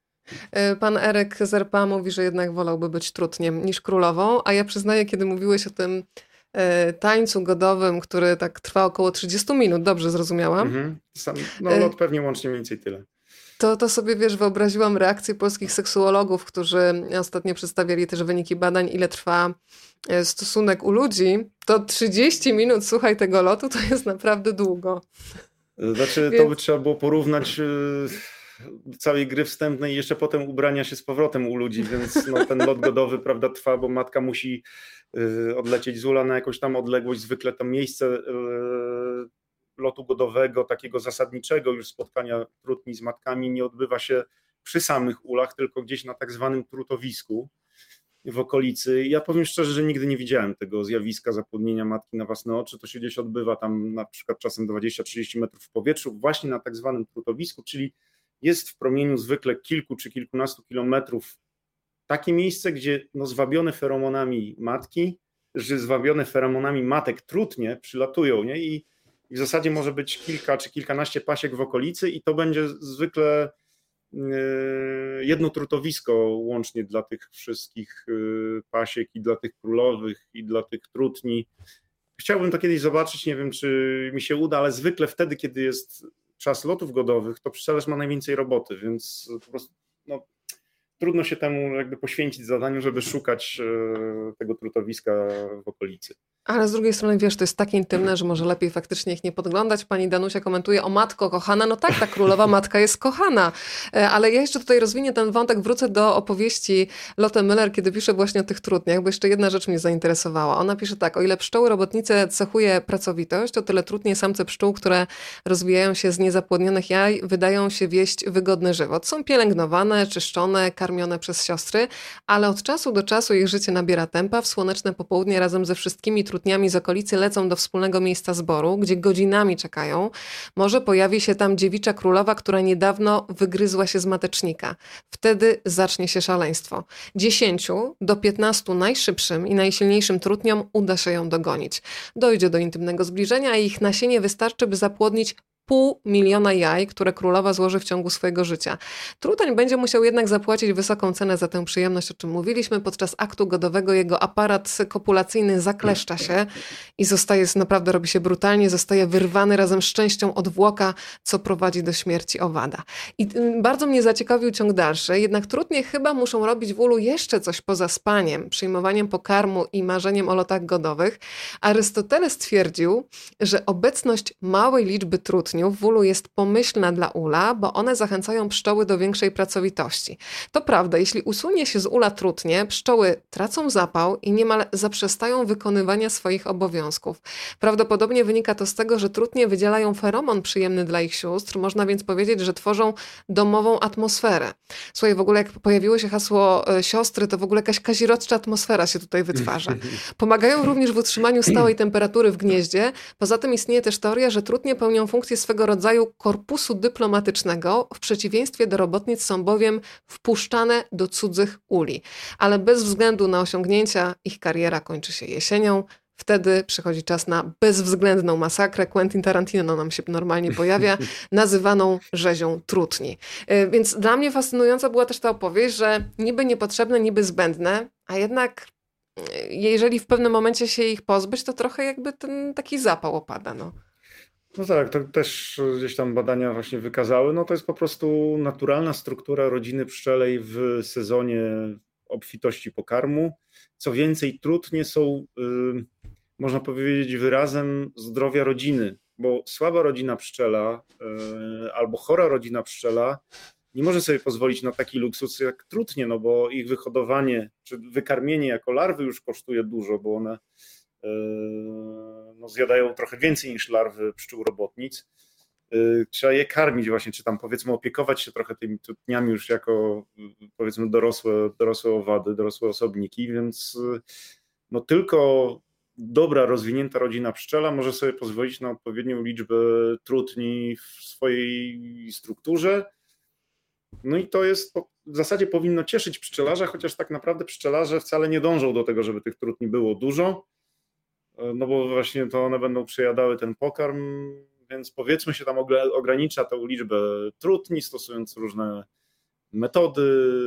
Pan Erek z R P A mówi, że jednak wolałby być trutniem niż królową, a ja przyznaję, kiedy mówiłeś o tym e, tańcu godowym, który tak trwa około trzydzieści minut, dobrze zrozumiałam? Mhm. Sam, no lot pewnie łącznie mniej więcej tyle. To, to sobie, wiesz, wyobraziłam reakcję polskich seksuologów, którzy ostatnio przedstawiali też wyniki badań, ile trwa stosunek u ludzi. To trzydzieści minut, słuchaj, tego lotu to jest naprawdę długo. Znaczy, Więc... to by trzeba było porównać yy, całej gry wstępnej i jeszcze potem ubrania się z powrotem u ludzi, więc no, ten lot godowy, prawda, trwa, bo matka musi yy, odlecieć z ula na jakąś tam odległość, zwykle to miejsce yy, lotu godowego, takiego zasadniczego już spotkania trutni z matkami nie odbywa się przy samych ulach, tylko gdzieś na tak zwanym trutowisku w okolicy. Ja powiem szczerze, że nigdy nie widziałem tego zjawiska zapłodnienia matki na własne oczy. To się gdzieś odbywa tam na przykład czasem dwadzieścia trzydzieści metrów w powietrzu, właśnie na tak zwanym trutowisku, czyli jest w promieniu zwykle kilku czy kilkunastu kilometrów takie miejsce, gdzie no zwabione feromonami matki, że zwabione feromonami matek trutnie przylatują, nie? I w zasadzie może być kilka czy kilkanaście pasiek w okolicy i to będzie zwykle jedno trutowisko łącznie dla tych wszystkich pasiek i dla tych królowych i dla tych trutni. Chciałbym to kiedyś zobaczyć, nie wiem czy mi się uda, ale zwykle wtedy, kiedy jest czas lotów godowych, to pszczelarz ma najwięcej roboty, więc po prostu no, trudno się temu jakby poświęcić zadaniu, żeby szukać tego trutowiska w okolicy. Ale z drugiej strony, wiesz, to jest tak intymne, że może lepiej faktycznie ich nie podglądać. Pani Danusia komentuje: o matko kochana, no tak, ta królowa matka jest kochana. Ale ja jeszcze tutaj rozwinię ten wątek, wrócę do opowieści Lotte Müller, kiedy pisze właśnie o tych trutniach, bo jeszcze jedna rzecz mnie zainteresowała. Ona pisze tak: o ile pszczoły robotnice cechuje pracowitość, o tyle trutnie samce pszczół, które rozwijają się z niezapłodnionych jaj, wydają się wieść wygodny żywot. Są pielęgnowane, czyszczone, karmione przez siostry, ale od czasu do czasu ich życie nabiera tempa. W słoneczne popołudnie razem ze wszystkimi trutniami z okolicy lecą do wspólnego miejsca zboru, gdzie godzinami czekają. Może pojawi się tam dziewicza królowa, która niedawno wygryzła się z matecznika. Wtedy zacznie się szaleństwo. Dziesięciu do piętnastu najszybszym i najsilniejszym trutniom uda się ją dogonić. Dojdzie do intymnego zbliżenia, a ich nasienie wystarczy, by zapłodnić pół miliona jaj, które królowa złoży w ciągu swojego życia. Truteń będzie musiał jednak zapłacić wysoką cenę za tę przyjemność, o czym mówiliśmy. Podczas aktu godowego jego aparat kopulacyjny zakleszcza się i zostaje, naprawdę robi się brutalnie, zostaje wyrwany razem z częścią odwłoka, co prowadzi do śmierci owada. I bardzo mnie zaciekawił ciąg dalszy, jednak trutnie chyba muszą robić w ulu jeszcze coś poza spaniem, przyjmowaniem pokarmu i marzeniem o lotach godowych. Arystoteles twierdził, że obecność małej liczby trutni w ulu jest pomyślna dla ula, bo one zachęcają pszczoły do większej pracowitości. To prawda, jeśli usunie się z ula trutnie, pszczoły tracą zapał i niemal zaprzestają wykonywania swoich obowiązków. Prawdopodobnie wynika to z tego, że trutnie wydzielają feromon przyjemny dla ich sióstr, można więc powiedzieć, że tworzą domową atmosferę. Słuchaj, w ogóle jak pojawiło się hasło siostry, to w ogóle jakaś kazirodcza atmosfera się tutaj wytwarza. Pomagają również w utrzymaniu stałej temperatury w gnieździe. Poza tym istnieje też teoria, że trutnie pełnią funkcję swego rodzaju korpusu dyplomatycznego, w przeciwieństwie do robotnic są bowiem wpuszczane do cudzych uli. Ale bez względu na osiągnięcia ich kariera kończy się jesienią, Wtedy przychodzi czas na bezwzględną masakrę. Quentin Tarantino nam się normalnie pojawia, nazywaną rzezią trutni. Y, Więc dla mnie fascynująca była też ta opowieść, że niby niepotrzebne, niby zbędne, a jednak y, jeżeli w pewnym momencie się ich pozbyć, to trochę jakby ten taki zapał opada. No. No tak, to też gdzieś tam badania właśnie wykazały. No to jest po prostu naturalna struktura rodziny pszczelej w sezonie obfitości pokarmu. Co więcej, trutnie są, y, można powiedzieć, wyrazem zdrowia rodziny, bo słaba rodzina pszczela y, albo chora rodzina pszczela nie może sobie pozwolić na taki luksus jak trutnie, no bo ich wyhodowanie czy wykarmienie jako larwy już kosztuje dużo, bo one y, no, zjadają trochę więcej niż larwy pszczół robotnic. Y, Trzeba je karmić właśnie, czy tam powiedzmy opiekować się trochę tymi trutniami już jako y, powiedzmy dorosłe, dorosłe owady, dorosłe osobniki, więc y, no tylko dobra, rozwinięta rodzina pszczela może sobie pozwolić na odpowiednią liczbę trutni w swojej strukturze. No i to jest, w zasadzie powinno cieszyć pszczelarza, chociaż tak naprawdę pszczelarze wcale nie dążą do tego, żeby tych trutni było dużo, no bo właśnie to one będą przejadały ten pokarm, więc powiedzmy się tam ogranicza tą liczbę trutni, stosując różne metody,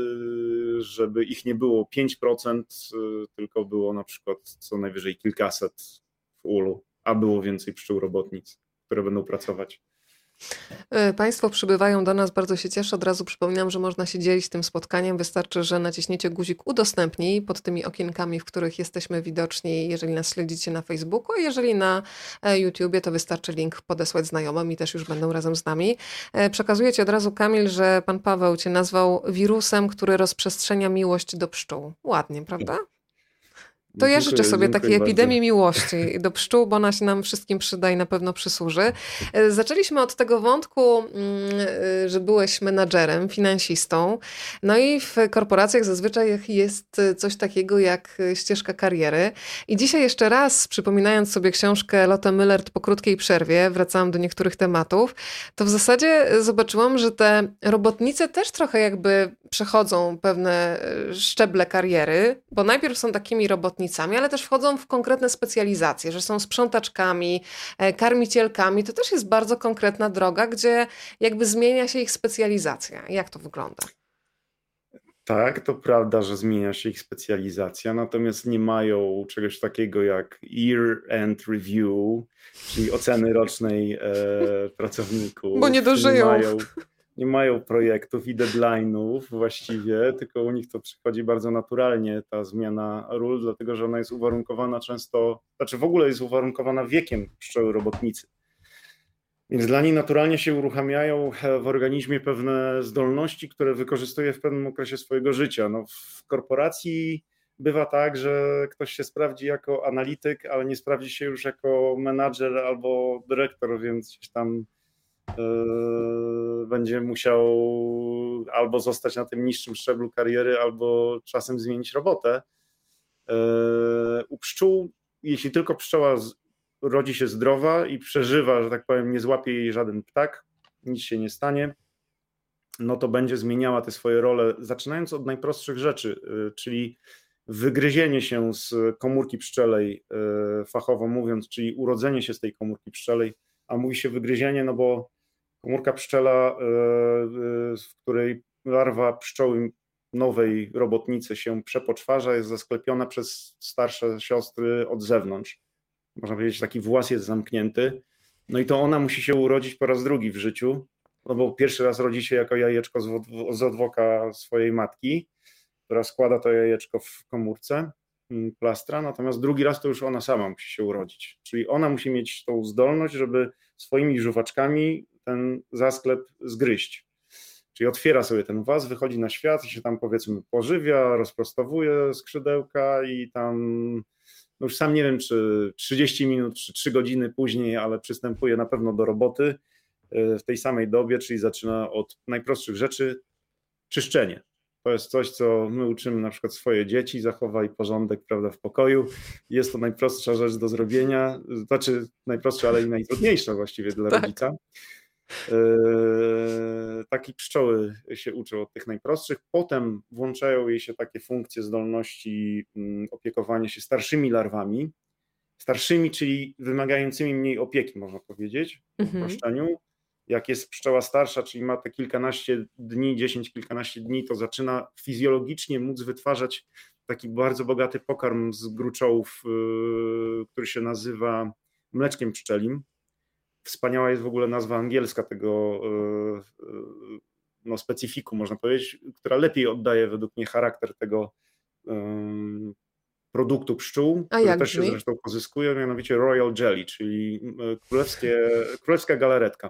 żeby ich nie było pięć procent, tylko było na przykład co najwyżej kilkaset w ulu, a było więcej pszczół robotnic, które będą pracować. Państwo przybywają do nas, bardzo się cieszę. Od razu przypominam, że można się dzielić tym spotkaniem. Wystarczy, że naciśniecie guzik udostępnij pod tymi okienkami, w których jesteśmy widoczni, jeżeli nas śledzicie na Facebooku, a jeżeli na YouTubie, to wystarczy link podesłać znajomym i też już będą razem z nami. Przekazuję ci od razu, Kamil, że pan Paweł cię nazwał wirusem, który rozprzestrzenia miłość do pszczół. Ładnie, prawda? To ja Dziękuję, życzę sobie takiej dziękuję epidemii bardzo. miłości do pszczół, bo ona się nam wszystkim przyda i na pewno przysłuży. E, Zaczęliśmy od tego wątku, mm, e, że byłeś menadżerem, finansistą. No i w korporacjach zazwyczaj jest coś takiego jak ścieżka kariery. I dzisiaj jeszcze raz, przypominając sobie książkę Lotte Müllert po krótkiej przerwie, wracałam do niektórych tematów, to w zasadzie zobaczyłam, że te robotnice też trochę jakby przechodzą pewne e, szczeble kariery, bo najpierw są takimi robotnicami, ale też wchodzą w konkretne specjalizacje, że są sprzątaczkami, e, karmicielkami. To też jest bardzo konkretna droga, gdzie jakby zmienia się ich specjalizacja. Jak to wygląda? Tak, to prawda, że zmienia się ich specjalizacja, natomiast nie mają czegoś takiego jak year-end review, czyli oceny rocznej e, pracowników. Bo nie Nie dożyją. mają, nie mają projektów i deadline'ów właściwie, tylko u nich to przychodzi bardzo naturalnie, ta zmiana ról, dlatego że ona jest uwarunkowana często, znaczy w ogóle jest uwarunkowana wiekiem pszczoły robotnicy. Więc dla niej naturalnie się uruchamiają w organizmie pewne zdolności, które wykorzystuje w pewnym okresie swojego życia. No, w korporacji bywa tak, że ktoś się sprawdzi jako analityk, ale nie sprawdzi się już jako menadżer albo dyrektor, więc gdzieś tam yy, będzie musiał albo zostać na tym niższym szczeblu kariery, albo czasem zmienić robotę. Yy, u pszczół, jeśli tylko pszczoła z, rodzi się zdrowa i przeżywa, że tak powiem, nie złapie jej żaden ptak, nic się nie stanie, no to będzie zmieniała te swoje role, zaczynając od najprostszych rzeczy, yy, czyli wygryzienie się z komórki pszczelej, yy, fachowo mówiąc, czyli urodzenie się z tej komórki pszczelej, a mówi się wygryzienie, no bo komórka pszczela, yy, w której larwa pszczoły nowej robotnicy się przepoczwarza, jest zasklepiona przez starsze siostry od zewnątrz. Można powiedzieć, taki włas jest zamknięty. No i to ona musi się urodzić po raz drugi w życiu, no bo pierwszy raz rodzi się jako jajeczko z odwoka swojej matki, która składa to jajeczko w komórce plastra, natomiast drugi raz to już ona sama musi się urodzić. Czyli ona musi mieć tą zdolność, żeby swoimi żuwaczkami ten zasklep zgryźć. Czyli otwiera sobie ten włas, wychodzi na świat i się tam powiedzmy pożywia, rozprostowuje skrzydełka i tam, no już sam nie wiem, czy trzydzieści minut, czy trzy godziny później, ale przystępuje na pewno do roboty w tej samej dobie, czyli zaczyna od najprostszych rzeczy, czyszczenie. To jest coś, co my uczymy na przykład swoje dzieci, zachowaj porządek, prawda, w pokoju. Jest to najprostsza rzecz do zrobienia, znaczy najprostsza, ale i najtrudniejsza właściwie dla Tak. rodzica. Takie pszczoły się uczą od tych najprostszych, potem włączają jej się takie funkcje, zdolności opiekowania się starszymi larwami, starszymi, czyli wymagającymi mniej opieki, można powiedzieć, w Mhm. uproszczeniu. Jak jest pszczoła starsza, czyli ma te kilkanaście dni, dziesięć, kilkanaście dni, to zaczyna fizjologicznie móc wytwarzać taki bardzo bogaty pokarm z gruczołów, yy, który się nazywa mleczkiem pszczelim. Wspaniała jest w ogóle nazwa angielska tego yy, yy, no, specyfiku, można powiedzieć, która lepiej oddaje według mnie charakter tego yy, produktu pszczół, A który jak też się brzmi? zresztą pozyskuje, mianowicie Royal Jelly, czyli yy, królewskie, królewska galaretka.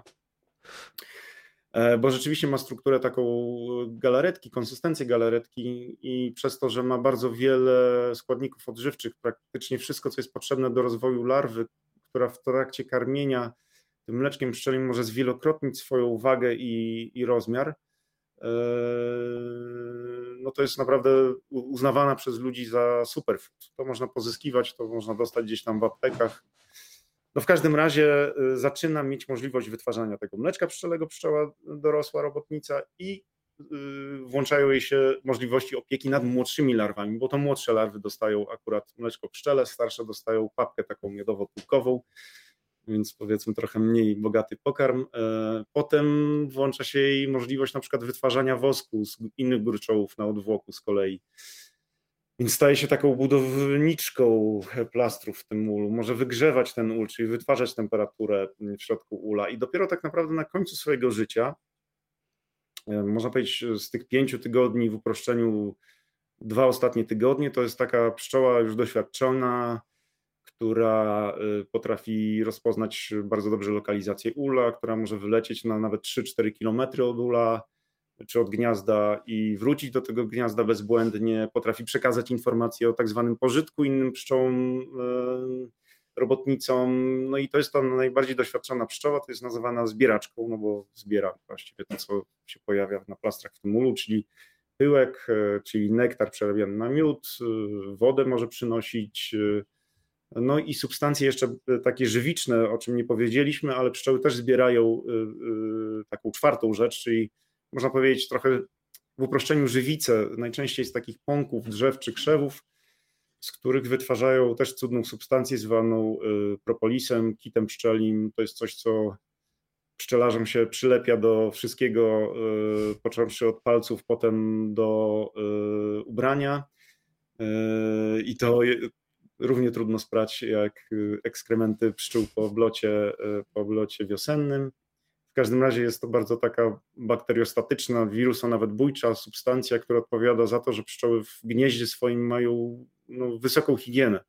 Bo rzeczywiście ma strukturę taką galaretki, konsystencję galaretki i przez to, że ma bardzo wiele składników odżywczych, praktycznie wszystko, co jest potrzebne do rozwoju larwy, która w trakcie karmienia tym mleczkiem pszczelim może zwielokrotnić swoją wagę i, i rozmiar, no to jest naprawdę uznawana przez ludzi za superfood. To można pozyskiwać, to można dostać gdzieś tam w aptekach. No w każdym razie zaczyna mieć możliwość wytwarzania tego mleczka pszczelego, pszczoła dorosła, robotnica i włączają jej się możliwości opieki nad młodszymi larwami, bo to młodsze larwy dostają akurat mleczko pszczele, starsze dostają papkę taką miodowo-płukową, więc powiedzmy trochę mniej bogaty pokarm. Potem włącza się jej możliwość na przykład wytwarzania wosku z innych gruczołów na odwłoku z kolei. Więc staje się taką budowniczką plastrów w tym ulu. Może wygrzewać ten ul, czyli wytwarzać temperaturę w środku ula. I dopiero tak naprawdę na końcu swojego życia, można powiedzieć z tych pięciu tygodni w uproszczeniu dwa ostatnie tygodnie, to jest taka pszczoła już doświadczona, która potrafi rozpoznać bardzo dobrze lokalizację ula, która może wylecieć na nawet trzy cztery kilometry od ula, czy od gniazda i wrócić do tego gniazda bezbłędnie, potrafi przekazać informacje o tak zwanym pożytku innym pszczołom, robotnicom, no i to jest ta najbardziej doświadczona pszczoła, to jest nazywana zbieraczką, no bo zbiera właściwie to, co się pojawia na plastrach w tym ulu, czyli pyłek, czyli nektar przerabiany na miód, wodę może przynosić, no i substancje jeszcze takie żywiczne, o czym nie powiedzieliśmy, ale pszczoły też zbierają taką czwartą rzecz, czyli można powiedzieć trochę w uproszczeniu żywice, najczęściej z takich pąków, drzew czy krzewów, z których wytwarzają też cudną substancję zwaną propolisem, kitem pszczelim. To jest coś, co pszczelarzom się przylepia do wszystkiego, począwszy od palców, potem do ubrania. I to równie trudno sprać jak ekskrementy pszczół po oblocie, po oblocie wiosennym. W każdym razie jest to bardzo taka bakteriostatyczna, wirusa nawet bójcza substancja, która odpowiada za to, że pszczoły w gnieździe swoim mają no, wysoką higienę.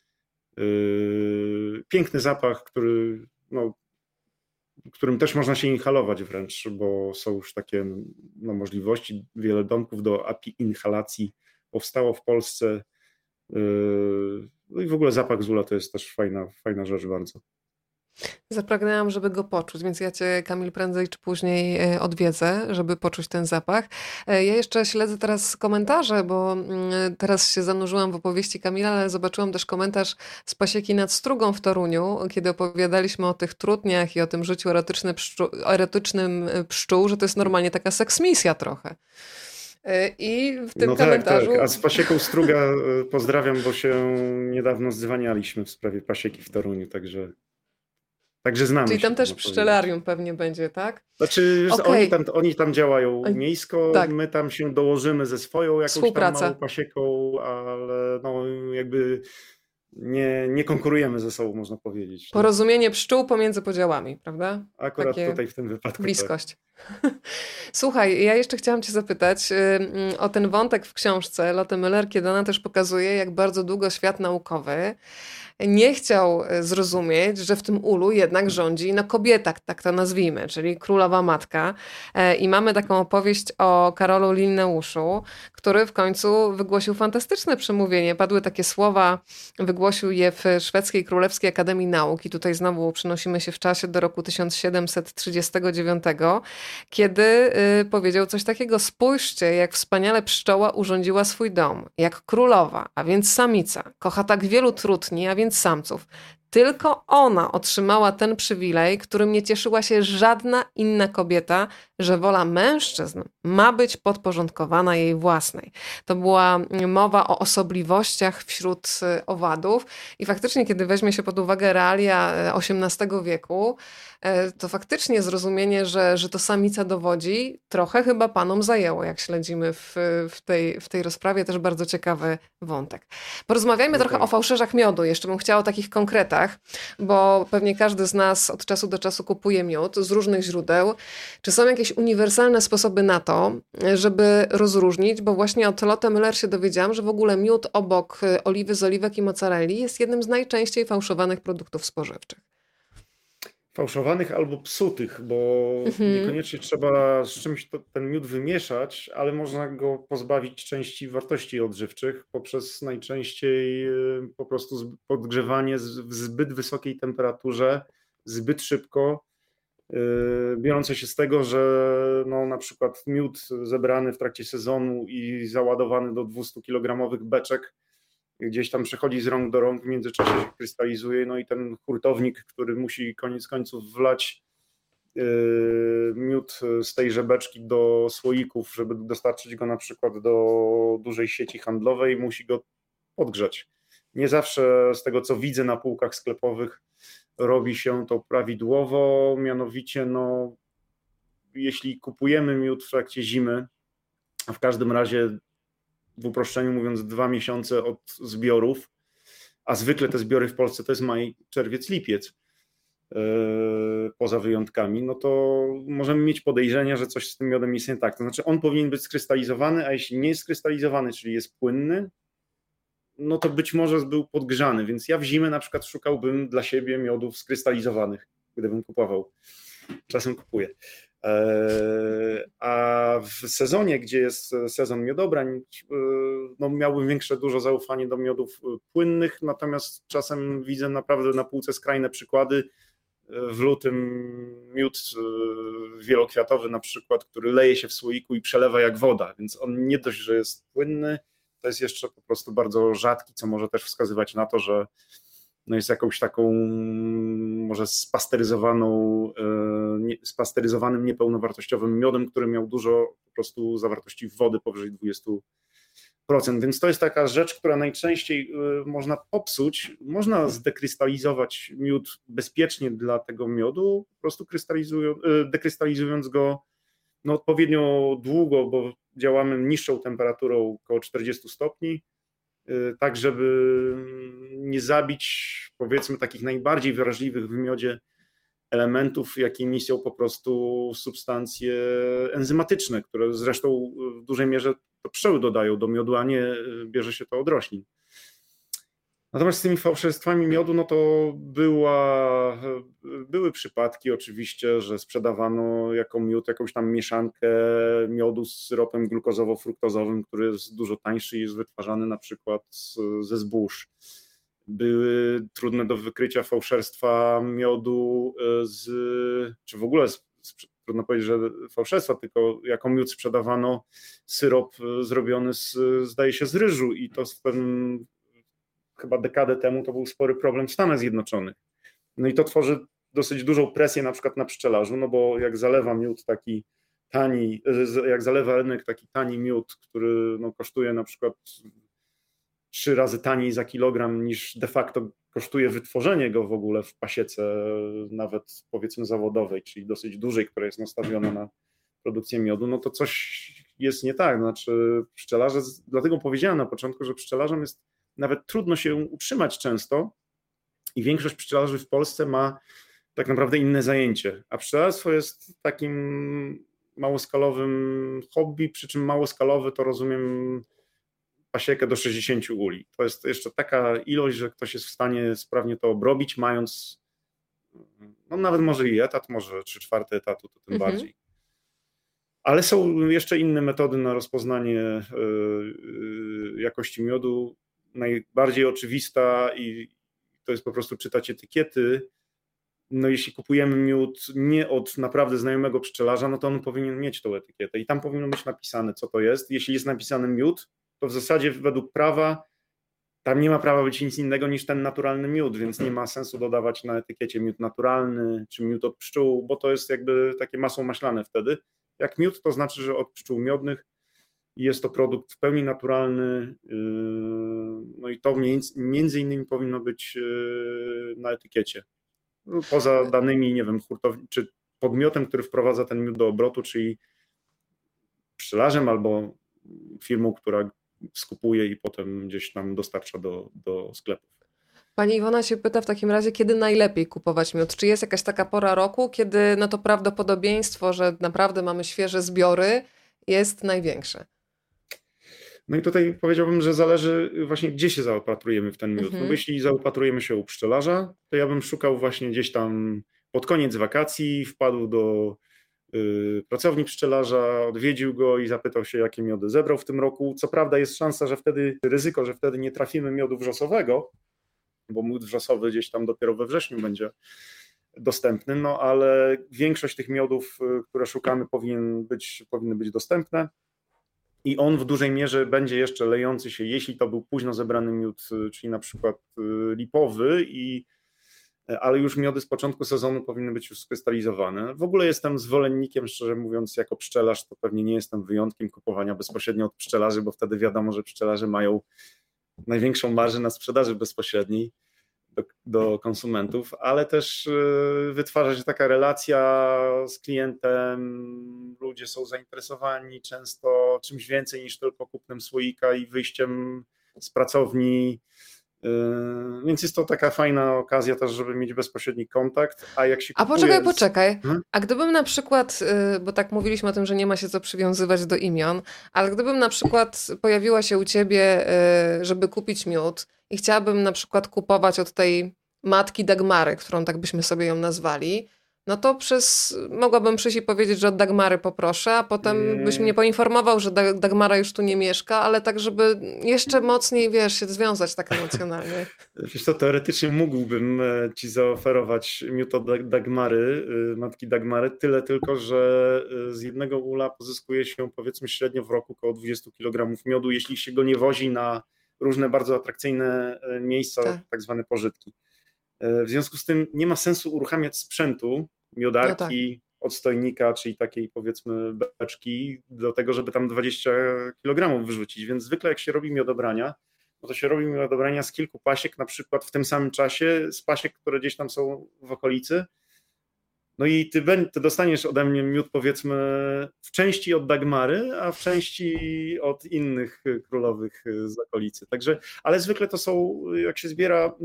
Yy, piękny zapach, który, no, którym też można się inhalować wręcz, bo są już takie no, możliwości. Wiele domków do api-inhalacji powstało w Polsce. Yy, no i w ogóle zapach z ula to jest też fajna, fajna rzecz bardzo. Zapragnęłam, żeby go poczuć, więc ja cię, Kamil, prędzej czy później odwiedzę, żeby poczuć ten zapach. Ja jeszcze śledzę teraz komentarze, bo teraz się zanurzyłam w opowieści Kamila, ale zobaczyłam też komentarz z Pasieki nad Strugą w Toruniu, kiedy opowiadaliśmy o tych trutniach i o tym życiu erotycznym pszczół, erotycznym pszczół, że to jest normalnie taka seksmisja trochę. I w tym no komentarzu... tak, tak. A z Pasieką Struga pozdrawiam, bo się niedawno zdzwanialiśmy w sprawie Pasieki w Toruniu, także... Także znamy Czyli tam się, też pszczelarium pewnie będzie, tak? Znaczy, okay. oni, tam, oni tam działają miejsko, tak. My tam się dołożymy ze swoją jakąś tam małą pasieką, ale no jakby nie, nie konkurujemy ze sobą, można powiedzieć. Porozumienie pszczół pomiędzy podziałami, prawda? Akurat Takie tutaj w tym wypadku. Bliskość. Tak. Słuchaj, ja jeszcze chciałam cię zapytać o ten wątek w książce Lotte Müller, kiedy ona też pokazuje, jak bardzo długo świat naukowy nie chciał zrozumieć, że w tym ulu jednak rządzi no kobieta, tak to nazwijmy, czyli królowa matka. I mamy taką opowieść o Karolu Linneuszu, który w końcu wygłosił fantastyczne przemówienie. Padły takie słowa, wygłosił je w Szwedzkiej Królewskiej Akademii Nauk i tutaj znowu przenosimy się w czasie do roku tysiąc siedemset trzydziestego dziewiątego, kiedy powiedział coś takiego: spójrzcie, jak wspaniale pszczoła urządziła swój dom, jak królowa, a więc samica, kocha tak wielu trutni, a więc samców. Tylko ona otrzymała ten przywilej, którym nie cieszyła się żadna inna kobieta, że wola mężczyzn ma być podporządkowana jej własnej. To była mowa o osobliwościach wśród owadów i faktycznie, kiedy weźmie się pod uwagę realia osiemnastego wieku, to faktycznie zrozumienie, że, że to samica dowodzi, trochę chyba panom zajęło, jak śledzimy w, w, tej, w tej rozprawie. Też bardzo ciekawy wątek. Porozmawiajmy trochę o fałszerzach miodu. Jeszcze bym chciała o takich konkretach, bo pewnie każdy z nas od czasu do czasu kupuje miód z różnych źródeł. Czy są jakieś uniwersalne sposoby na to, żeby rozróżnić? Bo właśnie od Lotte Müller się dowiedziałam, że w ogóle miód obok oliwy z oliwek i mozzarelli jest jednym z najczęściej fałszowanych produktów spożywczych. Fałszowanych albo psutych, bo Mhm. niekoniecznie trzeba z czymś to, ten miód wymieszać, ale można go pozbawić części wartości odżywczych poprzez najczęściej y, po prostu z- podgrzewanie z- w zbyt wysokiej temperaturze, zbyt szybko, y, biorące się z tego, że no, na przykład miód zebrany w trakcie sezonu i załadowany do dwustu kilogramowych beczek gdzieś tam przechodzi z rąk do rąk, w międzyczasie się krystalizuje, no i ten hurtownik, który musi koniec końców wlać yy, miód z tej beczki do słoików, żeby dostarczyć go na przykład do dużej sieci handlowej, musi go podgrzać. Nie zawsze z tego, co widzę na półkach sklepowych, robi się to prawidłowo, mianowicie no, jeśli kupujemy miód w trakcie zimy, a w każdym razie w uproszczeniu mówiąc dwa miesiące od zbiorów, a zwykle te zbiory w Polsce to jest maj, czerwiec, lipiec, yy, poza wyjątkami, no to możemy mieć podejrzenia, że coś z tym miodem jest nie tak. To znaczy on powinien być skrystalizowany, a jeśli nie jest skrystalizowany, czyli jest płynny, no to być może był podgrzany, więc ja w zimę na przykład szukałbym dla siebie miodów skrystalizowanych, gdybym kupował. Czasem kupuję. A w sezonie, gdzie jest sezon miodobrań, no miałbym większe dużo zaufanie do miodów płynnych, natomiast czasem widzę naprawdę na półce skrajne przykłady. W lutym miód wielokwiatowy na przykład, który leje się w słoiku i przelewa jak woda, więc on nie dość, że jest płynny, to jest jeszcze po prostu bardzo rzadki, co może też wskazywać na to, że no jest jakąś taką może spasteryzowaną, spasteryzowanym niepełnowartościowym miodem, który miał dużo po prostu zawartości wody powyżej dwadzieścia procent. Więc to jest taka rzecz, która najczęściej można popsuć. Można zdekrystalizować miód bezpiecznie dla tego miodu, po prostu krystalizując, dekrystalizując go no, odpowiednio długo, bo działamy niższą temperaturą, około czterdziestu stopni, tak żeby nie zabić powiedzmy takich najbardziej wrażliwych w miodzie elementów, jakimi są po prostu substancje enzymatyczne, które zresztą w dużej mierze to pszczoły dodają do miodu, a nie bierze się to od roślin. Natomiast z tymi fałszerstwami miodu, no to była, były przypadki oczywiście, że sprzedawano jako miód jakąś tam mieszankę miodu z syropem glukozowo-fruktozowym, który jest dużo tańszy i jest wytwarzany na przykład ze zbóż. Były trudne do wykrycia fałszerstwa miodu z, czy w ogóle z, z, trudno powiedzieć, że fałszerstwa, tylko jako miód sprzedawano syrop zrobiony z, zdaje się z ryżu i to w pewnym chyba dekadę temu to był spory problem w Stanach Zjednoczonych. No i to tworzy dosyć dużą presję na przykład na pszczelarzu, no bo jak zalewa miód taki tani, jak zalewa rynek taki tani miód, który no kosztuje na przykład trzy razy taniej za kilogram niż de facto kosztuje wytworzenie go w ogóle w pasiece nawet powiedzmy zawodowej, czyli dosyć dużej, która jest nastawiona na produkcję miodu, no to coś jest nie tak. Znaczy pszczelarze, dlatego powiedziałem na początku, że pszczelarzom jest nawet trudno się utrzymać często i większość pszczelarzy w Polsce ma tak naprawdę inne zajęcie, a pszczelarstwo jest takim małoskalowym hobby, przy czym małoskalowy to rozumiem pasiekę do sześćdziesięciu uli. To jest jeszcze taka ilość, że ktoś jest w stanie sprawnie to obrobić, mając no nawet może i etat, może trzy czwarte etatu, to tym mhm. bardziej. Ale są jeszcze inne metody na rozpoznanie jakości miodu. Najbardziej oczywista i to jest po prostu czytać etykiety. No jeśli kupujemy miód nie od naprawdę znajomego pszczelarza, no to on powinien mieć tą etykietę i tam powinno być napisane, co to jest. Jeśli jest napisany miód, to w zasadzie według prawa tam nie ma prawa być nic innego niż ten naturalny miód, więc nie ma sensu dodawać na etykiecie miód naturalny czy miód od pszczół, bo to jest jakby takie masło maślane wtedy. Jak miód, to znaczy, że od pszczół miodnych i jest to produkt w pełni naturalny, no i to między innymi powinno być na etykiecie. Poza danymi, nie wiem, hurtowni, czy podmiotem, który wprowadza ten miód do obrotu, czyli pszczelarzem albo firmą, która skupuje i potem gdzieś tam dostarcza do, do sklepów. Pani Iwona się pyta w takim razie, kiedy najlepiej kupować miód? Czy jest jakaś taka pora roku, kiedy no to prawdopodobieństwo, że naprawdę mamy świeże zbiory, jest największe? No i tutaj powiedziałbym, że zależy właśnie, gdzie się zaopatrujemy w ten miód. Mhm. No bo jeśli zaopatrujemy się u pszczelarza, to ja bym szukał właśnie gdzieś tam pod koniec wakacji, wpadł do y, pracowni pszczelarza, odwiedził go i zapytał się, jakie miody zebrał w tym roku. Co prawda jest szansa, że wtedy, ryzyko, że wtedy nie trafimy miodu wrzosowego, bo miód wrzosowy gdzieś tam dopiero we wrześniu będzie dostępny, no ale większość tych miodów, które szukamy, powinien być, powinny być dostępne. I on w dużej mierze będzie jeszcze lejący się, jeśli to był późno zebrany miód, czyli na przykład lipowy, i, ale już miody z początku sezonu powinny być już skrystalizowane. W ogóle jestem zwolennikiem, szczerze mówiąc, jako pszczelarz, to pewnie nie jestem wyjątkiem, kupowania bezpośrednio od pszczelarzy, bo wtedy wiadomo, że pszczelarze mają największą marżę na sprzedaży bezpośredniej do, do konsumentów, ale też wytwarza się taka relacja z klientem, ludzie są zainteresowani często czymś więcej niż tylko kupnem słoika i wyjściem z pracowni, więc jest to taka fajna okazja też, żeby mieć bezpośredni kontakt. A jak się A kupuje poczekaj, z... poczekaj. Hmm? A gdybym na przykład, bo tak mówiliśmy o tym, że nie ma się co przywiązywać do imion, ale gdybym na przykład pojawiła się u ciebie, żeby kupić miód i chciałabym na przykład kupować od tej matki Dagmary, którą tak byśmy sobie ją nazwali, no to przez mogłabym przyjść i powiedzieć, że od Dagmary poproszę, a potem byś mnie poinformował, że Dagmara już tu nie mieszka, ale tak, żeby jeszcze mocniej, wiesz, się związać tak emocjonalnie. Wiesz co, teoretycznie mógłbym ci zaoferować miód od Dagmary, matki Dagmary, tyle tylko, że z jednego ula pozyskuje się powiedzmy średnio w roku około dwadzieścia kilogramów miodu, jeśli się go nie wozi na różne bardzo atrakcyjne miejsca, tak, tak zwane pożytki. W związku z tym nie ma sensu uruchamiać sprzętu, miodarki, no tak, odstojnika, czyli takiej powiedzmy beczki, do tego, żeby tam dwadzieścia kilogramów wyrzucić. Więc zwykle jak się robi miodobrania, no to się robi miodobrania z kilku pasiek, na przykład w tym samym czasie, z pasiek, które gdzieś tam są w okolicy. No i ty, ty dostaniesz ode mnie miód powiedzmy w części od Dagmary, a w części od innych królowych z okolicy. Także, ale zwykle to są, jak się zbiera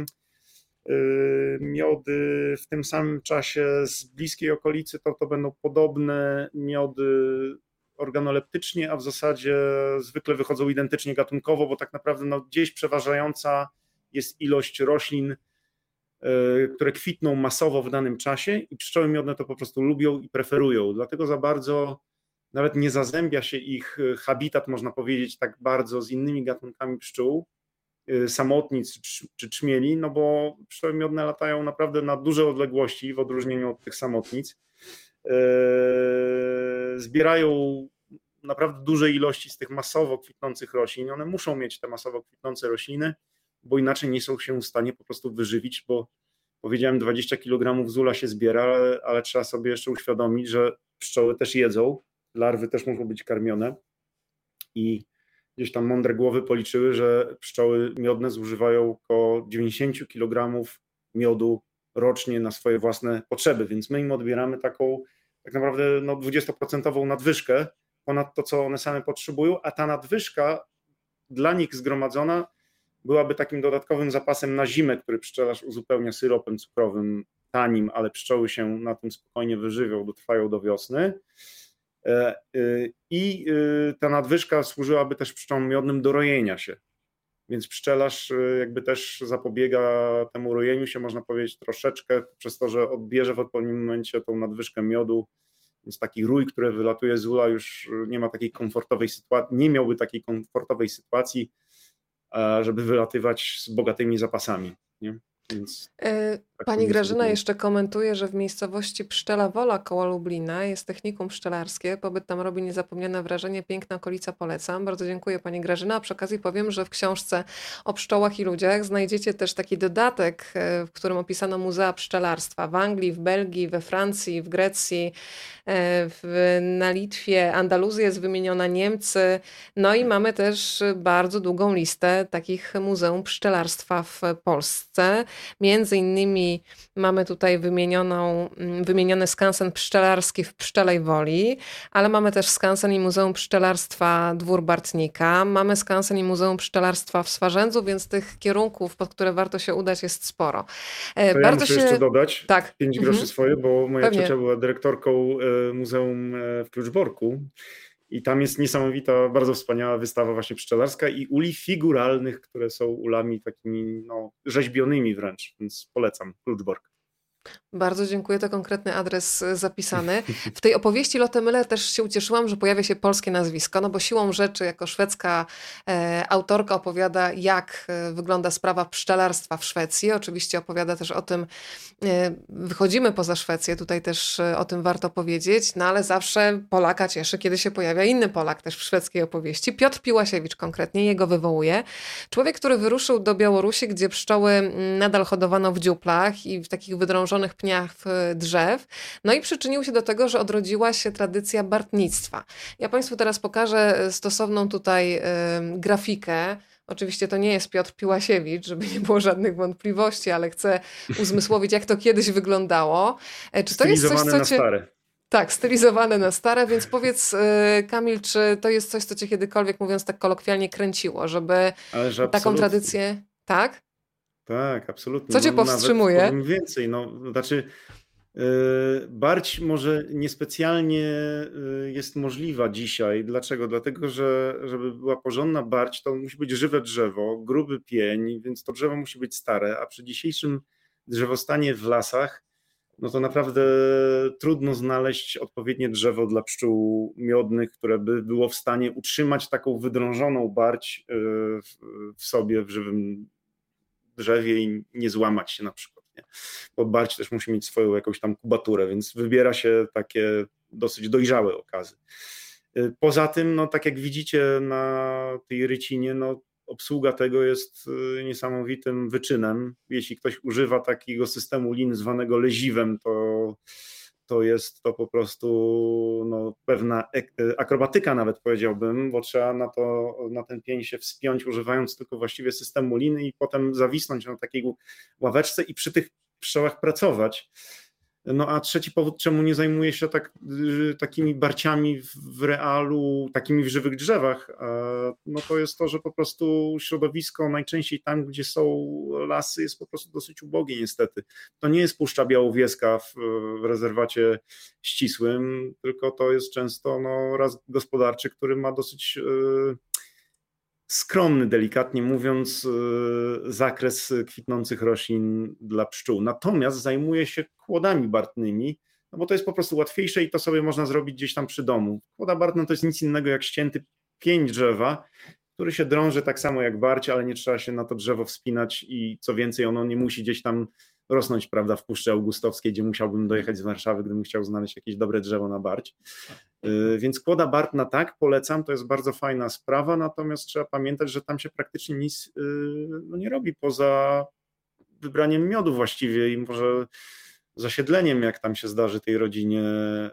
miody w tym samym czasie z bliskiej okolicy, to to będą podobne miody organoleptycznie, a w zasadzie zwykle wychodzą identycznie gatunkowo, bo tak naprawdę no, gdzieś przeważająca jest ilość roślin, które kwitną masowo w danym czasie i pszczoły miodne to po prostu lubią i preferują. Dlatego za bardzo nawet nie zazębia się ich habitat, można powiedzieć, tak bardzo z innymi gatunkami pszczół, samotnic czy czmieli, no bo pszczoły miodne latają naprawdę na duże odległości w odróżnieniu od tych samotnic. Zbierają naprawdę duże ilości z tych masowo kwitnących roślin. One muszą mieć te masowo kwitnące rośliny, bo inaczej nie są się w stanie po prostu wyżywić, bo powiedziałem, dwadzieścia kilogramów z ula się zbiera, ale, ale trzeba sobie jeszcze uświadomić, że pszczoły też jedzą, larwy też muszą być karmione i gdzieś tam mądre głowy policzyły, że pszczoły miodne zużywają około dziewięćdziesiąt kilogramów miodu rocznie na swoje własne potrzeby, więc my im odbieramy taką tak naprawdę no, dwudziestoprocentową nadwyżkę ponad to, co one same potrzebują, a ta nadwyżka dla nich zgromadzona byłaby takim dodatkowym zapasem na zimę, który pszczelarz uzupełnia syropem cukrowym tanim, ale pszczoły się na tym spokojnie wyżywią, dotrwają do wiosny. I ta nadwyżka służyłaby też pszczołom miodnym do rojenia się. Więc pszczelarz jakby też zapobiega temu rojeniu się, można powiedzieć, troszeczkę przez to, że odbierze w odpowiednim momencie tą nadwyżkę miodu. Więc taki rój, który wylatuje z ula, już nie ma takiej komfortowej sytuacji, nie miałby takiej komfortowej sytuacji, żeby wylatywać z bogatymi zapasami. Nie? Więc Tak Pani powinien sobie Grażyna wyglądać. jeszcze komentuje, że w miejscowości Pszczela Wola koło Lublina jest technikum pszczelarskie. Pobyt tam robi niezapomniane wrażenie. Piękna okolica, polecam. Bardzo dziękuję Pani Grażyna. A przy okazji powiem, że w książce o pszczołach i ludziach znajdziecie też taki dodatek, e, w którym opisano muzea pszczelarstwa w Anglii, w Belgii, we Francji, w Grecji, e, w, na Litwie, Andaluzja jest wymieniona, Niemcy. No i mamy też bardzo długą listę takich muzeum pszczelarstwa w Polsce. Między innymi mamy tutaj wymienioną, wymieniony skansen pszczelarski w Pszczelej Woli, ale mamy też skansen i Muzeum Pszczelarstwa Dwór Bartnika, mamy skansen i Muzeum Pszczelarstwa w Swarzędzu, więc tych kierunków, pod które warto się udać, jest sporo. E, To ja Bardzo muszę się... jeszcze dodać Tak. pięć groszy Mhm. swoje, bo moja Pewnie. ciocia była dyrektorką e, Muzeum e, w Kluczborku i tam jest niesamowita, bardzo wspaniała wystawa właśnie pszczelarska i uli figuralnych, które są ulami takimi no, rzeźbionymi wręcz, więc polecam, Kluczbork. Bardzo dziękuję, to konkretny adres e, zapisany. W tej opowieści Lotte Müller też się ucieszyłam, że pojawia się polskie nazwisko, no bo siłą rzeczy jako szwedzka e, autorka opowiada, jak e, wygląda sprawa pszczelarstwa w Szwecji. Oczywiście opowiada też o tym, e, wychodzimy poza Szwecję, tutaj też e, o tym warto powiedzieć, no ale zawsze Polaka cieszy, kiedy się pojawia inny Polak też w szwedzkiej opowieści. Piotr Piłasiewicz konkretnie, jego wywołuje. Człowiek, który wyruszył do Białorusi, gdzie pszczoły mm, nadal hodowano w dziuplach i w takich wydrążonych pniach e, drzew. No i przyczynił się do tego, że odrodziła się tradycja bartnictwa. Ja Państwu teraz pokażę e, stosowną tutaj e, grafikę. Oczywiście to nie jest Piotr Piłasiewicz, żeby nie było żadnych wątpliwości, ale chcę uzmysłowić, jak to kiedyś wyglądało. E, Czy to jest coś, Stylizowane co na cię... stare. Tak, stylizowane na stare, więc powiedz, e, Kamil, czy to jest coś, co cię kiedykolwiek, mówiąc tak kolokwialnie, kręciło, żeby Ależ taką absolutnie. tradycję... Tak? Tak, absolutnie. Co cię No, nawet powstrzymuje? powiem więcej. No, znaczy, yy, barć może niespecjalnie yy, jest możliwa dzisiaj. Dlaczego? Dlatego, że żeby była porządna barć, to musi być żywe drzewo, gruby pień, więc to drzewo musi być stare, a przy dzisiejszym drzewostanie w lasach, no to naprawdę trudno znaleźć odpowiednie drzewo dla pszczół miodnych, które by było w stanie utrzymać taką wydrążoną barć yy, w, w sobie, w żywym drzewie i nie złamać się na przykład. Nie? Bo barć też musi mieć swoją jakąś tam kubaturę, więc wybiera się takie dosyć dojrzałe okazy. Poza tym, no tak jak widzicie na tej rycinie, no obsługa tego jest niesamowitym wyczynem. Jeśli ktoś używa takiego systemu lin zwanego leziwem, to to jest to po prostu no, pewna akrobatyka nawet powiedziałbym, bo trzeba na, to, na ten pień się wspiąć używając tylko właściwie systemu liny i potem zawisnąć na takiej ławeczce i przy tych pszczołach pracować. No a trzeci powód, czemu nie zajmuję się tak, takimi barciami w realu, takimi w żywych drzewach, no to jest to, że po prostu środowisko najczęściej tam, gdzie są lasy, jest po prostu dosyć ubogie niestety. To nie jest Puszcza Białowieska w, w rezerwacie ścisłym, tylko to jest często no, raz gospodarczy, który ma dosyć yy, skromny, delikatnie mówiąc, zakres kwitnących roślin dla pszczół. Natomiast zajmuje się kłodami bartnymi, no bo to jest po prostu łatwiejsze i to sobie można zrobić gdzieś tam przy domu. Kłoda bartna to jest nic innego jak ścięty pień drzewa, który się drąży tak samo jak barć, ale nie trzeba się na to drzewo wspinać i co więcej, ono nie musi gdzieś tam rosnąć, prawda, w Puszczy Augustowskiej, gdzie musiałbym dojechać z Warszawy, gdybym chciał znaleźć jakieś dobre drzewo na barć. Więc kłoda bartna tak, polecam, to jest bardzo fajna sprawa, natomiast trzeba pamiętać, że tam się praktycznie nic no, nie robi poza wybraniem miodu właściwie i może zasiedleniem, jak tam się zdarzy tej rodzinie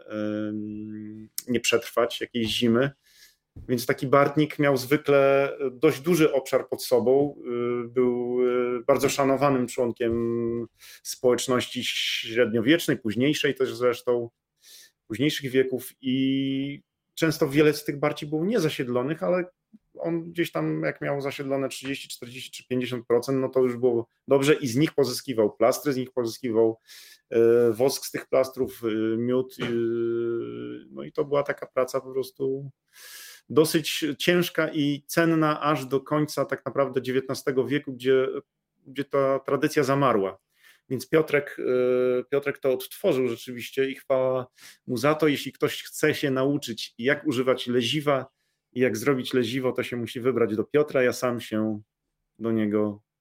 nie przetrwać jakiejś zimy. Więc taki bartnik miał zwykle dość duży obszar pod sobą, był bardzo szanowanym członkiem społeczności średniowiecznej, późniejszej też zresztą, późniejszych wieków i często wiele z tych barci było niezasiedlonych, ale on gdzieś tam jak miał zasiedlone trzydzieści, czterdzieści czy pięćdziesiąt procent, no to już było dobrze i z nich pozyskiwał plastry, z nich pozyskiwał wosk z tych plastrów, miód, no i to była taka praca po prostu dosyć ciężka i cenna aż do końca tak naprawdę dziewiętnastego wieku, gdzie, gdzie ta tradycja zamarła. Więc Piotrek, Piotrek to odtworzył rzeczywiście i chwała mu za to. Jeśli ktoś chce się nauczyć, jak używać leziwa i jak zrobić leziwo, to się musi wybrać do Piotra. Ja sam się do niego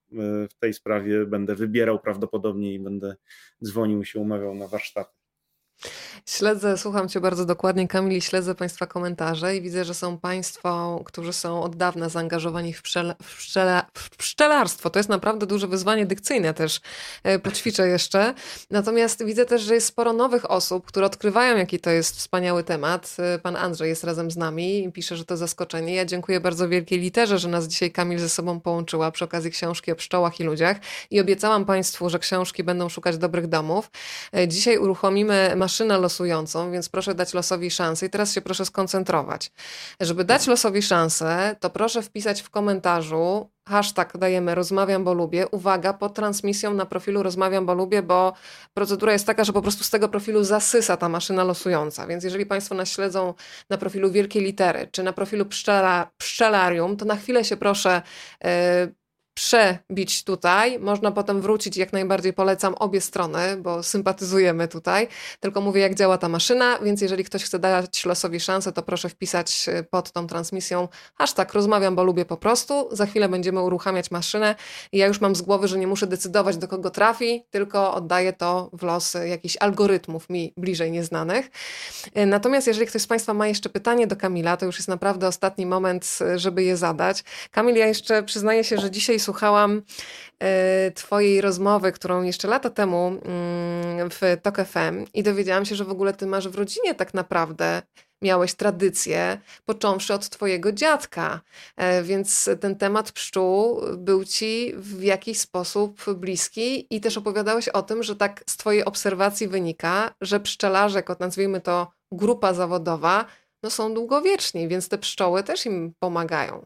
w tej sprawie będę wybierał prawdopodobnie i będę dzwonił i się umawiał na warsztaty. Śledzę, słucham Cię bardzo dokładnie, Kamil, i śledzę Państwa komentarze i widzę, że są Państwo, którzy są od dawna zaangażowani w, pszczela, w, pszczela, w pszczelarstwo. To jest naprawdę duże wyzwanie dykcyjne też, poćwiczę jeszcze. Natomiast widzę też, że jest sporo nowych osób, które odkrywają, jaki to jest wspaniały temat. Pan Andrzej jest razem z nami i pisze, że to zaskoczenie. Ja dziękuję bardzo wielkiej literze, że nas dzisiaj Kamil ze sobą połączyła przy okazji książki o pszczołach i ludziach i obiecałam Państwu, że książki będą szukać dobrych domów. Dzisiaj uruchomimy maszynę losującą, więc proszę dać losowi szansę i teraz się proszę skoncentrować. Żeby dać losowi szansę, to proszę wpisać w komentarzu hashtag dajemy rozmawiam, bo lubię. Uwaga, pod transmisją na profilu rozmawiam, bo lubię, bo procedura jest taka, że po prostu z tego profilu zasysa ta maszyna losująca. Więc jeżeli Państwo nas śledzą na profilu Wielkiej Litery, czy na profilu pszczela, Pszczelarium, to na chwilę się proszę yy, przebić tutaj. Można potem wrócić, jak najbardziej polecam obie strony, bo sympatyzujemy tutaj. Tylko mówię, jak działa ta maszyna, więc jeżeli ktoś chce dać losowi szansę, to proszę wpisać pod tą transmisją hashtag rozmawiam, bo lubię po prostu. Za chwilę będziemy uruchamiać maszynę i ja już mam z głowy, że nie muszę decydować, do kogo trafi, tylko oddaję to w los jakichś algorytmów mi bliżej nieznanych. Natomiast jeżeli ktoś z Państwa ma jeszcze pytanie do Kamila, to już jest naprawdę ostatni moment, żeby je zadać. Kamil, ja jeszcze przyznaję się, że dzisiaj słuchałam y, Twojej rozmowy, którą jeszcze lata temu y, w Tok F M i dowiedziałam się, że w ogóle Ty masz w rodzinie tak naprawdę, miałeś tradycję, począwszy od Twojego dziadka, y, więc ten temat pszczół był Ci w jakiś sposób bliski i też opowiadałeś o tym, że tak z Twojej obserwacji wynika, że pszczelarze, jako nazwijmy to grupa zawodowa, no są długowieczni, więc te pszczoły też im pomagają.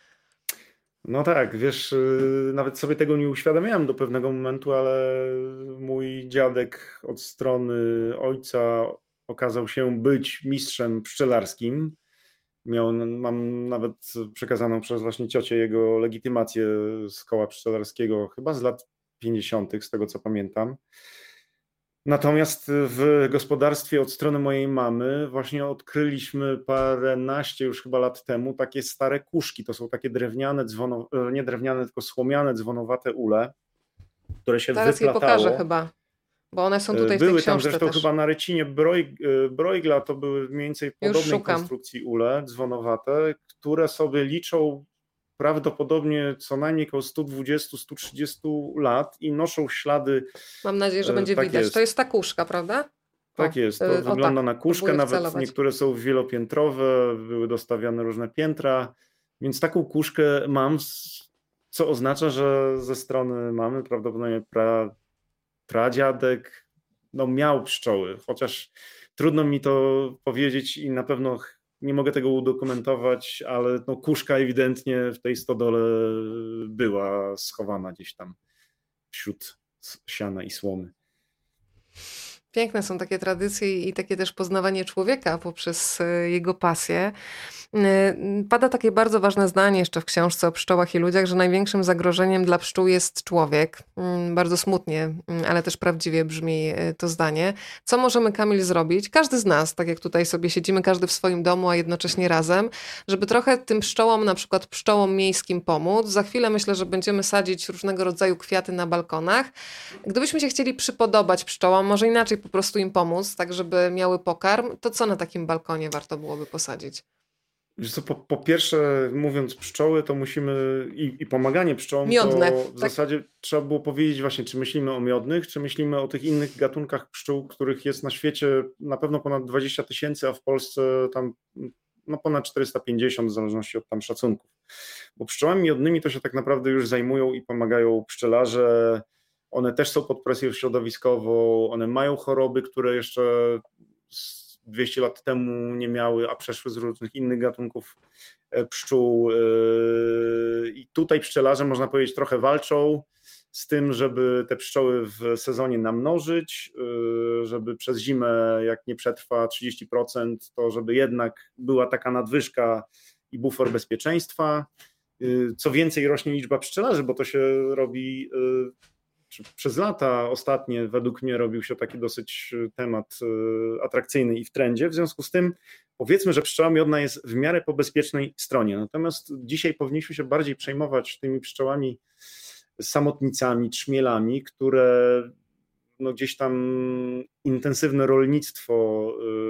No tak, wiesz, nawet sobie tego nie uświadamiałem do pewnego momentu, ale mój dziadek od strony ojca okazał się być mistrzem pszczelarskim. Miał, mam nawet przekazaną przez właśnie ciocię jego legitymację z koła pszczelarskiego, chyba z lat pięćdziesiątych, z tego co pamiętam. Natomiast w gospodarstwie od strony mojej mamy właśnie odkryliśmy paręnaście już chyba lat temu takie stare kuszki. To są takie drewniane, dzwono, nie drewniane, tylko słomiane, dzwonowate ule, które się Zaraz wyplatało. Zaraz je pokażę chyba, bo one są tutaj były w tej tam książce zresztą też. chyba na Rycinie Broj, Brojgla to były mniej więcej podobnej konstrukcji ule dzwonowate, które sobie liczą prawdopodobnie co najmniej około sto dwadzieścia do stu trzydziestu lat i noszą ślady. Mam nadzieję, że będzie tak widać. Jest. To jest ta kuszka, prawda? Tak o, jest. To o, wygląda tak, na kuszkę, nawet wcelować. Niektóre są wielopiętrowe, były dostawiane różne piętra, więc taką kuszkę mam, co oznacza, że ze strony mamy prawdopodobnie pra, pradziadek no miał pszczoły, chociaż trudno mi to powiedzieć i na pewno nie mogę tego udokumentować, ale no kuszka ewidentnie w tej stodole była schowana gdzieś tam wśród siana i słomy. Piękne są takie tradycje i takie też poznawanie człowieka poprzez jego pasję. Pada takie bardzo ważne zdanie jeszcze w książce o pszczołach i ludziach, że największym zagrożeniem dla pszczół jest człowiek. Bardzo smutnie, ale też prawdziwie brzmi to zdanie. Co możemy, Kamil, zrobić? Każdy z nas, tak jak tutaj sobie siedzimy, każdy w swoim domu, a jednocześnie razem, żeby trochę tym pszczołom, na przykład pszczołom miejskim pomóc. Za chwilę myślę, że będziemy sadzić różnego rodzaju kwiaty na balkonach. Gdybyśmy się chcieli przypodobać pszczołom, może inaczej po prostu im pomóc, tak żeby miały pokarm, to co na takim balkonie warto byłoby posadzić? Wiesz co, po, po pierwsze, mówiąc pszczoły, to musimy i, i pomaganie pszczołom, Miodne, to w tak? zasadzie trzeba było powiedzieć właśnie, czy myślimy o miodnych, czy myślimy o tych innych gatunkach pszczół, których jest na świecie na pewno ponad dwadzieścia tysięcy, a w Polsce tam no ponad czterysta pięćdziesiąt, w zależności od tam szacunków. Bo pszczołami miodnymi to się tak naprawdę już zajmują i pomagają pszczelarze. One też są pod presją środowiskową, one mają choroby, które jeszcze dwieście lat temu nie miały, a przeszły z różnych innych gatunków pszczół. I tutaj pszczelarze, można powiedzieć, trochę walczą z tym, żeby te pszczoły w sezonie namnożyć, żeby przez zimę, jak nie przetrwa trzydzieści procent, to żeby jednak była taka nadwyżka i bufor bezpieczeństwa. Co więcej, rośnie liczba pszczelarzy, bo to się robi przez lata ostatnie, według mnie robił się taki dosyć temat atrakcyjny i w trendzie. W związku z tym powiedzmy, że pszczoła miodna jest w miarę po bezpiecznej stronie. Natomiast dzisiaj powinniśmy się bardziej przejmować tymi pszczołami samotnicami, trzmielami, które no gdzieś tam intensywne rolnictwo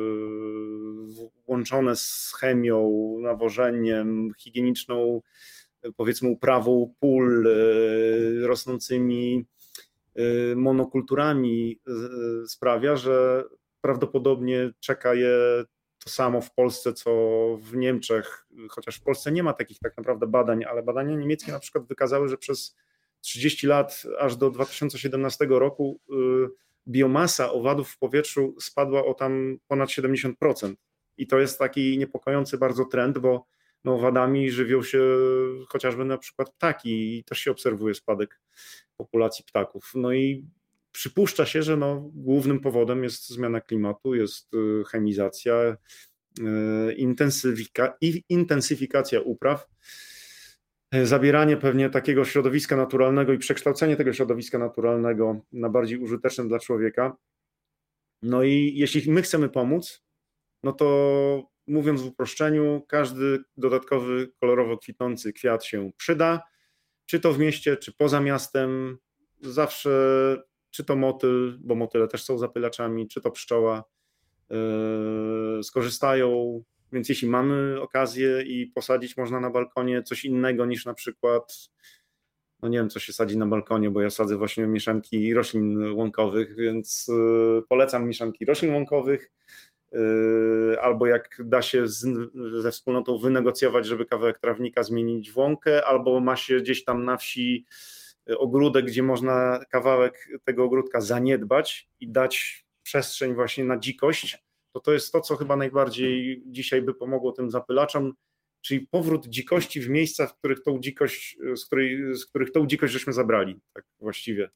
yy, łączone z chemią, nawożeniem, higieniczną, powiedzmy uprawą pól, yy, rosnącymi yy, monokulturami yy, sprawia, że prawdopodobnie czeka je to samo w Polsce, co w Niemczech, chociaż w Polsce nie ma takich tak naprawdę badań, ale badania niemieckie na przykład wykazały, że przez trzydzieści lat, aż do dwa tysiące siedemnastego roku biomasa owadów w powietrzu spadła o tam ponad siedemdziesiąt procent. I to jest taki niepokojący bardzo trend, bo no, owadami żywią się chociażby na przykład ptaki i też się obserwuje spadek populacji ptaków. No i przypuszcza się, że no, głównym powodem jest zmiana klimatu, jest chemizacja, intensyfika, intensyfikacja upraw, zabieranie pewnie takiego środowiska naturalnego i przekształcenie tego środowiska naturalnego na bardziej użyteczne dla człowieka. No i jeśli my chcemy pomóc, no to mówiąc w uproszczeniu, każdy dodatkowy kolorowo kwitnący kwiat się przyda, czy to w mieście, czy poza miastem, zawsze czy to motyl, bo motyle też są zapylaczami, czy to pszczoła yy, skorzystają. Więc jeśli mamy okazję i posadzić można na balkonie coś innego niż na przykład, no nie wiem co się sadzi na balkonie, bo ja sadzę właśnie mieszanki roślin łąkowych, więc yy, polecam mieszanki roślin łąkowych, yy, albo jak da się z, ze wspólnotą wynegocjować, żeby kawałek trawnika zmienić w łąkę, albo ma się gdzieś tam na wsi ogródek, gdzie można kawałek tego ogródka zaniedbać i dać przestrzeń właśnie na dzikość, to to jest to, co chyba najbardziej dzisiaj by pomogło tym zapylaczom, czyli powrót dzikości w miejsca, w których tą dzikość, z, której, z których tą dzikość żeśmy zabrali, tak właściwie.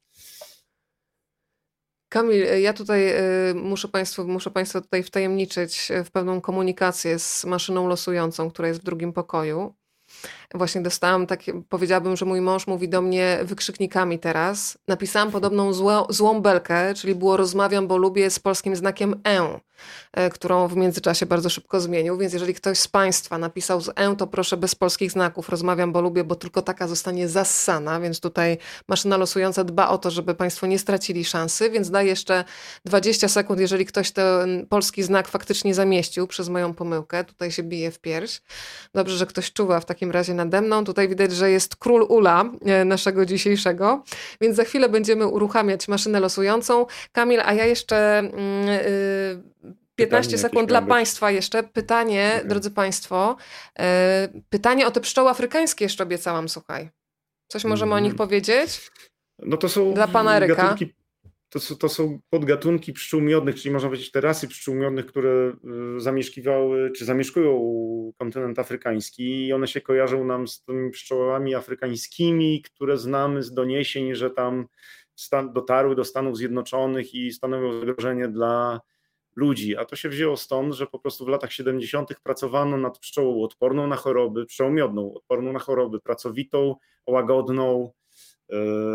Kamil, ja tutaj muszę Państwu, muszę Państwa tutaj wtajemniczyć w pewną komunikację z maszyną losującą, która jest w drugim pokoju. Właśnie dostałam takie, powiedziałabym, że mój mąż mówi do mnie wykrzyknikami teraz. Napisałam podobną złą, złą belkę, czyli było rozmawiam, bo lubię z polskim znakiem E, którą w międzyczasie bardzo szybko zmienił, więc jeżeli ktoś z Państwa napisał z E, to proszę bez polskich znaków. Rozmawiam, bo lubię, bo tylko taka zostanie zassana, więc tutaj maszyna losująca dba o to, żeby Państwo nie stracili szansy, więc daję jeszcze dwadzieścia sekund, jeżeli ktoś ten polski znak faktycznie zamieścił przez moją pomyłkę. Tutaj się bije w pierś. Dobrze, że ktoś czuwa w takim razie nade mną. Tutaj widać, że jest król Ula naszego dzisiejszego, więc za chwilę będziemy uruchamiać maszynę losującą. Kamil, a ja jeszcze yy, piętnaście pytanie sekund dla Państwa jeszcze. Pytanie, okay. Drodzy Państwo, yy, pytanie o te pszczoły afrykańskie jeszcze obiecałam, słuchaj. Coś możemy mm. o nich powiedzieć? No to są dla pana Eryka. Gatunki, to, są, to są podgatunki pszczół miodnych, czyli można powiedzieć te rasy pszczół miodnych, które zamieszkiwały, czy zamieszkują kontynent afrykański i one się kojarzą nam z tymi pszczołami afrykańskimi, które znamy z doniesień, że tam stan, dotarły do Stanów Zjednoczonych i stanowią zagrożenie dla ludzi. A to się wzięło stąd, że po prostu w latach siedemdziesiątych pracowano nad pszczołą odporną na choroby, pszczołą miodną, odporną na choroby, pracowitą, łagodną, yy,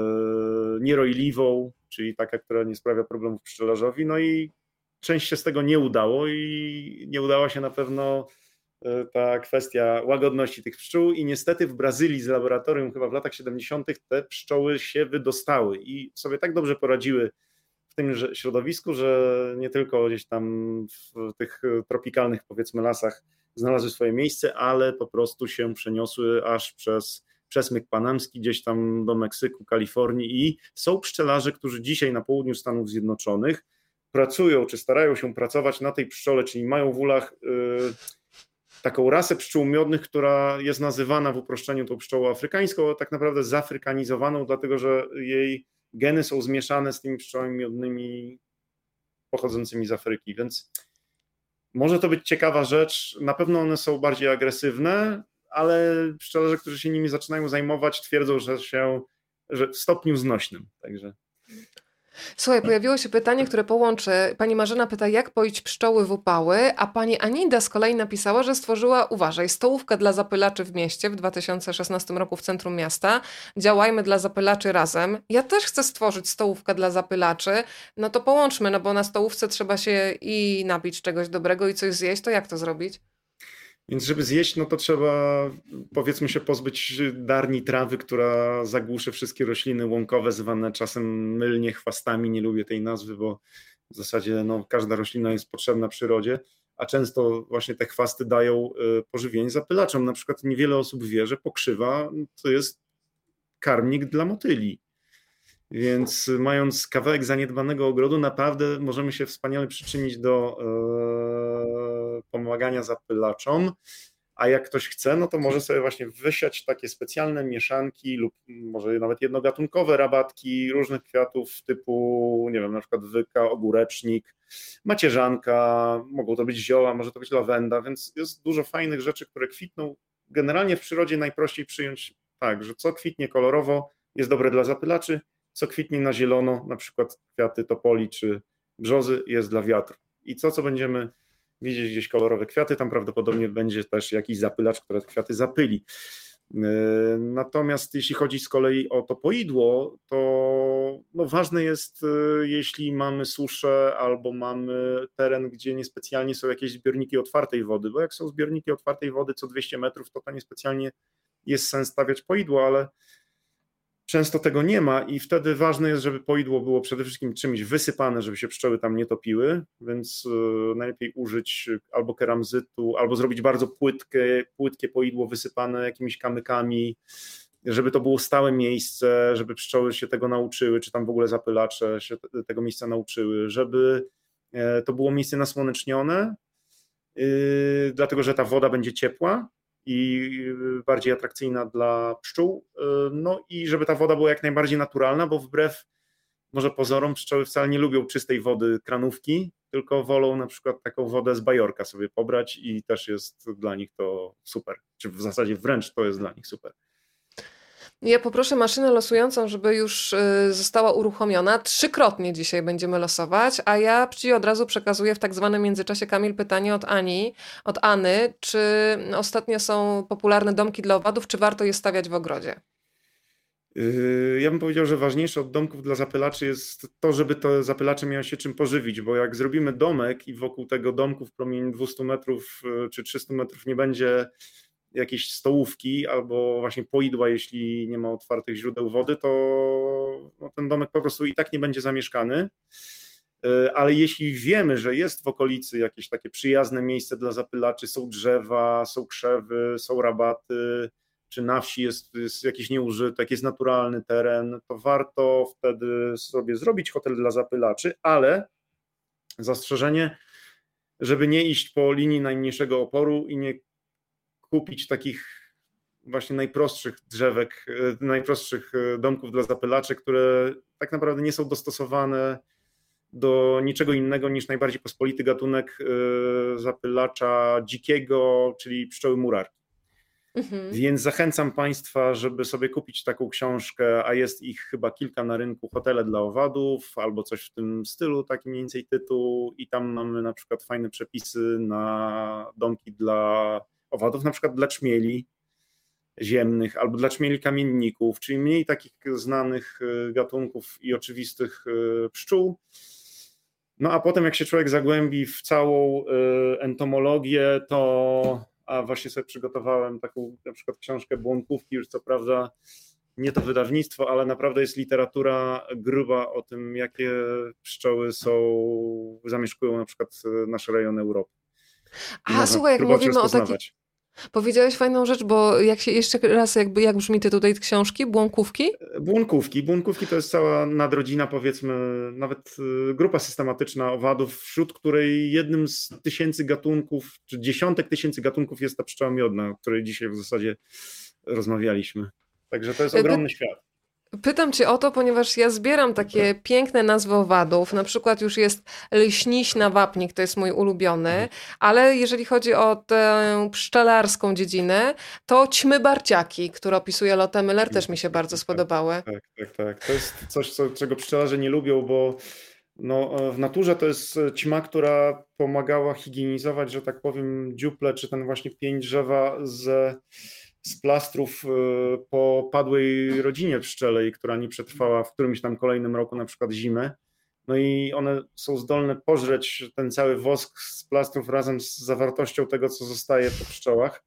nierojliwą, czyli taka, która nie sprawia problemów pszczelarzowi. No i część się z tego nie udało i nie udała się na pewno ta kwestia łagodności tych pszczół i niestety w Brazylii z laboratorium chyba w latach siedemdziesiątych te pszczoły się wydostały i sobie tak dobrze poradziły w tym środowisku, że nie tylko gdzieś tam w tych tropikalnych powiedzmy lasach znalazły swoje miejsce, ale po prostu się przeniosły aż przez przesmyk panamski gdzieś tam do Meksyku, Kalifornii i są pszczelarze, którzy dzisiaj na południu Stanów Zjednoczonych pracują, czy starają się pracować na tej pszczole, czyli mają w ulach yy, taką rasę pszczół miodnych, która jest nazywana w uproszczeniu tą pszczołą afrykańską, a tak naprawdę zafrykanizowaną, dlatego że jej geny są zmieszane z tymi pszczołami miodnymi pochodzącymi z Afryki, więc może to być ciekawa rzecz. Na pewno one są bardziej agresywne, ale pszczelarze, którzy się nimi zaczynają zajmować, twierdzą, że się że w stopniu znośnym. Także. Słuchaj, pojawiło się pytanie, które połączy. Pani Marzena pyta, jak poić pszczoły w upały, a pani Anida z kolei napisała, że stworzyła, uważaj, stołówkę dla zapylaczy w mieście w dwa tysiące szesnastym roku w centrum miasta. Działajmy dla zapylaczy razem. Ja też chcę stworzyć stołówkę dla zapylaczy. No to połączmy, no bo na stołówce trzeba się i napić czegoś dobrego i coś zjeść. To jak to zrobić? Więc żeby zjeść, no to trzeba, powiedzmy, się pozbyć darni trawy, która zagłuszy wszystkie rośliny łąkowe, zwane czasem mylnie chwastami. Nie lubię tej nazwy, bo w zasadzie no, każda roślina jest potrzebna przyrodzie, a często właśnie te chwasty dają pożywienie zapylaczom. Na przykład niewiele osób wie, że pokrzywa to jest karmnik dla motyli. Więc mając kawałek zaniedbanego ogrodu, naprawdę możemy się wspaniale przyczynić do e, pomagania zapylaczom, a jak ktoś chce, no to może sobie właśnie wysiać takie specjalne mieszanki lub może nawet jednogatunkowe rabatki różnych kwiatów typu, nie wiem, na przykład wyka, ogórecznik, macierzanka, mogą to być zioła, może to być lawenda, więc jest dużo fajnych rzeczy, które kwitną. Generalnie w przyrodzie najprościej przyjąć tak, że co kwitnie kolorowo jest dobre dla zapylaczy, co kwitnie na zielono, na przykład kwiaty topoli czy brzozy, jest dla wiatru. I co, co będziemy widzieć gdzieś kolorowe kwiaty, tam prawdopodobnie będzie też jakiś zapylacz, który te kwiaty zapyli. Natomiast jeśli chodzi z kolei o to poidło, to no ważne jest, jeśli mamy suszę albo mamy teren, gdzie niespecjalnie są jakieś zbiorniki otwartej wody, bo jak są zbiorniki otwartej wody co dwieście metrów, to to niespecjalnie jest sens stawiać poidło, ale często tego nie ma i wtedy ważne jest, żeby poidło było przede wszystkim czymś wysypane, żeby się pszczoły tam nie topiły, więc najlepiej użyć albo keramzytu, albo zrobić bardzo płytkie, płytkie poidło wysypane jakimiś kamykami, żeby to było stałe miejsce, żeby pszczoły się tego nauczyły, czy tam w ogóle zapylacze się tego miejsca nauczyły, żeby to było miejsce nasłonecznione, dlatego że ta woda będzie ciepła i bardziej atrakcyjna dla pszczół, no i żeby ta woda była jak najbardziej naturalna, bo wbrew może pozorom pszczoły wcale nie lubią czystej wody kranówki, tylko wolą na przykład taką wodę z bajorka sobie pobrać i też jest dla nich to super, czy w zasadzie wręcz to jest dla nich super. Ja poproszę maszynę losującą, żeby już została uruchomiona. Trzykrotnie dzisiaj będziemy losować, a ja Ci od razu przekazuję w tak zwanym międzyczasie, Kamil, pytanie od Ani, od Any. Czy ostatnio są popularne domki dla owadów, czy warto je stawiać w ogrodzie? Ja bym powiedział, że ważniejsze od domków dla zapylaczy jest to, żeby te zapylacze miały się czym pożywić, bo jak zrobimy domek i wokół tego domku w promieniu dwieście metrów czy trzysta metrów nie będzie jakiejś stołówki albo właśnie poidła, jeśli nie ma otwartych źródeł wody, to no, ten domek po prostu i tak nie będzie zamieszkany. Ale jeśli wiemy, że jest w okolicy jakieś takie przyjazne miejsce dla zapylaczy, są drzewa, są krzewy, są rabaty, czy na wsi jest, jest jakiś nieużytek, jest naturalny teren, to warto wtedy sobie zrobić hotel dla zapylaczy, ale zastrzeżenie, żeby nie iść po linii najmniejszego oporu i nie kupić takich właśnie najprostszych drzewek, najprostszych domków dla zapylaczy, które tak naprawdę nie są dostosowane do niczego innego niż najbardziej pospolity gatunek zapylacza dzikiego, czyli pszczoły murarki. Mhm. Więc zachęcam Państwa, żeby sobie kupić taką książkę, a jest ich chyba kilka na rynku, Hotele dla owadów albo coś w tym stylu, taki mniej więcej tytuł i tam mamy na przykład fajne przepisy na domki dla owadów, na przykład dla czmieli ziemnych albo dla czmieli kamienników, czyli mniej takich znanych gatunków i oczywistych pszczół. No a potem jak się człowiek zagłębi w całą entomologię, to a właśnie sobie przygotowałem taką na przykład książkę Błąkówki, już co prawda nie to wydawnictwo, ale naprawdę jest literatura gruba o tym, jakie pszczoły są, zamieszkują na przykład nasze rejony Europy. A słuchaj, jak mówimy o takich... Powiedziałeś fajną rzecz, bo jak się jeszcze raz, jakby, jak brzmi tytuł tej książki? Błąkówki? Błąkówki. Błąkówki to jest cała nadrodzina, powiedzmy, nawet grupa systematyczna owadów, wśród której jednym z tysięcy gatunków, czy dziesiątek tysięcy gatunków jest ta pszczoła miodna, o której dzisiaj w zasadzie rozmawialiśmy. Także to jest ogromny Ty... świat. Pytam Cię o to, ponieważ ja zbieram takie piękne nazwy owadów. Na przykład już jest Lśniśna wapnik, to jest mój ulubiony, ale jeżeli chodzi o tę pszczelarską dziedzinę, to ćmy barciaki, które opisuje Lotte Müller, też mi się bardzo spodobały. Tak, tak, tak. To jest coś, co, czego pszczelarze nie lubią, bo no, w naturze to jest ćma, która pomagała higienizować, że tak powiem, dziuple, czy ten właśnie pień drzewa z... z plastrów po padłej rodzinie pszczelej, która nie przetrwała w którymś tam kolejnym roku, na przykład zimę. no i one są zdolne pożreć ten cały wosk z plastrów razem z zawartością tego, co zostaje po pszczołach.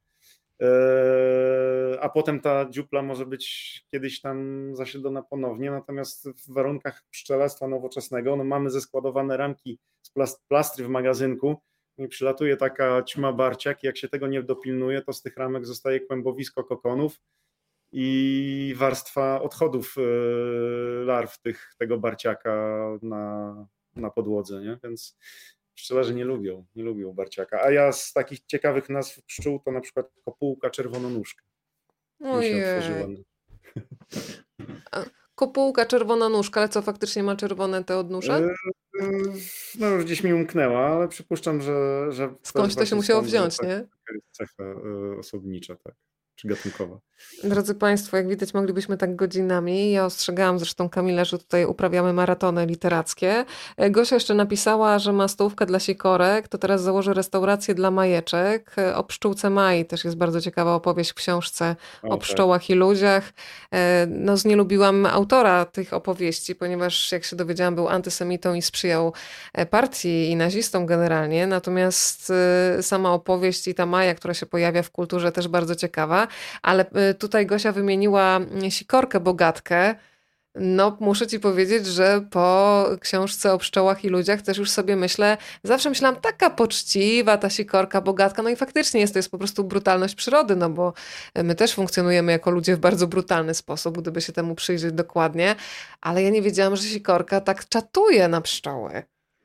A potem ta dziupla może być kiedyś tam zasiedlona ponownie, natomiast w warunkach pszczelarstwa nowoczesnego no mamy zeskładowane ramki z plastry w magazynku i przylatuje taka ćma barciak i jak się tego nie dopilnuje, to z tych ramek zostaje kłębowisko kokonów i warstwa odchodów larw tych, tego barciaka na, na podłodze, nie? Więc pszczelarze nie lubią, nie lubią barciaka. A ja z takich ciekawych nazw pszczół to na przykład kopułka czerwononóżka. Mi się otworzyła. Kopułka czerwononóżka, ale co, faktycznie ma czerwone te odnóża? No już gdzieś mi umknęła, ale przypuszczam, że... że skądś to się musiało stąd, wziąć, tak, nie? Taka jest cecha osobnicza, tak. Czy gatunkowa. Drodzy Państwo, jak widać, moglibyśmy tak godzinami. Ja ostrzegałam zresztą Kamila, że tutaj uprawiamy maratony literackie. Gosia jeszcze napisała, że ma stołówkę dla sikorek, to teraz założy restaurację dla majeczek. O pszczółce Mai też jest bardzo ciekawa opowieść w książce o, o pszczołach tak. i ludziach. No, znielubiłam autora tych opowieści, ponieważ jak się dowiedziałam, był antysemitą i sprzyjał partii i nazistom generalnie. Natomiast sama opowieść i ta Maja, która się pojawia w kulturze, też bardzo ciekawa. Ale tutaj Gosia wymieniła sikorkę Bogatkę. No muszę ci powiedzieć, że po książce o pszczołach i ludziach też już sobie myślę, zawsze myślałam, taka poczciwa ta sikorka Bogatka. No i faktycznie jest to jest po prostu brutalność przyrody, no bo my też funkcjonujemy jako ludzie w bardzo brutalny sposób, gdyby się temu przyjrzeć dokładnie. Ale ja nie wiedziałam, że sikorka tak czatuje na pszczoły.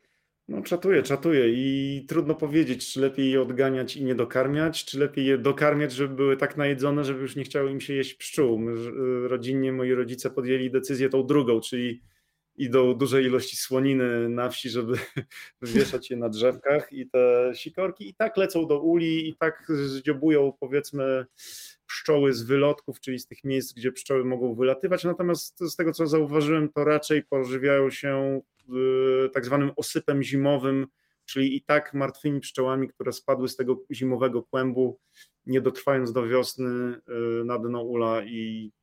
No czatuje, czatuje i trudno powiedzieć, czy lepiej je odganiać i nie dokarmiać, czy lepiej je dokarmiać, żeby były tak najedzone, żeby już nie chciało im się jeść pszczół. My rodzinnie moi rodzice podjęli decyzję tą drugą, czyli idą duże ilości słoniny na wsi, żeby wywieszać je na drzewkach i te sikorki i tak lecą do uli i tak zdziobują powiedzmy pszczoły z wylotków, czyli z tych miejsc, gdzie pszczoły mogą wylatywać. Natomiast z tego, co zauważyłem, to raczej pożywiają się tak zwanym osypem zimowym, czyli i tak martwymi pszczołami, które spadły z tego zimowego kłębu, nie dotrwając do wiosny na dno ula i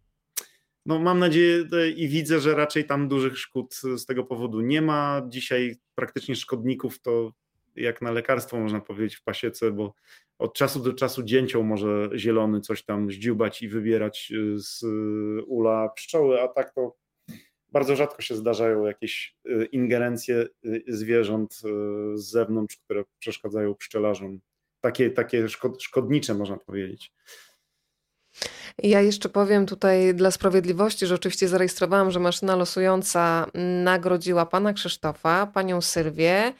no mam nadzieję i widzę, że raczej tam dużych szkód z tego powodu nie ma. Dzisiaj praktycznie szkodników to jak na lekarstwo można powiedzieć w pasiece, bo od czasu do czasu dzięcioł może zielony coś tam zdziubać i wybierać z ula pszczoły, a tak to bardzo rzadko się zdarzają jakieś ingerencje zwierząt z zewnątrz, które przeszkadzają pszczelarzom. Takie, takie szkodnicze można powiedzieć. Ja jeszcze powiem tutaj dla sprawiedliwości, że oczywiście zarejestrowałam, że maszyna losująca nagrodziła pana Krzysztofa, panią Sylwię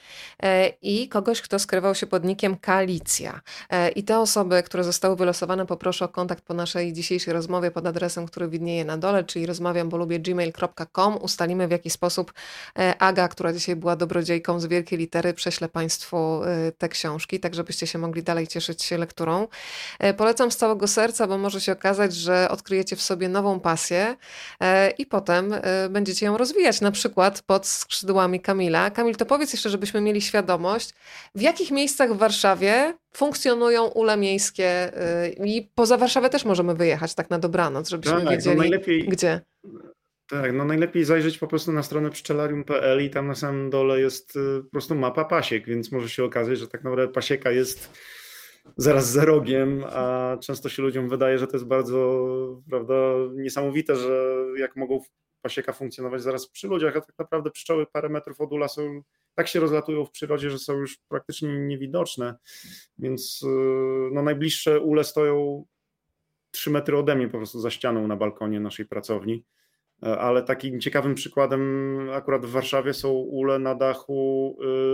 i kogoś, kto skrywał się pod nickiem Koalicja. I te osoby, które zostały wylosowane, poproszę o kontakt po naszej dzisiejszej rozmowie pod adresem, który widnieje na dole, czyli rozmawiam, bo lubię gmail kropka com. Ustalimy, w jaki sposób Aga, która dzisiaj była dobrodziejką z wielkiej litery, prześlę państwu te książki, tak żebyście się mogli dalej cieszyć się lekturą. Polecam z całego serca, bo może się okazać, że odkryjecie w sobie nową pasję i potem będziecie ją rozwijać, na przykład pod skrzydłami Kamila. Kamil, to powiedz jeszcze, żebyśmy mieli świadomość, w jakich miejscach w Warszawie funkcjonują ule miejskie i poza Warszawę też możemy wyjechać tak na dobranoc, żebyśmy tak, wiedzieli, no najlepiej, gdzie. Tak, no najlepiej zajrzeć po prostu na stronę pszczelarium kropka p l i tam na samym dole jest po prostu mapa pasiek, więc może się okazać, że tak naprawdę pasieka jest zaraz za rogiem, a często się ludziom wydaje, że to jest bardzo, prawda, niesamowite, że jak mogą pasieka funkcjonować zaraz przy ludziach, a tak naprawdę pszczoły parę metrów od ula są, tak się rozlatują w przyrodzie, że są już praktycznie niewidoczne, więc no, najbliższe ule stoją trzy metry ode mnie po prostu za ścianą na balkonie naszej pracowni. Ale takim ciekawym przykładem akurat w Warszawie są ule na dachu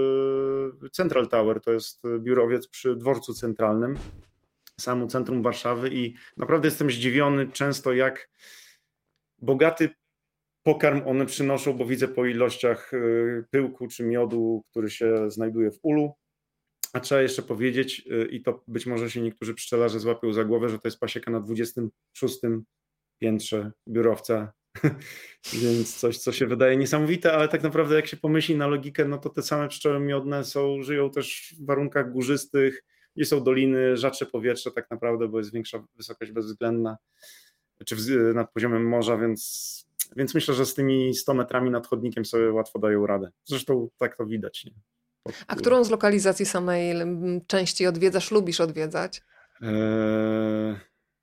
Central Tower, to jest biurowiec przy dworcu centralnym, samo centrum Warszawy i naprawdę jestem zdziwiony często, jak bogaty pokarm one przynoszą, bo widzę po ilościach pyłku czy miodu, który się znajduje w ulu. A trzeba jeszcze powiedzieć, i to być może się niektórzy pszczelarze złapią za głowę, że to jest pasieka na dwudziestym szóstym piętrze biurowca. Więc coś, co się wydaje niesamowite, ale tak naprawdę jak się pomyśli na logikę, no to te same pszczoły miodne są, żyją też w warunkach górzystych, gdzie są doliny, rzadsze powietrze tak naprawdę, bo jest większa wysokość bezwzględna, czy nad poziomem morza, więc więc myślę, że z tymi sto metrami nad chodnikiem sobie łatwo dają radę. Zresztą tak to widać. Nie? A którą z lokalizacji samej mm, częściej odwiedzasz, lubisz odwiedzać? Eee...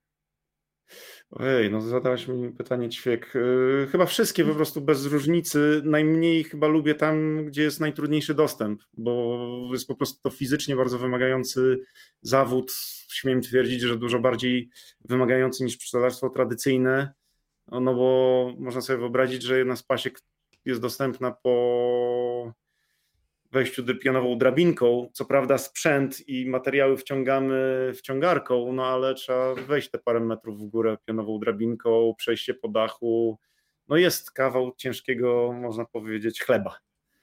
Ojej, no zadałaś mi pytanie ćwiek. Eee, chyba wszystkie po prostu bez różnicy. Najmniej chyba lubię tam, gdzie jest najtrudniejszy dostęp, bo jest po prostu to fizycznie bardzo wymagający zawód. Śmiem twierdzić, że dużo bardziej wymagający niż pszczelarstwo tradycyjne. No bo można sobie wyobrazić, że jedna z pasiek jest dostępna po wejściu pionową drabinką. Co prawda sprzęt i materiały wciągamy wciągarką, no ale trzeba wejść te parę metrów w górę pionową drabinką, przejście po dachu. No jest kawał ciężkiego, można powiedzieć, chleba.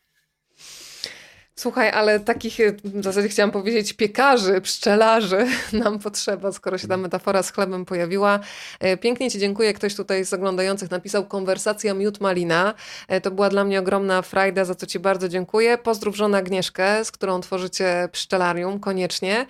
Słuchaj, ale takich, w zasadzie chciałam powiedzieć, piekarzy, pszczelarzy nam potrzeba, skoro się ta metafora z chlebem pojawiła. Pięknie Ci dziękuję. Ktoś tutaj z oglądających napisał konwersacja miód malina. To była dla mnie ogromna frajda, za co Ci bardzo dziękuję. Pozdrów żonę Agnieszkę, z którą tworzycie pszczelarium, koniecznie.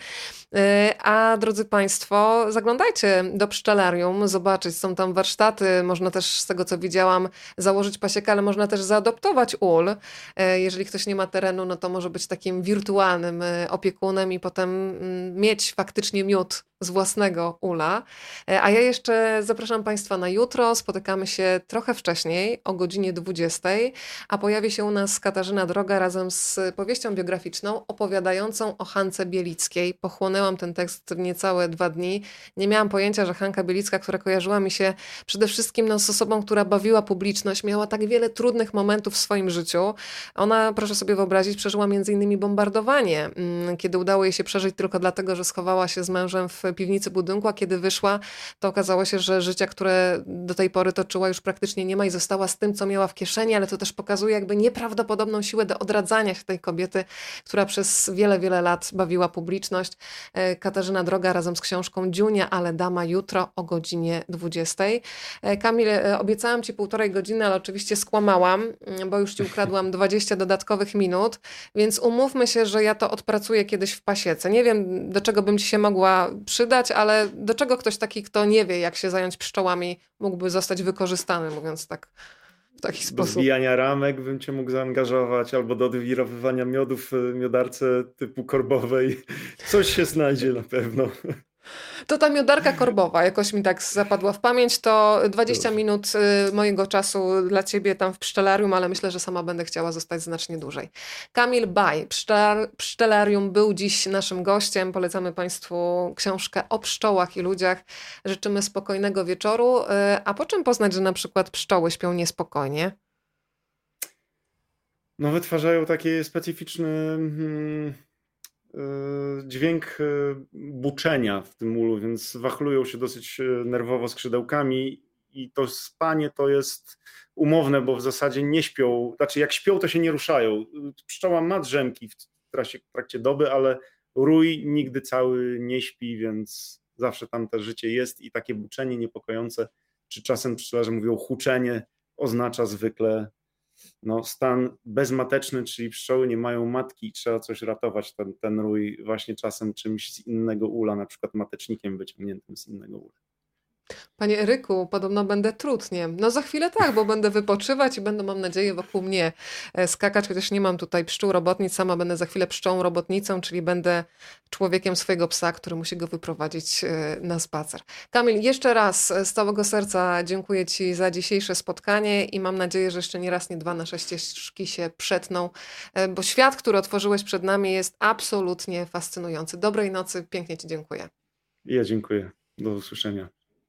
A drodzy Państwo, zaglądajcie do pszczelarium, zobaczyć, są tam warsztaty, można też z tego co widziałam założyć pasiekę, ale można też zaadoptować ul. Jeżeli ktoś nie ma terenu, no to może być takim wirtualnym opiekunem i potem mieć faktycznie miód z własnego ula. A ja jeszcze zapraszam Państwa na jutro. Spotykamy się trochę wcześniej, o godzinie dwudziestej, a pojawi się u nas Katarzyna Droga razem z powieścią biograficzną opowiadającą o Hance Bielickiej. Pochłonęłam ten tekst w niecałe dwa dni. Nie miałam pojęcia, że Hanka Bielicka, która kojarzyła mi się przede wszystkim no, z osobą, która bawiła publiczność, miała tak wiele trudnych momentów w swoim życiu. Ona, proszę sobie wyobrazić, przeżyła między innymi bombardowanie, kiedy udało jej się przeżyć tylko dlatego, że schowała się z mężem w piwnicy budynku, a kiedy wyszła, to okazało się, że życia, które do tej pory toczyła, już praktycznie nie ma i została z tym, co miała w kieszeni, ale to też pokazuje jakby nieprawdopodobną siłę do odradzania się tej kobiety, która przez wiele, wiele lat bawiła publiczność. Katarzyna Droga razem z książką Dziunia, ale dama jutro o godzinie dwudziestej. Kamil, obiecałam Ci półtorej godziny, ale oczywiście skłamałam, bo już Ci ukradłam dwadzieścia dodatkowych minut, więc umówmy się, że ja to odpracuję kiedyś w pasiece. Nie wiem, do czego bym Ci się mogła przydać, ale do czego ktoś taki, kto nie wie, jak się zająć pszczołami, mógłby zostać wykorzystany, mówiąc tak w taki Do sposób. Do zbijania ramek bym Cię mógł zaangażować, albo do odwirowywania miodów w miodarce typu korbowej. Coś się znajdzie na pewno. To ta miodarka korbowa jakoś mi tak zapadła w pamięć, to dwadzieścia minut mojego czasu dla Ciebie tam w pszczelarium, ale myślę, że sama będę chciała zostać znacznie dłużej. Kamil Baj, pszczelar, pszczelarium, był dziś naszym gościem. Polecamy Państwu książkę o pszczołach i ludziach. Życzymy spokojnego wieczoru. A po czym poznać, że na przykład pszczoły śpią niespokojnie? No wytwarzają taki specyficzny hmm, dźwięk buczenia w tym ulu, więc wachlują się dosyć nerwowo skrzydełkami i to spanie to jest umowne, bo w zasadzie nie śpią, znaczy jak śpią, to się nie ruszają. Pszczoła ma drzemki w trakcie, w trakcie doby, ale rój nigdy cały nie śpi, więc zawsze tam też życie jest i takie buczenie niepokojące, czy czasem pszczelarze mówią huczenie, oznacza zwykle no, stan bezmateczny, czyli pszczoły nie mają matki i trzeba coś ratować, ten, ten rój właśnie czasem czymś z innego ula, na przykład matecznikiem wyciągniętym z innego ula. Panie Eryku, podobno będę trutnie. No za chwilę tak, bo będę wypoczywać i będą, mam nadzieję, wokół mnie skakać, chociaż nie mam tutaj pszczół robotnic, sama będę za chwilę pszczołą robotnicą, czyli będę człowiekiem swojego psa, który musi go wyprowadzić na spacer. Kamil, jeszcze raz z całego serca dziękuję Ci za dzisiejsze spotkanie i mam nadzieję, że jeszcze nie raz, nie dwa nasze ścieżki się przetną, bo świat, który otworzyłeś przed nami, jest absolutnie fascynujący. Dobrej nocy, pięknie Ci dziękuję. Ja dziękuję. Do usłyszenia.